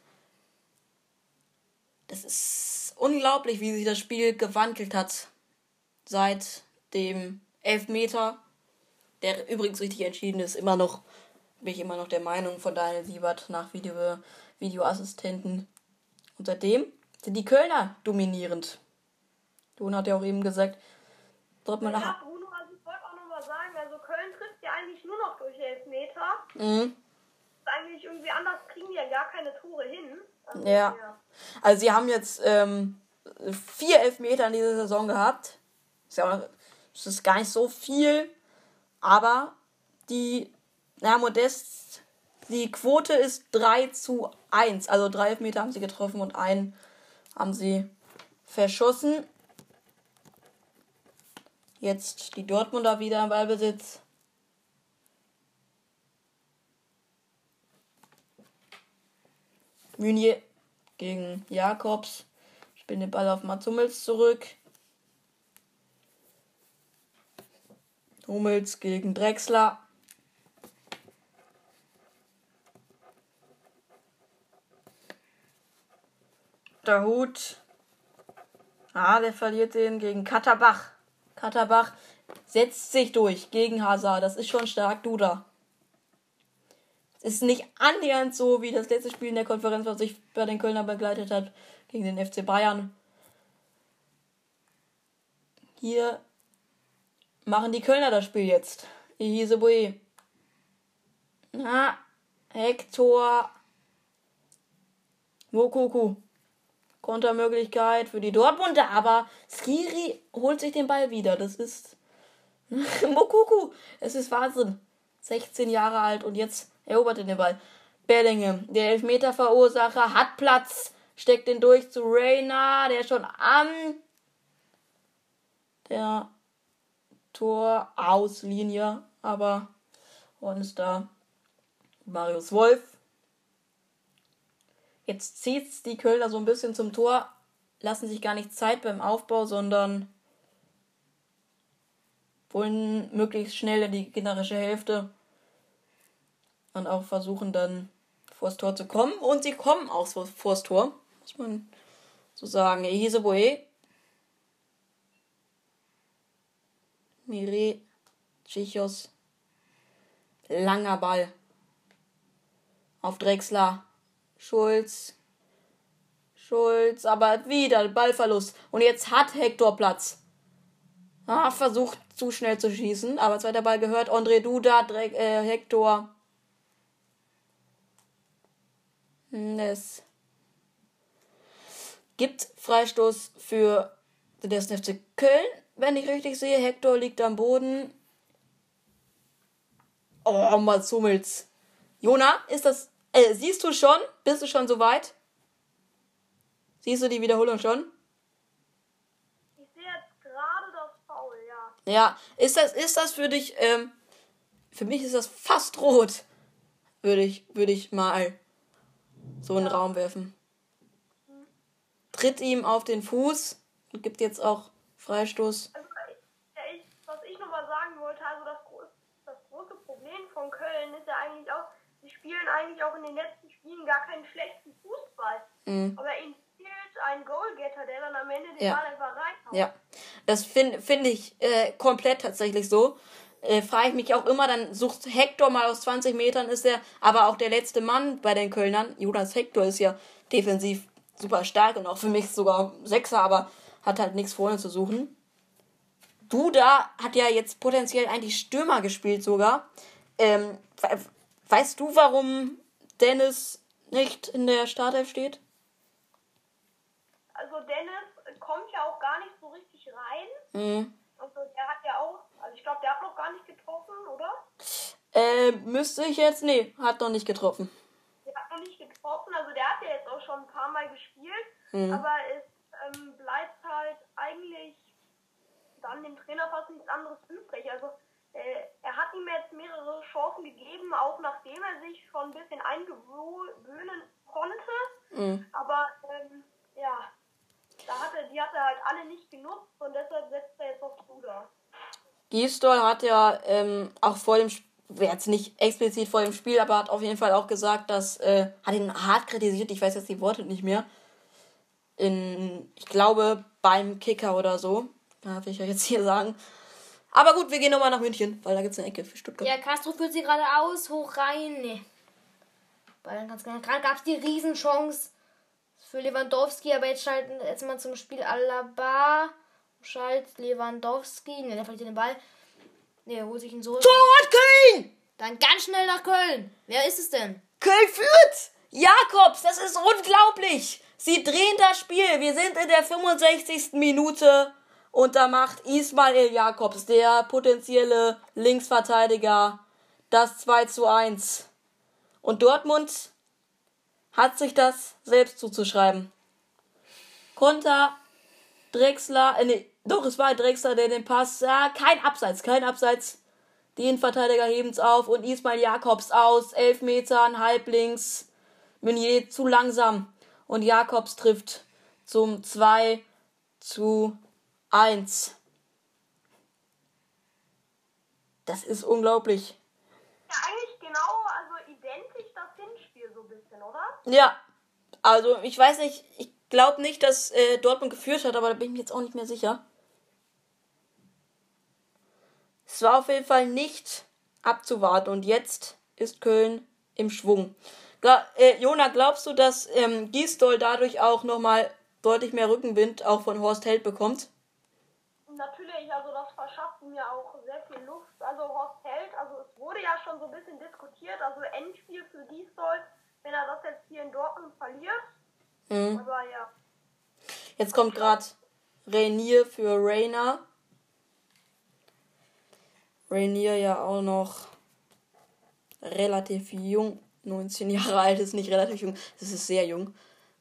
Das ist unglaublich, wie sich das Spiel gewandelt hat seit dem Elfmeter, der übrigens richtig entschieden ist. Immer noch, bin ich immer noch der Meinung von Daniel Siebert nach Video, Videoassistenten. Und seitdem sind die Kölner dominierend. Don hat ja auch eben gesagt, Dortmund Ja, Bruno, also ich wollte auch nochmal sagen, also Köln trifft ja eigentlich nur noch durch Elfmeter. Mhm. Eigentlich irgendwie anders kriegen die ja gar keine Tore hin. Also, Ja. ja. Also sie haben jetzt ähm, vier Elfmeter in dieser Saison gehabt. Ist ja auch, das ist gar nicht so viel. Aber die, na, Modest, die Quote ist drei zu eins. Also drei Elfmeter haben sie getroffen und einen haben sie verschossen. Jetzt die Dortmunder wieder im Ballbesitz. Meunier gegen Jakobs. Spielen den Ball auf Mats Hummels zurück. Hummels gegen Drexler. Der Hut Ah, der verliert den gegen Katterbach. Katterbach setzt sich durch gegen Hazard. Das ist schon stark, Duda. Es ist nicht annähernd so, wie das letzte Spiel in der Konferenz, was sich bei den Kölner begleitet hat, gegen den F C Bayern. Hier machen die Kölner das Spiel jetzt. Ihiseboe. Na, Hector. Mokuku. Kontermöglichkeit für die Dortmunder, aber Skiri holt sich den Ball wieder. Das ist Mokuku. Es ist Wahnsinn. sechzehn Jahre alt und jetzt erobert er den Ball. Bellingham, der Elfmeterverursacher, hat Platz, steckt den durch zu Reina, der schon am der Torauslinie, aber und ist da Marius Wolf. Jetzt zieht die Kölner so ein bisschen zum Tor, lassen sich gar nicht Zeit beim Aufbau, sondern wollen möglichst schnell in die gegnerische Hälfte und auch versuchen dann vors Tor zu kommen. Und sie kommen auch vors Tor, muss man so sagen. Ihiseboe, Mire, Tschichos, langer Ball auf Drexler. Schulz. Schulz, aber wieder Ballverlust. Und jetzt hat Hector Platz. Ah, versucht zu schnell zu schießen, aber zweiter Ball gehört André Duda, Dre- äh, Hector. Es gibt Freistoß für den ersten F C Köln, wenn ich richtig sehe. Hector liegt am Boden. Oh, Mats Hummels. Jona, ist das... Äh, siehst du schon? Bist du schon so weit? Siehst du die Wiederholung schon? Ich sehe jetzt gerade das Foul, ja. Ja, ist das, ist das für dich, ähm, für mich ist das fast rot. Würde ich, würde ich mal so in den Raum werfen. Hm. Tritt ihm auf den Fuß und gibt jetzt auch Freistoß. Also, ich, was ich nochmal sagen wollte, also das, das große Problem von Köln ist ja eigentlich auch, sie spielen eigentlich auch in den letzten Spielen gar keinen schlechten Fußball. Mhm. Aber ihnen fehlt ein Goalgetter, der dann am Ende den ja. Ball einfach reinhaut. Ja, das finde find ich äh, komplett tatsächlich so. Äh, frage ich mich auch immer, dann sucht Hector mal aus zwanzig Metern, ist er aber auch der letzte Mann bei den Kölnern. Jonas Hector ist ja defensiv super stark und auch für mich sogar Sechser, aber hat halt nichts vorne zu suchen. Duda hat ja jetzt potenziell eigentlich Stürmer gespielt sogar. Ähm, weißt du, warum Dennis nicht in der Startelf steht? Also Dennis kommt ja auch gar nicht so richtig rein. Mhm. Also der hat ja auch, also ich glaube, der hat noch gar nicht getroffen, oder? Äh, müsste ich jetzt? Nee, hat noch nicht getroffen. Der hat noch nicht getroffen, also der hat ja jetzt auch schon ein paar Mal gespielt, mhm. aber es ähm, bleibt halt eigentlich dann dem Trainer fast nichts anderes übrig. Also äh, er hat ihm jetzt mehrere Chancen gegeben, auch nachdem er sich schon ein bisschen eingewöhnen konnte, mhm. aber ähm, ja, da hat er, die hat er halt alle nicht genutzt und deshalb setzt er jetzt auf Duda. Gisdol hat ja ähm, auch vor dem Spiel, jetzt nicht explizit vor dem Spiel, aber hat auf jeden Fall auch gesagt, dass, äh, hat ihn hart kritisiert, ich weiß jetzt die Worte nicht mehr, in, ich glaube, beim Kicker oder so, darf ich ja jetzt hier sagen. Aber gut, wir gehen nochmal nach München, weil da gibt es eine Ecke für Stuttgart. Ja, Castro führt sie gerade aus, hoch rein, nee. Weil ganz genau, gerade gab es die Riesenchance für Lewandowski, aber jetzt schalten jetzt mal zum Spiel Alaba, schaltet Lewandowski, ne, der verliert den Ball. Ne, er holt sich ihn so. Torwart Köln! Dann ganz schnell nach Köln. Wer ist es denn? Köln führt! Jakobs, das ist unglaublich! Sie drehen das Spiel. Wir sind in der fünfundsechzigsten Minute und da macht Ismail Jakobs, der potenzielle Linksverteidiger, das zwei zu eins. Und Dortmund hat sich das selbst zuzuschreiben. Konter, Drexler, äh, nee, doch, es war Drexler, der den Pass, ja, kein Abseits, kein Abseits. Die Innenverteidiger heben es auf und Ismail Jakobs aus, elf Metern, halblinks, Meunier zu langsam. Und Jakobs trifft zum zwei zu eins. Das ist unglaublich. Ja, eigentlich genau, also identisch das Hinspiel so ein bisschen, oder? Ja, also ich weiß nicht, ich glaube nicht, dass äh, Dortmund geführt hat, aber da bin ich mir jetzt auch nicht mehr sicher. Es war auf jeden Fall nicht abzuwarten und jetzt ist Köln im Schwung. Gla- äh, Jona, glaubst du, dass ähm, Gisdol dadurch auch nochmal deutlich mehr Rückenwind auch von Horst Held bekommt? Natürlich, also das verschafft mir auch sehr viel Luft. Also Horst Held, also es wurde ja schon so ein bisschen diskutiert, also Endspiel für Gisdol, wenn er das jetzt hier in Dortmund verliert. Mhm. Aber ja. Jetzt kommt gerade Renier für Rainer. Renier ja auch noch relativ jung. neunzehn Jahre alt ist nicht relativ jung. Das ist sehr jung.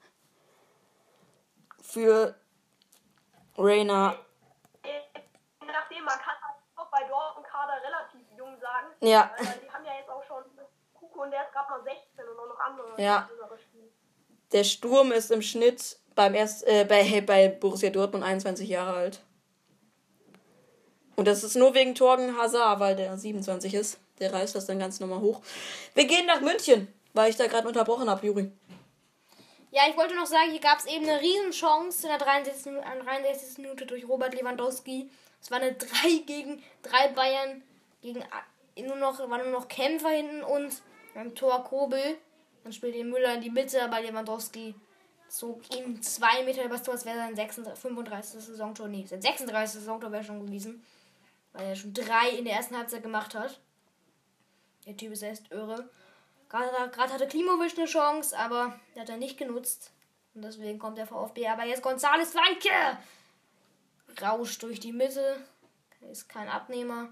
Für Rainer. Nachdem man kann auch bei Dortmund Kader relativ jung sagen. Ja. Äh, die haben ja jetzt auch schon Kuku und der ist gerade mal sechzehn und auch noch andere. Ja. Der Sturm ist im Schnitt beim erst, äh, bei, bei Borussia Dortmund einundzwanzig Jahre alt. Und das ist nur wegen Thorgan Hazard, weil der siebenundzwanzig ist. Der reißt das dann ganz normal hoch. Wir gehen nach München, weil ich da gerade unterbrochen habe, Juri. Ja, ich wollte noch sagen, hier gab es eben eine Riesenchance in der dreiundsechzigsten. Minute, dreiundsechzigsten Minute durch Robert Lewandowski. Es war eine drei gegen drei Bayern gegen nur noch, waren nur noch Kämpfer hinten und beim Tor Kobel. Dann spielt den Müller in die Mitte, aber Lewandowski zog ihm zwei Meter übers Tor. Das wäre sein sechsunddreißigste, fünfunddreißigste Saisontor. Nee, sein sechsunddreißigste Saisontor wäre schon gewesen. Weil er schon drei in der ersten Halbzeit gemacht hat. Der Typ ist echt irre. Gerade, gerade hatte Klimovic eine Chance, aber der hat er nicht genutzt. Und deswegen kommt der VfB. Aber jetzt González Flanke! Rauscht durch die Mitte. Ist kein Abnehmer.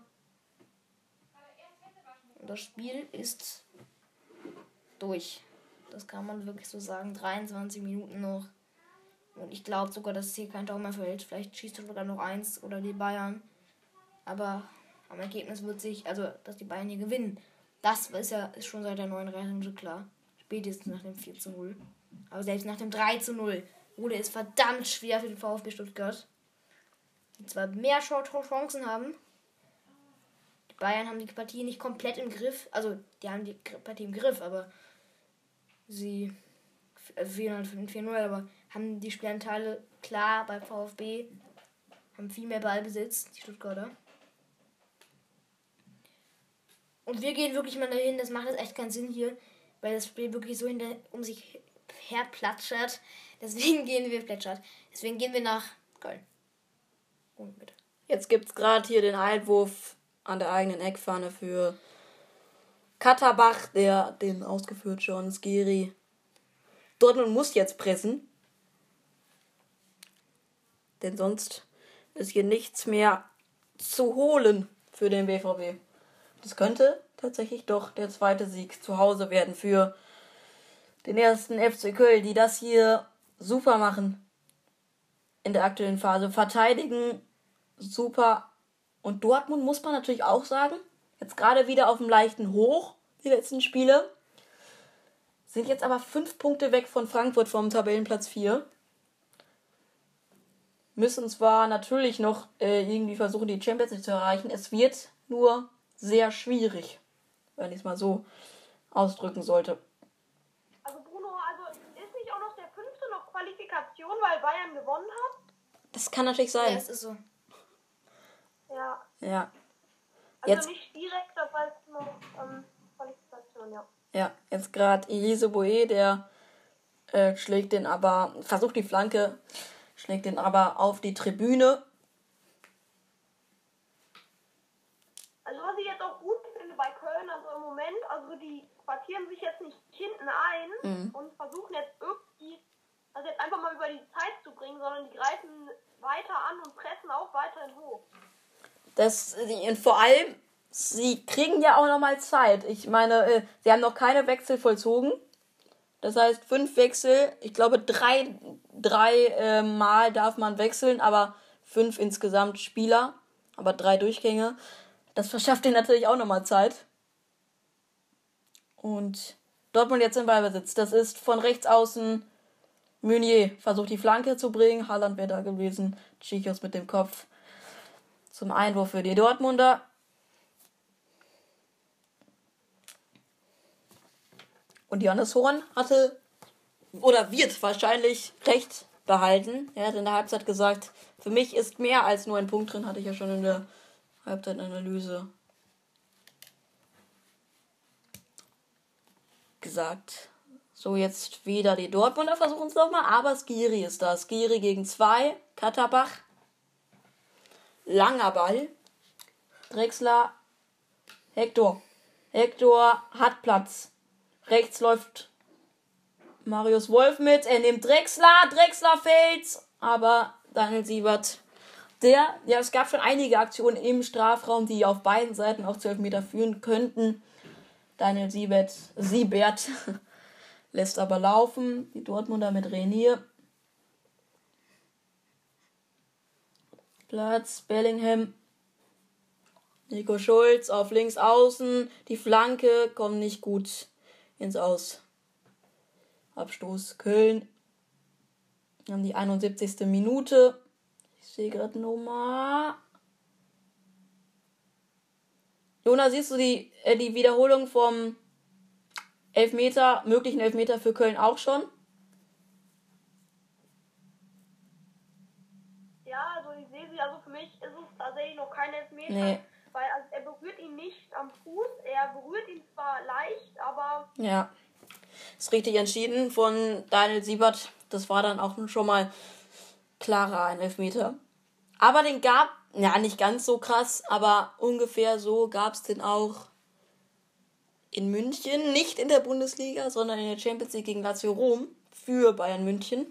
Und das Spiel ist durch. Das kann man wirklich so sagen. dreiundzwanzig Minuten noch. Und ich glaube sogar, dass es hier kein Tor mehr fällt. Vielleicht schießt er sogar noch eins oder die Bayern. Aber am Ergebnis wird sich, also dass die Bayern hier gewinnen. Das ist ja ist schon seit der neununddreißigsten Minute klar. Spätestens nach dem vier zu null. Aber selbst nach dem drei zu null wurde es verdammt schwer für den VfB Stuttgart. Die zwar mehr Chancen haben. Die Bayern haben die Partie nicht komplett im Griff. Also, die haben die Partie im Griff, aber sie vier null, aber haben die Spielanteile klar beim VfB. Haben viel mehr Ballbesitz, die Stuttgarter. Und wir gehen wirklich mal dahin, das macht jetzt echt keinen Sinn hier, weil das Spiel wirklich so hinter, um sich her platschert. Deswegen gehen wir plätschert. Deswegen gehen wir nach Köln. Und bitte. Jetzt gibt es gerade hier den Einwurf an der eigenen Eckfahne für Katterbach, der den ausgeführt schon, Skiri. Dortmund muss jetzt pressen. Denn sonst ist hier nichts mehr zu holen für den B V B. Das könnte tatsächlich doch der zweite Sieg zu Hause werden für den ersten F C Köln, die das hier super machen in der aktuellen Phase. Verteidigen super. Und Dortmund muss man natürlich auch sagen, jetzt gerade wieder auf dem leichten Hoch, die letzten Spiele. Sind jetzt aber fünf Punkte weg von Frankfurt vom Tabellenplatz vier. Müssen zwar natürlich noch äh, irgendwie versuchen, die Champions League zu erreichen. Es wird nur sehr schwierig, wenn ich es mal so ausdrücken sollte. Also Bruno, also ist nicht auch noch der fünfte noch Qualifikation, weil Bayern gewonnen hat? Das kann natürlich sein. Ja, es ist so. Ja. Ja. Also Jetzt, nicht direkt, aber es ist noch ähm, Qualifikation, ja. ja, jetzt gerade Elise Boe, der äh, schlägt den aber, versucht die Flanke, schlägt den aber auf die Tribüne. Also was ich jetzt auch gut finde bei Köln, also im Moment, also die quartieren sich jetzt nicht hinten ein Mhm. und versuchen jetzt irgendwie, also jetzt einfach mal über die Zeit zu bringen, sondern die greifen weiter an und pressen auch weiterhin hoch. Das, und vor allem, sie kriegen ja auch nochmal Zeit. Ich meine, äh, sie haben noch keine Wechsel vollzogen. Das heißt, fünf Wechsel, ich glaube, drei, drei äh, Mal darf man wechseln, aber fünf insgesamt Spieler, aber drei Durchgänge. Das verschafft ihnen natürlich auch nochmal Zeit. Und Dortmund jetzt im Ballbesitz. Das ist von rechts außen Meunier. Versucht die Flanke zu bringen. Haaland wäre da gewesen. Chichos mit dem Kopf zum Einwurf für die Dortmunder. Und Johannes Horn hatte oder wird wahrscheinlich recht behalten. Er hat in der Halbzeit gesagt, für mich ist mehr als nur ein Punkt drin, hatte ich ja schon in der Halbzeitanalyse gesagt. So, jetzt wieder die Dortmunder versuchen es nochmal, aber Skiri ist da. Skiri gegen zwei, Katterbach. Langer Ball. Drexler, Hector. Hector hat Platz. Rechts läuft Marius Wolf mit. Er nimmt Drexler. Drexler fällt. Aber Daniel Siebert, der, ja, es gab schon einige Aktionen im Strafraum, die auf beiden Seiten auch zwölf Meter führen könnten. Daniel Siebert, Siebert lässt aber laufen. Die Dortmunder mit Renier. Platz, Bellingham. Nico Schulz auf links außen. Die Flanke kommt nicht gut ins Aus. Abstoß Köln. Dann die einundsiebzigste Minute. Ich sehe gerade Nummer. Jonas, siehst du die, äh, die Wiederholung vom Elfmeter, möglichen Elfmeter für Köln auch schon? Ja, also ich sehe sie, also für mich ist es tatsächlich noch kein Elfmeter. Nee. Weil also er berührt ihn nicht am Fuß, er berührt ihn zwar leicht, aber... Ja, ist richtig entschieden von Daniel Siebert. Das war dann auch schon mal klarer ein Elfmeter. Aber den gab, ja nicht ganz so krass, aber ungefähr so gab es den auch in München. Nicht in der Bundesliga, sondern in der Champions League gegen Lazio Rom für Bayern München.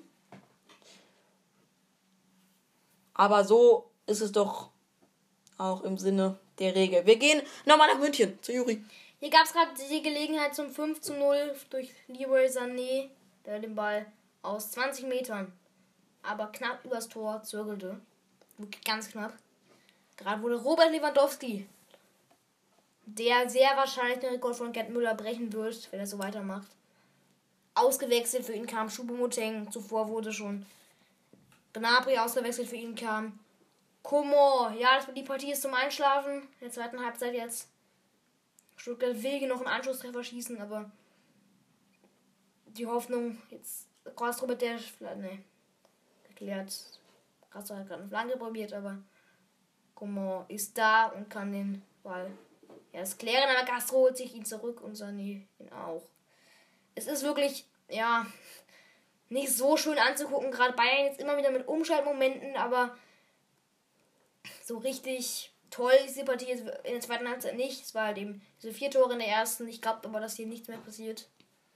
Aber so ist es doch auch im Sinne der Regel. Wir gehen nochmal nach München zu Juri. Hier gab es gerade die Gelegenheit zum fünf zu null durch Leroy Sané, der den Ball aus zwanzig Metern, aber knapp übers Tor zirkelte. Wirklich ganz knapp. Gerade wurde Robert Lewandowski, der sehr wahrscheinlich den Rekord von Gerd Müller brechen wird, wenn er so weitermacht, ausgewechselt. Für ihn kam Choupo-Moting. Zuvor wurde schon Gnabry ausgewechselt. Für ihn kam Coman. Ja, das, die Partie ist zum Einschlafen. In der zweiten Halbzeit jetzt. Stuttgart will hier noch einen Anschlusstreffer schießen, aber die Hoffnung, jetzt Kraus Robert, der, ne, erklärt, Kraus hat gerade eine Flanke probiert, aber Coman ist da und kann den Ball erst klären, aber Castro holt sich ihn zurück und Sané ihn auch. Es ist wirklich, ja, nicht so schön anzugucken, gerade Bayern jetzt immer wieder mit Umschaltmomenten, aber so richtig toll ist die Partie jetzt in der zweiten Halbzeit nicht. Es war halt eben diese vier Tore in der ersten. Ich glaube aber, dass hier nichts mehr passiert.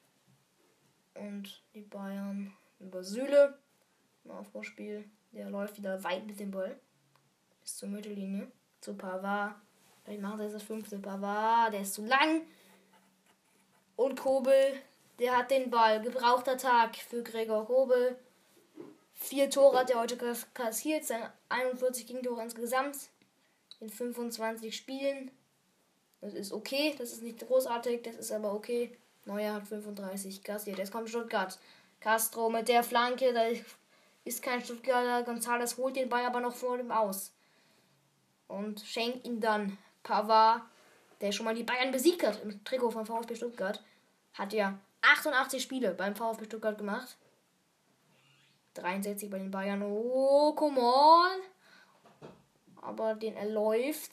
Und die Bayern über Süle im Aufbauspiel. Der läuft wieder weit mit dem Ball. Bis zur Mittellinie. Zu Pavard. Vielleicht machen sie das fünfte. Pavard, der ist zu lang. Und Kobel, der hat den Ball. Gebrauchter Tag für Gregor Kobel. Vier Tore hat er heute kassiert. Seine einundvierzig Gegentore insgesamt. In fünfundzwanzig Spielen. Das ist okay. Das ist nicht großartig. Das ist aber okay. Neuer hat fünfunddreißig kassiert. Jetzt kommt Stuttgart. Castro mit der Flanke. Da ist kein Stuttgarter. González holt den Ball aber noch vor dem Aus. Und schenkt ihn dann Pavard, der schon mal die Bayern besiegt hat im Trikot von VfB Stuttgart. Hat ja achtundachtzig Spiele beim VfB Stuttgart gemacht. dreiundsechzig bei den Bayern. Oh, come on. Aber den erläuft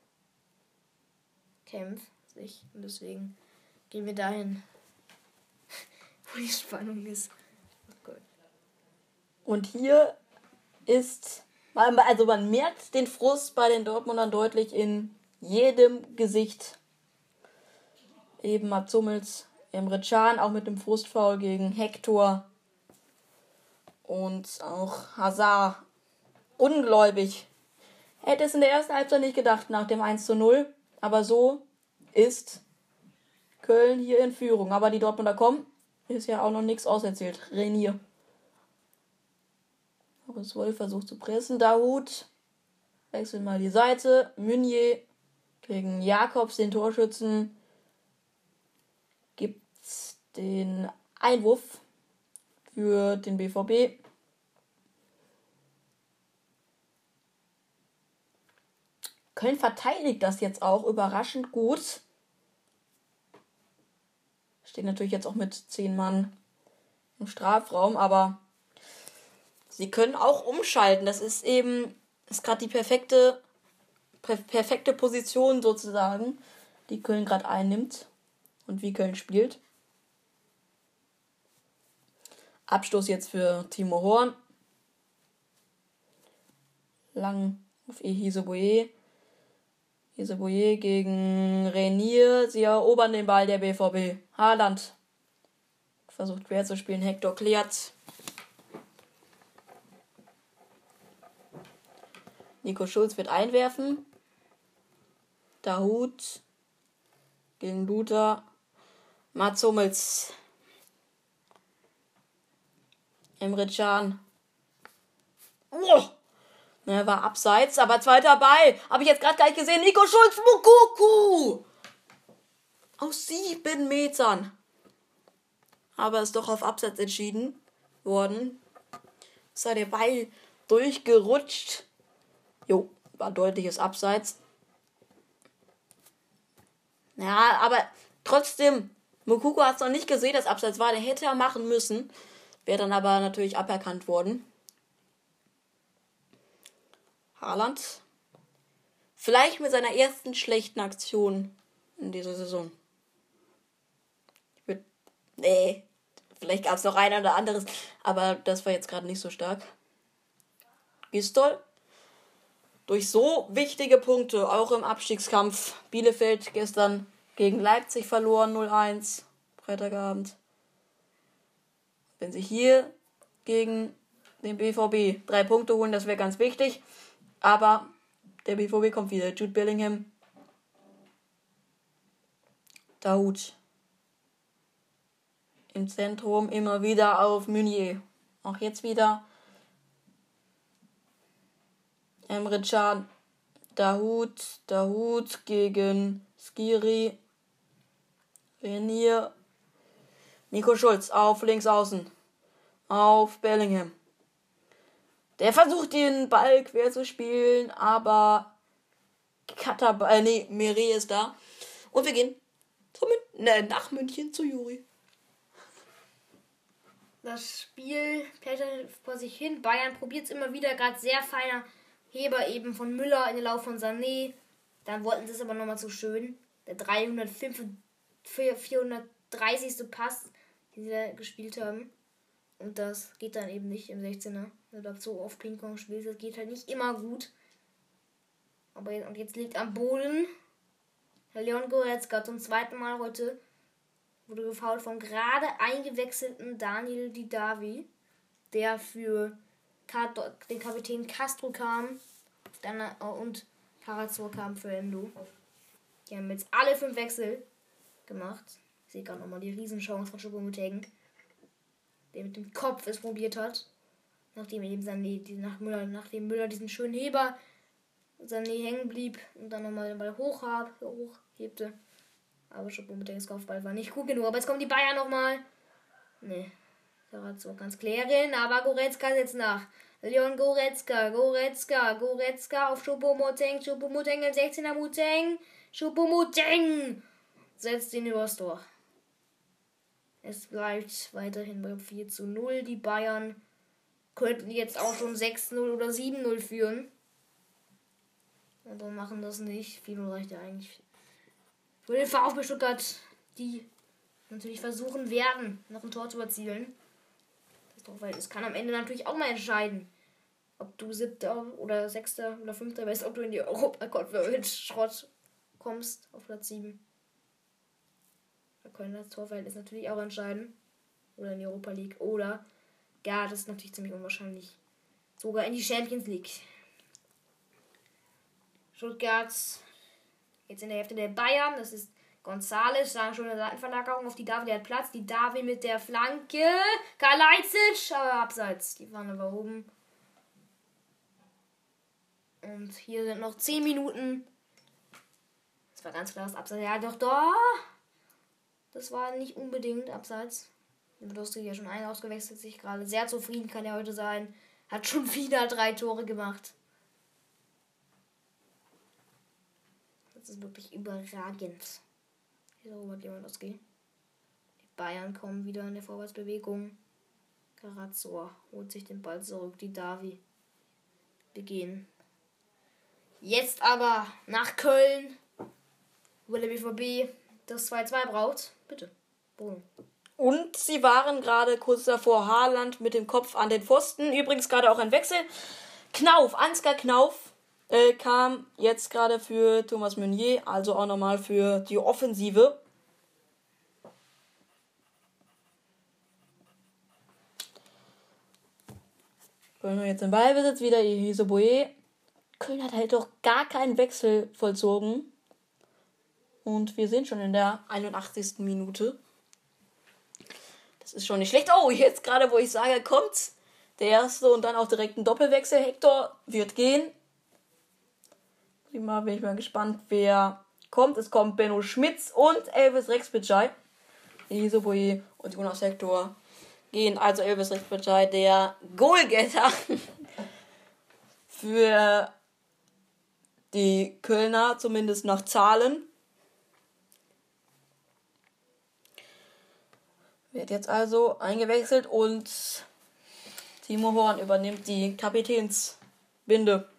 Kempf sich. Und deswegen gehen wir dahin, wo die Spannung ist. Oh Gott. Und hier ist, also man merkt den Frust bei den Dortmundern deutlich in jedem Gesicht. Eben Mats Hummels, Emre Can, auch mit dem Frustfoul gegen Hector. Und auch Hazard. Ungläubig. Hätte es in der ersten Halbzeit nicht gedacht, nach dem eins zu null. Aber so ist Köln hier in Führung. Aber die Dortmunder kommen. Ist ja auch noch nichts auserzählt. Renier. Marius Wolf versucht zu pressen. Dahoud wechselt mal die Seite. Meunier gegen Jakobs, den Torschützen. Gibt's den Einwurf für den B V B. Köln verteidigt das jetzt auch überraschend gut. Steht natürlich jetzt auch mit zehn Mann im Strafraum, aber sie können auch umschalten. Das ist eben, ist gerade die perfekte, per- perfekte Position sozusagen, die Köln gerade einnimmt und wie Köln spielt. Abstoß jetzt für Timo Horn. Lang auf Ehiseboye. Ehiseboye gegen Renier. Sie erobern den Ball der B V B. Haaland versucht quer zu spielen. Hector klärt. Nico Schulz wird einwerfen. Dahut gegen Luther. Mats Hummels. Emre Can. Oh! Er war abseits, aber zweiter Ball. Habe ich jetzt gerade gleich gesehen. Nico Schulz, Moukoko! Aus sieben Metern. Aber ist doch auf Abseits entschieden worden. Ist da der Ball durchgerutscht. Jo, war deutliches Abseits. Ja, aber trotzdem, Moukoko hat es noch nicht gesehen, dass Abseits war. Der hätte er machen müssen. Wäre dann aber natürlich aberkannt worden. Haaland. Vielleicht mit seiner ersten schlechten Aktion in dieser Saison. Ich würd, nee, vielleicht gab es noch ein oder anderes, aber das war jetzt gerade nicht so stark. Gistol. Durch so wichtige Punkte, auch im Abstiegskampf. Bielefeld gestern gegen Leipzig verloren, null eins, Freitagabend. Wenn sie hier gegen den B V B drei Punkte holen, das wäre ganz wichtig. Aber der B V B kommt wieder. Jude Bellingham. Dahut. Im Zentrum immer wieder auf Meunier. Auch jetzt wieder. Emre Can. Dahut. Dahut gegen Skiri. Renier. Nico Schulz auf links außen. Auf Bellingham. Der versucht den Ball quer zu spielen, aber Katar, äh, nee, Meret ist da. Und wir gehen zum, ne, nach München zu Juri. Das Spiel plätschert vor sich hin. Bayern probiert es immer wieder. Gerade sehr feiner Heber eben von Müller in den Lauf von Sané. Dann wollten sie es aber nochmal zu schön. Der dreihundertfünf, vierhundertdreißigste Pass, den sie da gespielt haben. Und das geht dann eben nicht im sechzehner. Er darf so oft Ping-Pong spielen. Das geht halt nicht immer gut. Aber jetzt, und jetzt liegt am Boden Herr Leon Goretzka zum zweiten Mal heute. Wurde gefoult vom gerade eingewechselten Daniel Didavi, der für den Kapitän Castro kam. Dann, äh, und Karazor kam für Endo. Die haben jetzt alle fünf Wechsel gemacht. Ich sehe gerade nochmal die Riesenchance von Choupo-Moting, der mit dem Kopf es probiert hat. Nachdem eben Sané, die, nach Müller, nachdem Müller diesen schönen Heber Sané hängen blieb und dann nochmal den Ball hochhab, hochhebte. Aber Choupo-Motings Kopfball war nicht gut genug. Aber jetzt kommen die Bayern nochmal. Nee, Karazor kann es klären, aber Goretzka setzt nach. Leon Goretzka, Goretzka, Goretzka auf Choupo-Moting, Choupo-Moting im sechzehner, Moting, Choupo-Moting setzt ihn übers Tor. Es bleibt weiterhin beim vier zu null. Die Bayern könnten jetzt auch schon sechs null oder sieben null führen. Aber machen das nicht. vier null reicht ja eigentlich für den VfB Stuttgart, die natürlich versuchen werden, noch ein Tor zu erzielen. Das Torverhältnis kann am Ende natürlich auch mal entscheiden, ob du siebter oder sechster oder fünfter bist, ob du in die Europa-Conference-Schrott kommst auf Platz sieben. Da können das Torverhältnis natürlich auch entscheiden. Oder in die Europa League. Oder, ja, das ist natürlich ziemlich unwahrscheinlich, sogar in die Champions League. Stuttgart jetzt in der Hälfte der Bayern. Das ist González. Sagen schon eine Seitenverlagerung auf die Davi. Der hat Platz. Die Davi mit der Flanke. Kalajdzic. Aber abseits. Die waren aber oben. Und hier sind noch zehn Minuten. Das war ganz klar das Abseits. Ja, doch, doch. Das war nicht unbedingt abseits. Lewandowski ja schon einen ausgewechselt, sich gerade sehr zufrieden kann er heute sein. Hat schon wieder drei Tore gemacht. Das ist wirklich überragend. Hier ist Robert Lewandowski. Die Bayern kommen wieder in der Vorwärtsbewegung. Karazor holt sich den Ball zurück. Die Davi. Wir gehen jetzt aber nach Köln, wo der B V B das zwei zwei braucht. Bitte, Bruno. Und sie waren gerade kurz davor, Haaland mit dem Kopf an den Pfosten. Übrigens gerade auch ein Wechsel. Knauf, Ansgar Knauf äh, kam jetzt gerade für Thomas Meunier, also auch nochmal für die Offensive. Köln jetzt im Ballbesitz, wieder Ihesoboe. Köln hat halt doch gar keinen Wechsel vollzogen. Und wir sind schon in der einundachtzigsten Minute. Das ist schon nicht schlecht. Oh, jetzt gerade, wo ich sage, kommt der erste und dann auch direkt ein Doppelwechsel. Hector wird gehen. Mal bin ich mal gespannt, wer kommt. Es kommt Benno Schmitz und Elvis Rexbitschei. Ihesoboe und Jonas Hector gehen. Also Elvis Rexbitschei, der Goalgetter für die Kölner, zumindest nach Zahlen. Wird jetzt also eingewechselt und Timo Horn übernimmt die Kapitänsbinde.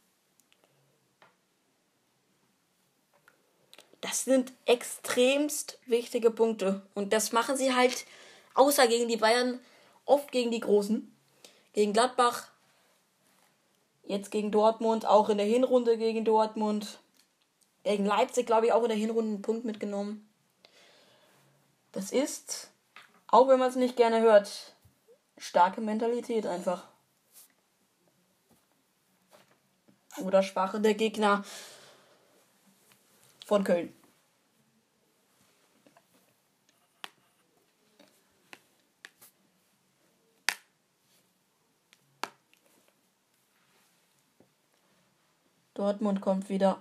Das sind extremst wichtige Punkte. Und das machen sie halt, außer gegen die Bayern, oft gegen die Großen. Gegen Gladbach, jetzt gegen Dortmund, auch in der Hinrunde gegen Dortmund. Gegen Leipzig, glaube ich, auch in der Hinrunde einen Punkt mitgenommen. Das ist, auch wenn man es nicht gerne hört, starke Mentalität einfach. Oder Schwache der Gegner von Köln. Dortmund kommt wieder.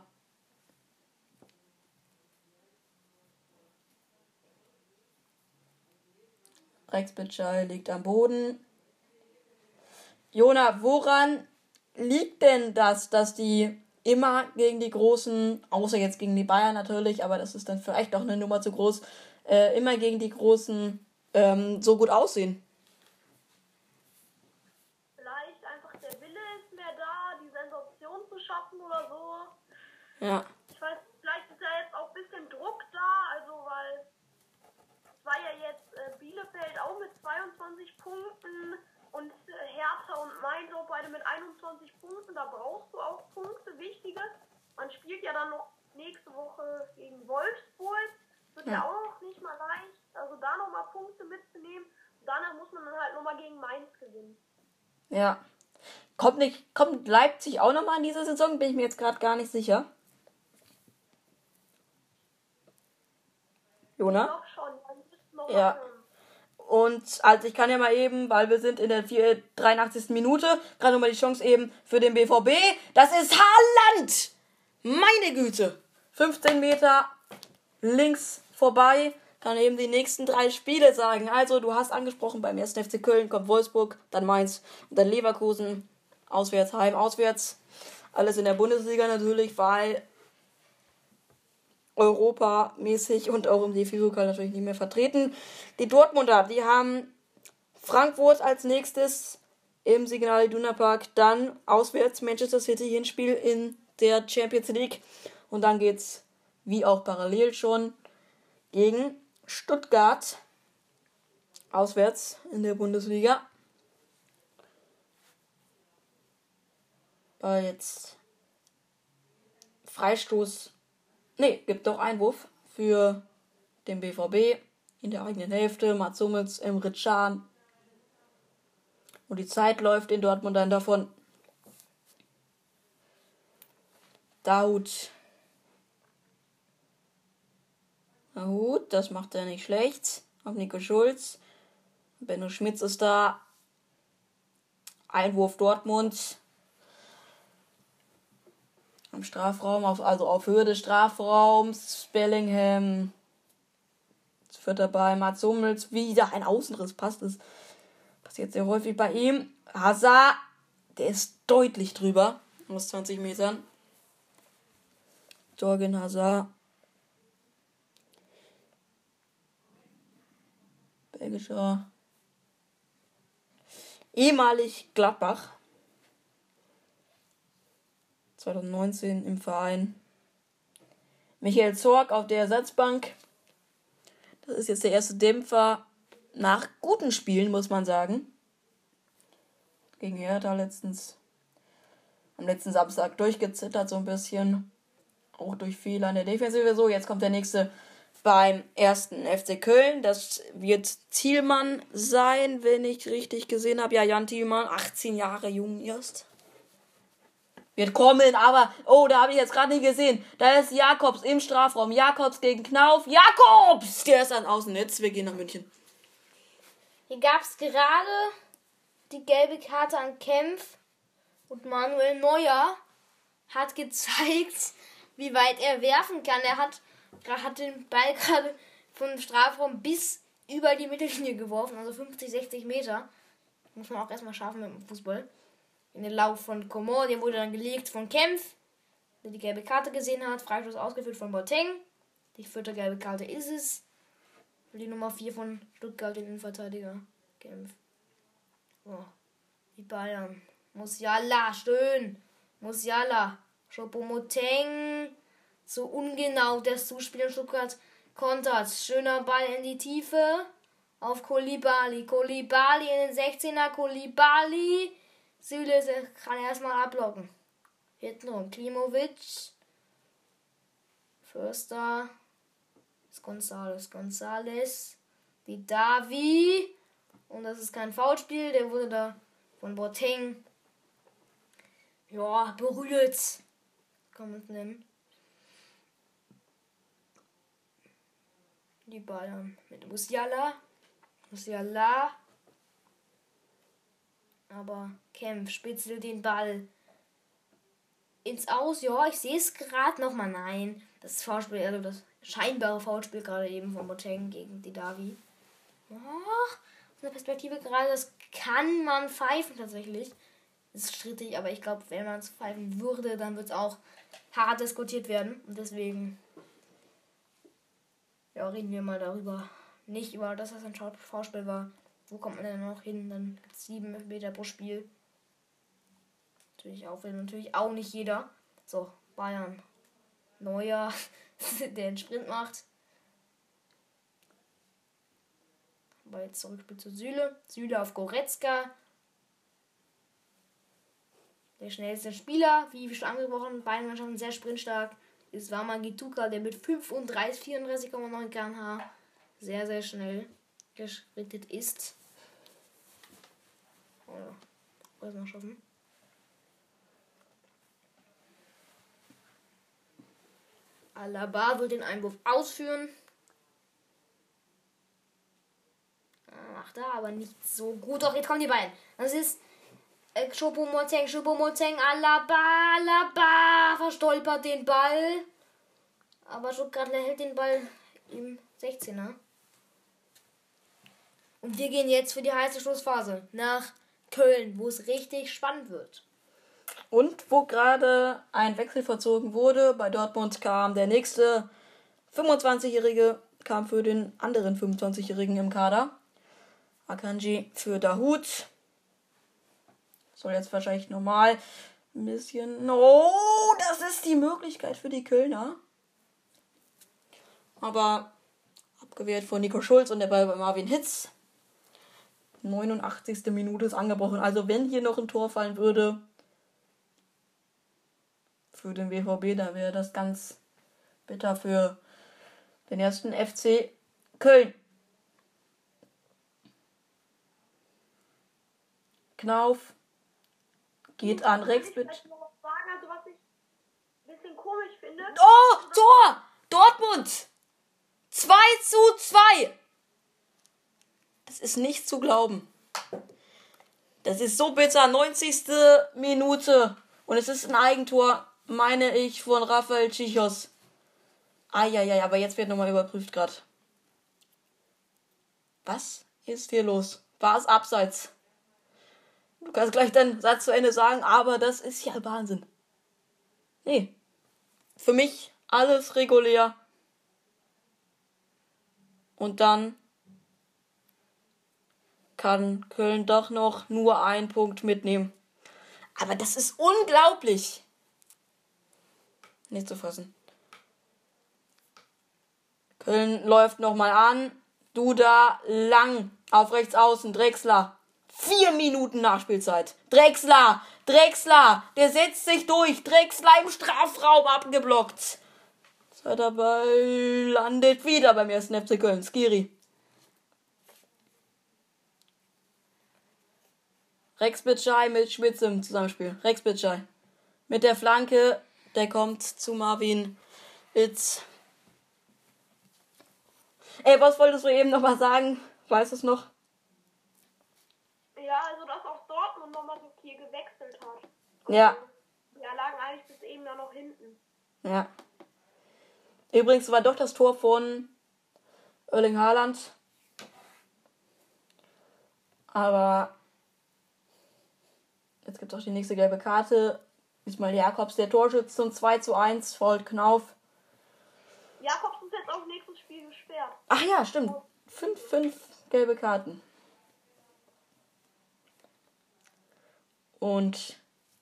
Rexbitschei liegt am Boden. Jona, woran liegt denn das, dass die immer gegen die Großen, außer jetzt gegen die Bayern natürlich, aber das ist dann vielleicht auch eine Nummer zu groß, äh, immer gegen die Großen ähm, so gut aussehen? Vielleicht einfach der Wille ist mehr da, die Sensation zu schaffen oder so. Ja. Ich weiß, vielleicht ist ja jetzt auch ein bisschen Druck da, also weil es war ja jetzt äh, Bielefeld auch mit zweiundzwanzig Punkten und äh, Hertha und Mainz auch beide mit einundzwanzig Punkten. Da brauchst du auch Punkte, wichtige. Man spielt ja dann noch nächste Woche gegen Wolfsburg. Wird ja, ja auch noch nicht mal leicht. Also da nochmal Punkte mitzunehmen. Und danach muss man dann halt nochmal gegen Mainz gewinnen. Ja. Kommt nicht, kommt Leipzig auch nochmal in dieser Saison? Bin ich mir jetzt gerade gar nicht sicher. Jona? Doch schon, dann ist noch ja. Und also ich kann ja mal eben, weil wir sind in der dreiundachtzigsten Minute, gerade nochmal die Chance eben für den B V B. Das ist Haaland! Meine Güte! fünfzehn Meter links vorbei. Kann eben die nächsten drei Spiele sagen. Also du hast angesprochen, beim ersten F C Köln kommt Wolfsburg, dann Mainz und dann Leverkusen. Auswärts, heim, auswärts. Alles in der Bundesliga natürlich, weil europamäßig und auch im D F B-Pokal natürlich nicht mehr vertreten. Die Dortmunder, die haben Frankfurt als nächstes im Signal Iduna Park, dann auswärts Manchester City Hinspiel in der Champions League und dann geht's wie auch parallel schon gegen Stuttgart auswärts in der Bundesliga. Weil jetzt Freistoß Ne, gibt doch Einwurf für den B V B in der eigenen Hälfte. Mats Hummels, Emre Can. Und die Zeit läuft in Dortmund dann davon. Daud. Na gut, das macht er nicht schlecht. Auf Nico Schulz. Benno Schmitz ist da. Einwurf Dortmund. Am Strafraum, auf, also auf Höhe des Strafraums. Bellingham. Jetzt führt dabei Mats Hummels. Wieder ein Außenriss. Passt es. Passiert sehr häufig bei ihm. Hazard. Der ist deutlich drüber. Aus zwanzig Metern. Torgen Hazard. Belgischer ehemalig Gladbach. zwanzig neunzehn im Verein. Michael Zorc auf der Ersatzbank. Das ist jetzt der erste Dämpfer nach guten Spielen, muss man sagen. Gegen Hertha letztens. Am letzten Samstag durchgezittert so ein bisschen. Auch durch Fehler in der Defensive. So, jetzt kommt der nächste beim ersten F C Köln. Das wird Thielmann sein, wenn ich richtig gesehen habe. Ja, Jan Thielmann, achtzehn Jahre jung erst. Wird kommen, aber, oh, da habe ich jetzt gerade nicht gesehen. Da ist Jakobs im Strafraum. Jakobs gegen Knauf. Jakobs! Der ist an Außennetz. Wir gehen nach München. Hier gab es gerade die gelbe Karte an Kempf. Und Manuel Neuer hat gezeigt, wie weit er werfen kann. Er hat, hat den Ball gerade vom Strafraum bis über die Mittellinie geworfen. Also fünfzig, sechzig Meter. Muss man auch erstmal schaffen mit dem Fußball. In den Lauf von Coman, den wurde dann gelegt von Kempf, der die gelbe Karte gesehen hat. Freistoß ausgeführt von Boateng. Die vierte gelbe Karte ist es. Für die Nummer vier von Stuttgart, den Innenverteidiger Kempf. Oh, die Bayern. Musiala, schön. Musiala. Choupo-Moting. So ungenau das Zuspiel in Stuttgart kontert. Schöner Ball in die Tiefe. Auf Koulibaly. Koulibaly in den sechzehner. Koulibaly. Süle kann erstmal abblocken. Hintenrum Klimovic. Förster. González. González. Die Davi. Und das ist kein Foulspiel. Der wurde da von Boateng. Ja, berührt. Kann man es nennen. Die Bayern mit Musiala. Musiala. Aber Kempf spitzelt den Ball ins Aus. Ja, ich sehe es gerade nochmal. Nein, das Foulspiel, also das scheinbare Foulspiel gerade eben von Boateng gegen die Davi. Ja, aus der Perspektive gerade, das kann man pfeifen tatsächlich. Das ist strittig, aber ich glaube, wenn man es pfeifen würde, dann wird es auch hart diskutiert werden. Und deswegen ja, reden wir mal darüber. Nicht über das, was ein Foulspiel war. Wo kommt man denn noch hin? Dann gibt es sieben Meter pro Spiel. Natürlich auch, will natürlich auch nicht jeder. So, Bayern. Neuer, der den Sprint macht. Aber jetzt zurückspielt zu Süle. Süle auf Goretzka. Der schnellste Spieler, wie schon angesprochen, beide Mannschaften sehr sprintstark. Ist Wamangituka, der mit fünfunddreißig, vierunddreißig Komma neun Kilometer pro Stunde sehr, sehr schnell geschrittet ist. Oh ja, was mal schaffen. Alaba will den Einwurf ausführen. Macht er aber nicht so gut. Doch, jetzt kommen die beiden. Das ist äh, Choupo-Moting, Choupo-Moting, Alaba, Alaba verstolpert den Ball. Aber Stuttgart hält den Ball im sechzehner. Und wir gehen jetzt für die heiße Schlussphase nach Köln, wo es richtig spannend wird. Und wo gerade ein Wechsel vollzogen wurde, bei Dortmund kam der nächste fünfundzwanzigjährige, kam für den anderen fünfundzwanzigjährigen im Kader. Akanji für Dahoud. Soll jetzt wahrscheinlich normal ein bisschen... Oh, das ist die Möglichkeit für die Kölner. Aber abgewehrt von Nico Schulz und der Ball bei Marvin Hitz. neunundachtzigste Minute ist angebrochen. Also wenn hier noch ein Tor fallen würde für den W V B, dann wäre das ganz bitter für den ersten F C Köln. Knauf geht an Rex mit. Also was ich ein bisschen komisch finde. Oh, Tor! Dortmund! zwei zu zwei! Das ist nicht zu glauben. Das ist so bitter. neunzigste Minute. Und es ist ein Eigentor, meine ich, von Rafael Chichos. Eieiei, aber jetzt wird nochmal überprüft gerade. Was ist hier los? War es abseits? Du kannst gleich deinen Satz zu Ende sagen, aber das ist ja Wahnsinn. Nee. Für mich alles regulär. Und dann kann Köln doch noch nur einen Punkt mitnehmen. Aber das ist unglaublich. Nicht zu fassen. Köln läuft nochmal an. Duda lang auf rechts außen. Drexler. Vier Minuten Nachspielzeit. Drexler. Drexler. Der setzt sich durch. Drexler im Strafraum abgeblockt. Zweiter Ball landet wieder beim ersten F C Köln. Skiri. Rex Bitschei mit Schmitz im Zusammenspiel. Rex Bitschei. Mit der Flanke. Der kommt zu Marvin Itz. Ey, was wolltest du eben noch mal sagen? Weißt du es noch? Ja, also dass auch Dortmund nochmal so viel gewechselt hat. Ja. Ja, lagen eigentlich bis eben da noch hinten. Ja. Übrigens war doch das Tor von Erling Haaland. Aber jetzt gibt es auch die nächste gelbe Karte. Ismail Jakobs, der Torschütze zum zwei zu eins, fault Knauf. Jakobs ist jetzt auch nächstes Spiel gesperrt. Ach ja, stimmt. Fünf, fünf gelbe Karten. Und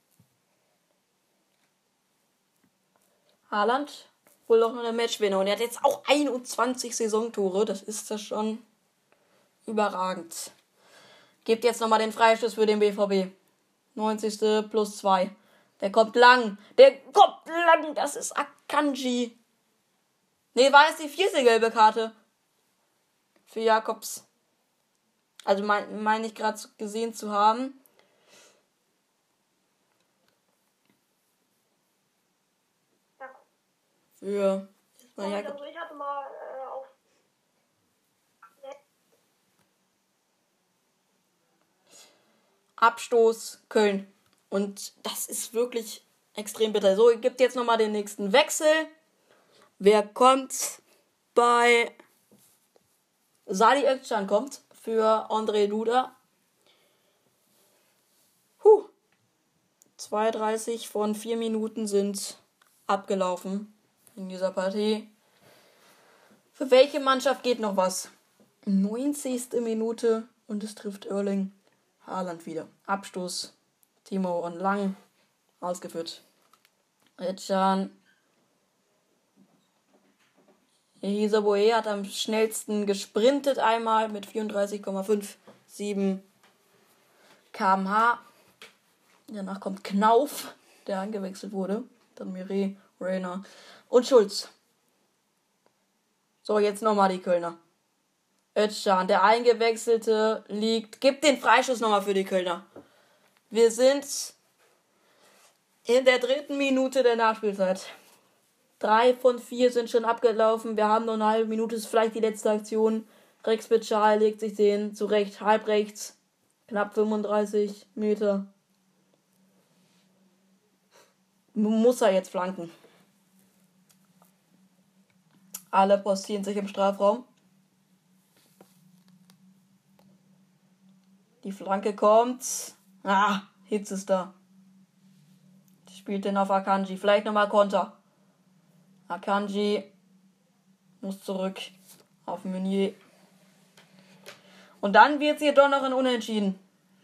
Haaland wohl noch eine Matchwinner. Und er hat jetzt auch einundzwanzig Saisontore. Das ist das schon überragend. Gibt jetzt nochmal den Freistoß für den B V B. neunzigste plus zwei. Der kommt lang. Der kommt lang. Das ist Akanji. Nee, war jetzt die vierte gelbe Karte. Für Jakobs. Also meine mein ich gerade gesehen zu haben. Für. Ja, also ich hatte mal äh, auf. Abstoß Köln. Und das ist wirklich extrem bitter. So, gibt jetzt nochmal den nächsten Wechsel. Wer kommt bei Salih Özcan kommt für André Duda. Huh. zweiunddreißig von vier Minuten sind abgelaufen in dieser Partie. Für welche Mannschaft geht noch was? neunzigste Minute und es trifft Erling Haaland wieder. Abstoß. Timo und Lang ausgeführt. Özcan. Hisaboe hat am schnellsten gesprintet einmal mit vierunddreißig Komma siebenundfünfzig Kilometer pro Stunde. Danach kommt Knauf, der eingewechselt wurde. Dann Mire, Reiner und Schulz. So, jetzt nochmal die Kölner. Özcan, der Eingewechselte, liegt. Gibt den Freischuss nochmal für die Kölner. Wir sind in der dritten Minute der Nachspielzeit. Drei von vier sind schon abgelaufen. Wir haben noch eine halbe Minute, ist vielleicht die letzte Aktion. Rex Bitschei legt sich den zurecht, halb rechts. Knapp fünfunddreißig Meter. Muss er jetzt flanken. Alle postieren sich im Strafraum. Die Flanke kommt. Ah, Hitz ist da. Spielt den auf Akanji. Vielleicht nochmal Konter. Akanji muss zurück auf Meunier. Und dann wird es hier doch noch ein Unentschieden.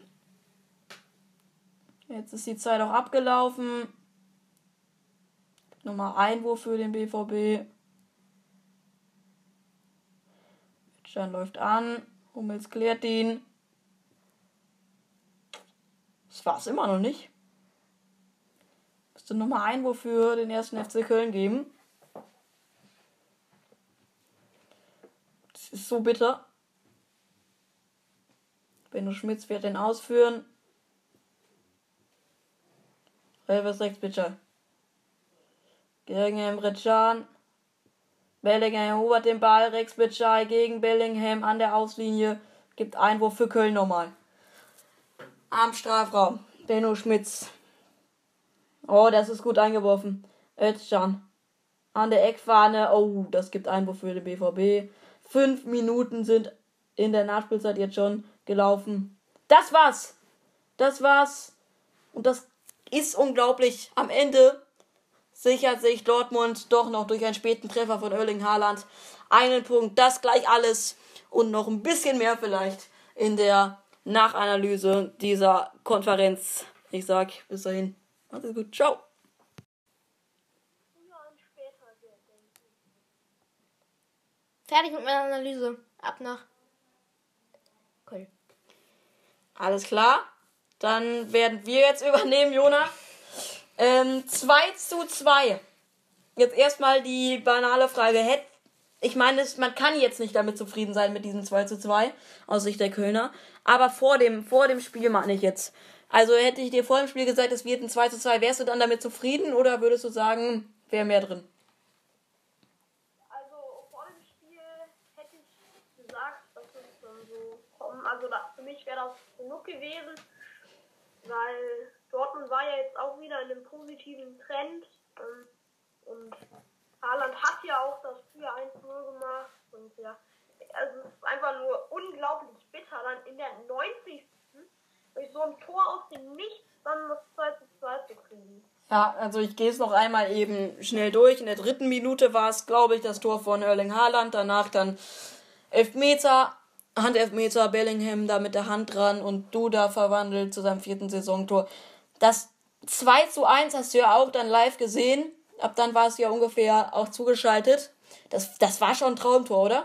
Jetzt ist die Zeit auch abgelaufen. Nochmal Einwurf für den B V B. Özcan läuft an. Hummels klärt ihn. Das war's immer noch nicht. Müsste nochmal Einwurf für den ersten F C Köln geben. Das ist so bitter. Benno Schmitz wird den ausführen. Reverse Rex Bitschei. Gegen Emre Can. Bellingham erobert den Ball. Rex Bitschei gegen Bellingham an der Auslinie. Gibt Einwurf für Köln nochmal. Am Strafraum. Benno Schmitz. Oh, das ist gut eingeworfen. Özcan. An der Eckfahne. Oh, das gibt Einwurf für den B V B. Fünf Minuten sind in der Nachspielzeit jetzt schon gelaufen. Das war's. Das war's. Und das ist unglaublich. Am Ende sichert sich Dortmund doch noch durch einen späten Treffer von Erling Haaland einen Punkt. Das gleich alles und noch ein bisschen mehr vielleicht in der Nachanalyse dieser Konferenz. Ich sag bis dahin. Macht es gut. Ciao. Fertig mit meiner Analyse. Ab nach Köln. Alles klar. Dann werden wir jetzt übernehmen, Jona. Ähm, zwei zu zwei. Jetzt erstmal die banale Frage. Ich meine, man kann jetzt nicht damit zufrieden sein mit diesem zwei zu zwei aus Sicht der Kölner. Aber vor dem, vor dem Spiel meine ich jetzt. Also hätte ich dir vor dem Spiel gesagt, es wird ein zwei zu zwei, wärst du dann damit zufrieden oder würdest du sagen, wäre mehr drin? Also da, für mich wäre das genug gewesen, weil Dortmund war ja jetzt auch wieder in einem positiven Trend ähm, und Haaland hat ja auch das vier eins null gemacht und ja, also es ist einfach nur unglaublich bitter, dann in der neunzigsten durch so ein Tor aus dem Nichts dann das zwei zu zwei zu kriegen. Ja, also ich gehe es noch einmal eben schnell durch. In der dritten Minute war es, glaube ich, das Tor von Erling Haaland, danach dann Elfmeter, Handelfmeter, Bellingham da mit der Hand dran und Duda verwandelt zu seinem vierten Saisontor. Das zwei zu eins hast du ja auch dann live gesehen. Ab dann war es ja ungefähr auch zugeschaltet. Das, das war schon ein Traumtor, oder?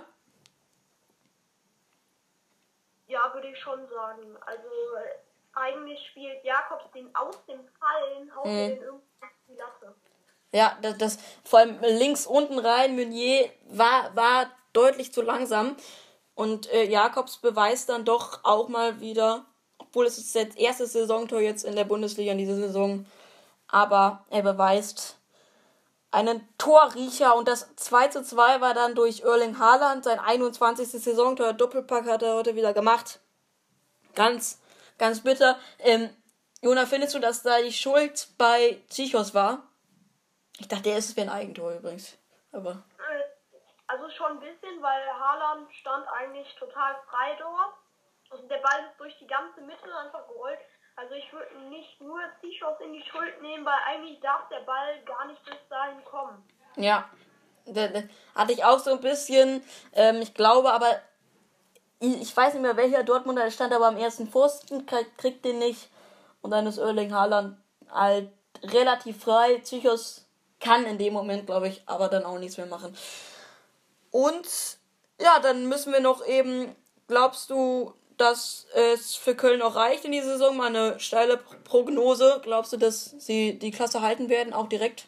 Ja, würde ich schon sagen. Also eigentlich spielt Jakobs den aus dem Fallen, haut mhm. den irgendwie auf die Latte. Ja, das, das vor allem links unten rein, Meunier war, war deutlich zu langsam. Und äh, Jakobs beweist dann doch auch mal wieder, obwohl es ist das erste Saisontor jetzt in der Bundesliga in dieser Saison, aber er beweist einen Torriecher und das zwei zu zwei war dann durch Erling Haaland, sein einundzwanzigstes Saisontor, Doppelpack hat er heute wieder gemacht. Ganz, ganz bitter. Ähm, Jona, findest du, dass da die Schuld bei Zichos war? Ich dachte, er ist es wie ein Eigentor übrigens, aber... Also schon ein bisschen, weil Haaland stand eigentlich total frei dort. Also der Ball ist durch die ganze Mitte einfach gerollt. Also ich würde nicht nur Zichos in die Schuld nehmen, weil eigentlich darf der Ball gar nicht bis dahin kommen. Ja, da, da hatte ich auch so ein bisschen. Ähm, ich glaube aber, ich weiß nicht mehr welcher Dortmunder stand, aber am ersten Pfosten kriegt, kriegt den nicht. Und dann ist Erling Haaland halt relativ frei. Zichos kann in dem Moment, glaube ich, aber dann auch nichts mehr machen. Und ja, dann müssen wir noch eben, glaubst du, dass es für Köln noch reicht in die Saison? Mal eine steile Prognose. Glaubst du, dass sie die Klasse halten werden, auch direkt?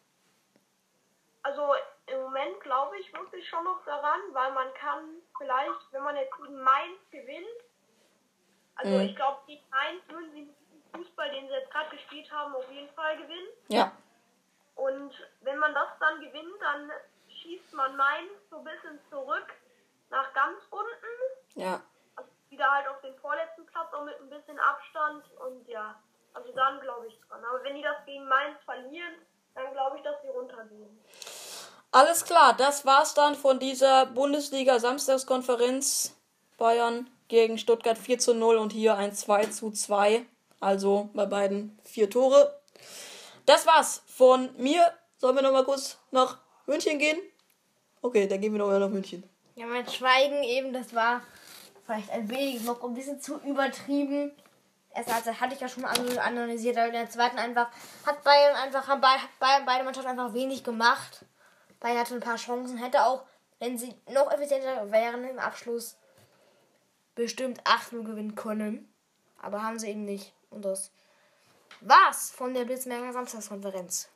Also im Moment glaube ich wirklich schon noch daran, weil man kann vielleicht, wenn man jetzt gegen Mainz gewinnt, also mhm. ich glaube, gegen Mainz würden sie den Fußball, den sie jetzt gerade gespielt haben, auf jeden Fall gewinnen. Ja. Und wenn man das dann gewinnt, dann schießt man Mainz so ein bisschen zurück nach ganz unten. Ja. Also wieder halt auf den vorletzten Platz, auch mit ein bisschen Abstand. Und ja, also dann glaube ich dran. Aber wenn die das gegen Mainz verlieren, dann glaube ich, dass sie runtergehen. Alles klar, das war's dann von dieser Bundesliga-Samstagskonferenz. Bayern gegen Stuttgart vier zu null und hier ein zwei zu zwei. Also bei beiden vier Tore. Das war's von mir. Sollen wir noch mal kurz nach München gehen? Okay, dann gehen wir noch mal nach München. Ja, mein Schweigen eben, das war vielleicht ein wenig noch ein bisschen zu übertrieben. Erst also hatte ich ja schon mal analysiert, aber in der zweiten einfach hat Bayern einfach haben Bayern, beide Mannschaften einfach wenig gemacht. Bayern hatte ein paar Chancen, hätte auch, wenn sie noch effizienter wären im Abschluss, bestimmt acht null gewinnen können. Aber haben sie eben nicht. Und das war's von der Blitzmerker Samstagskonferenz.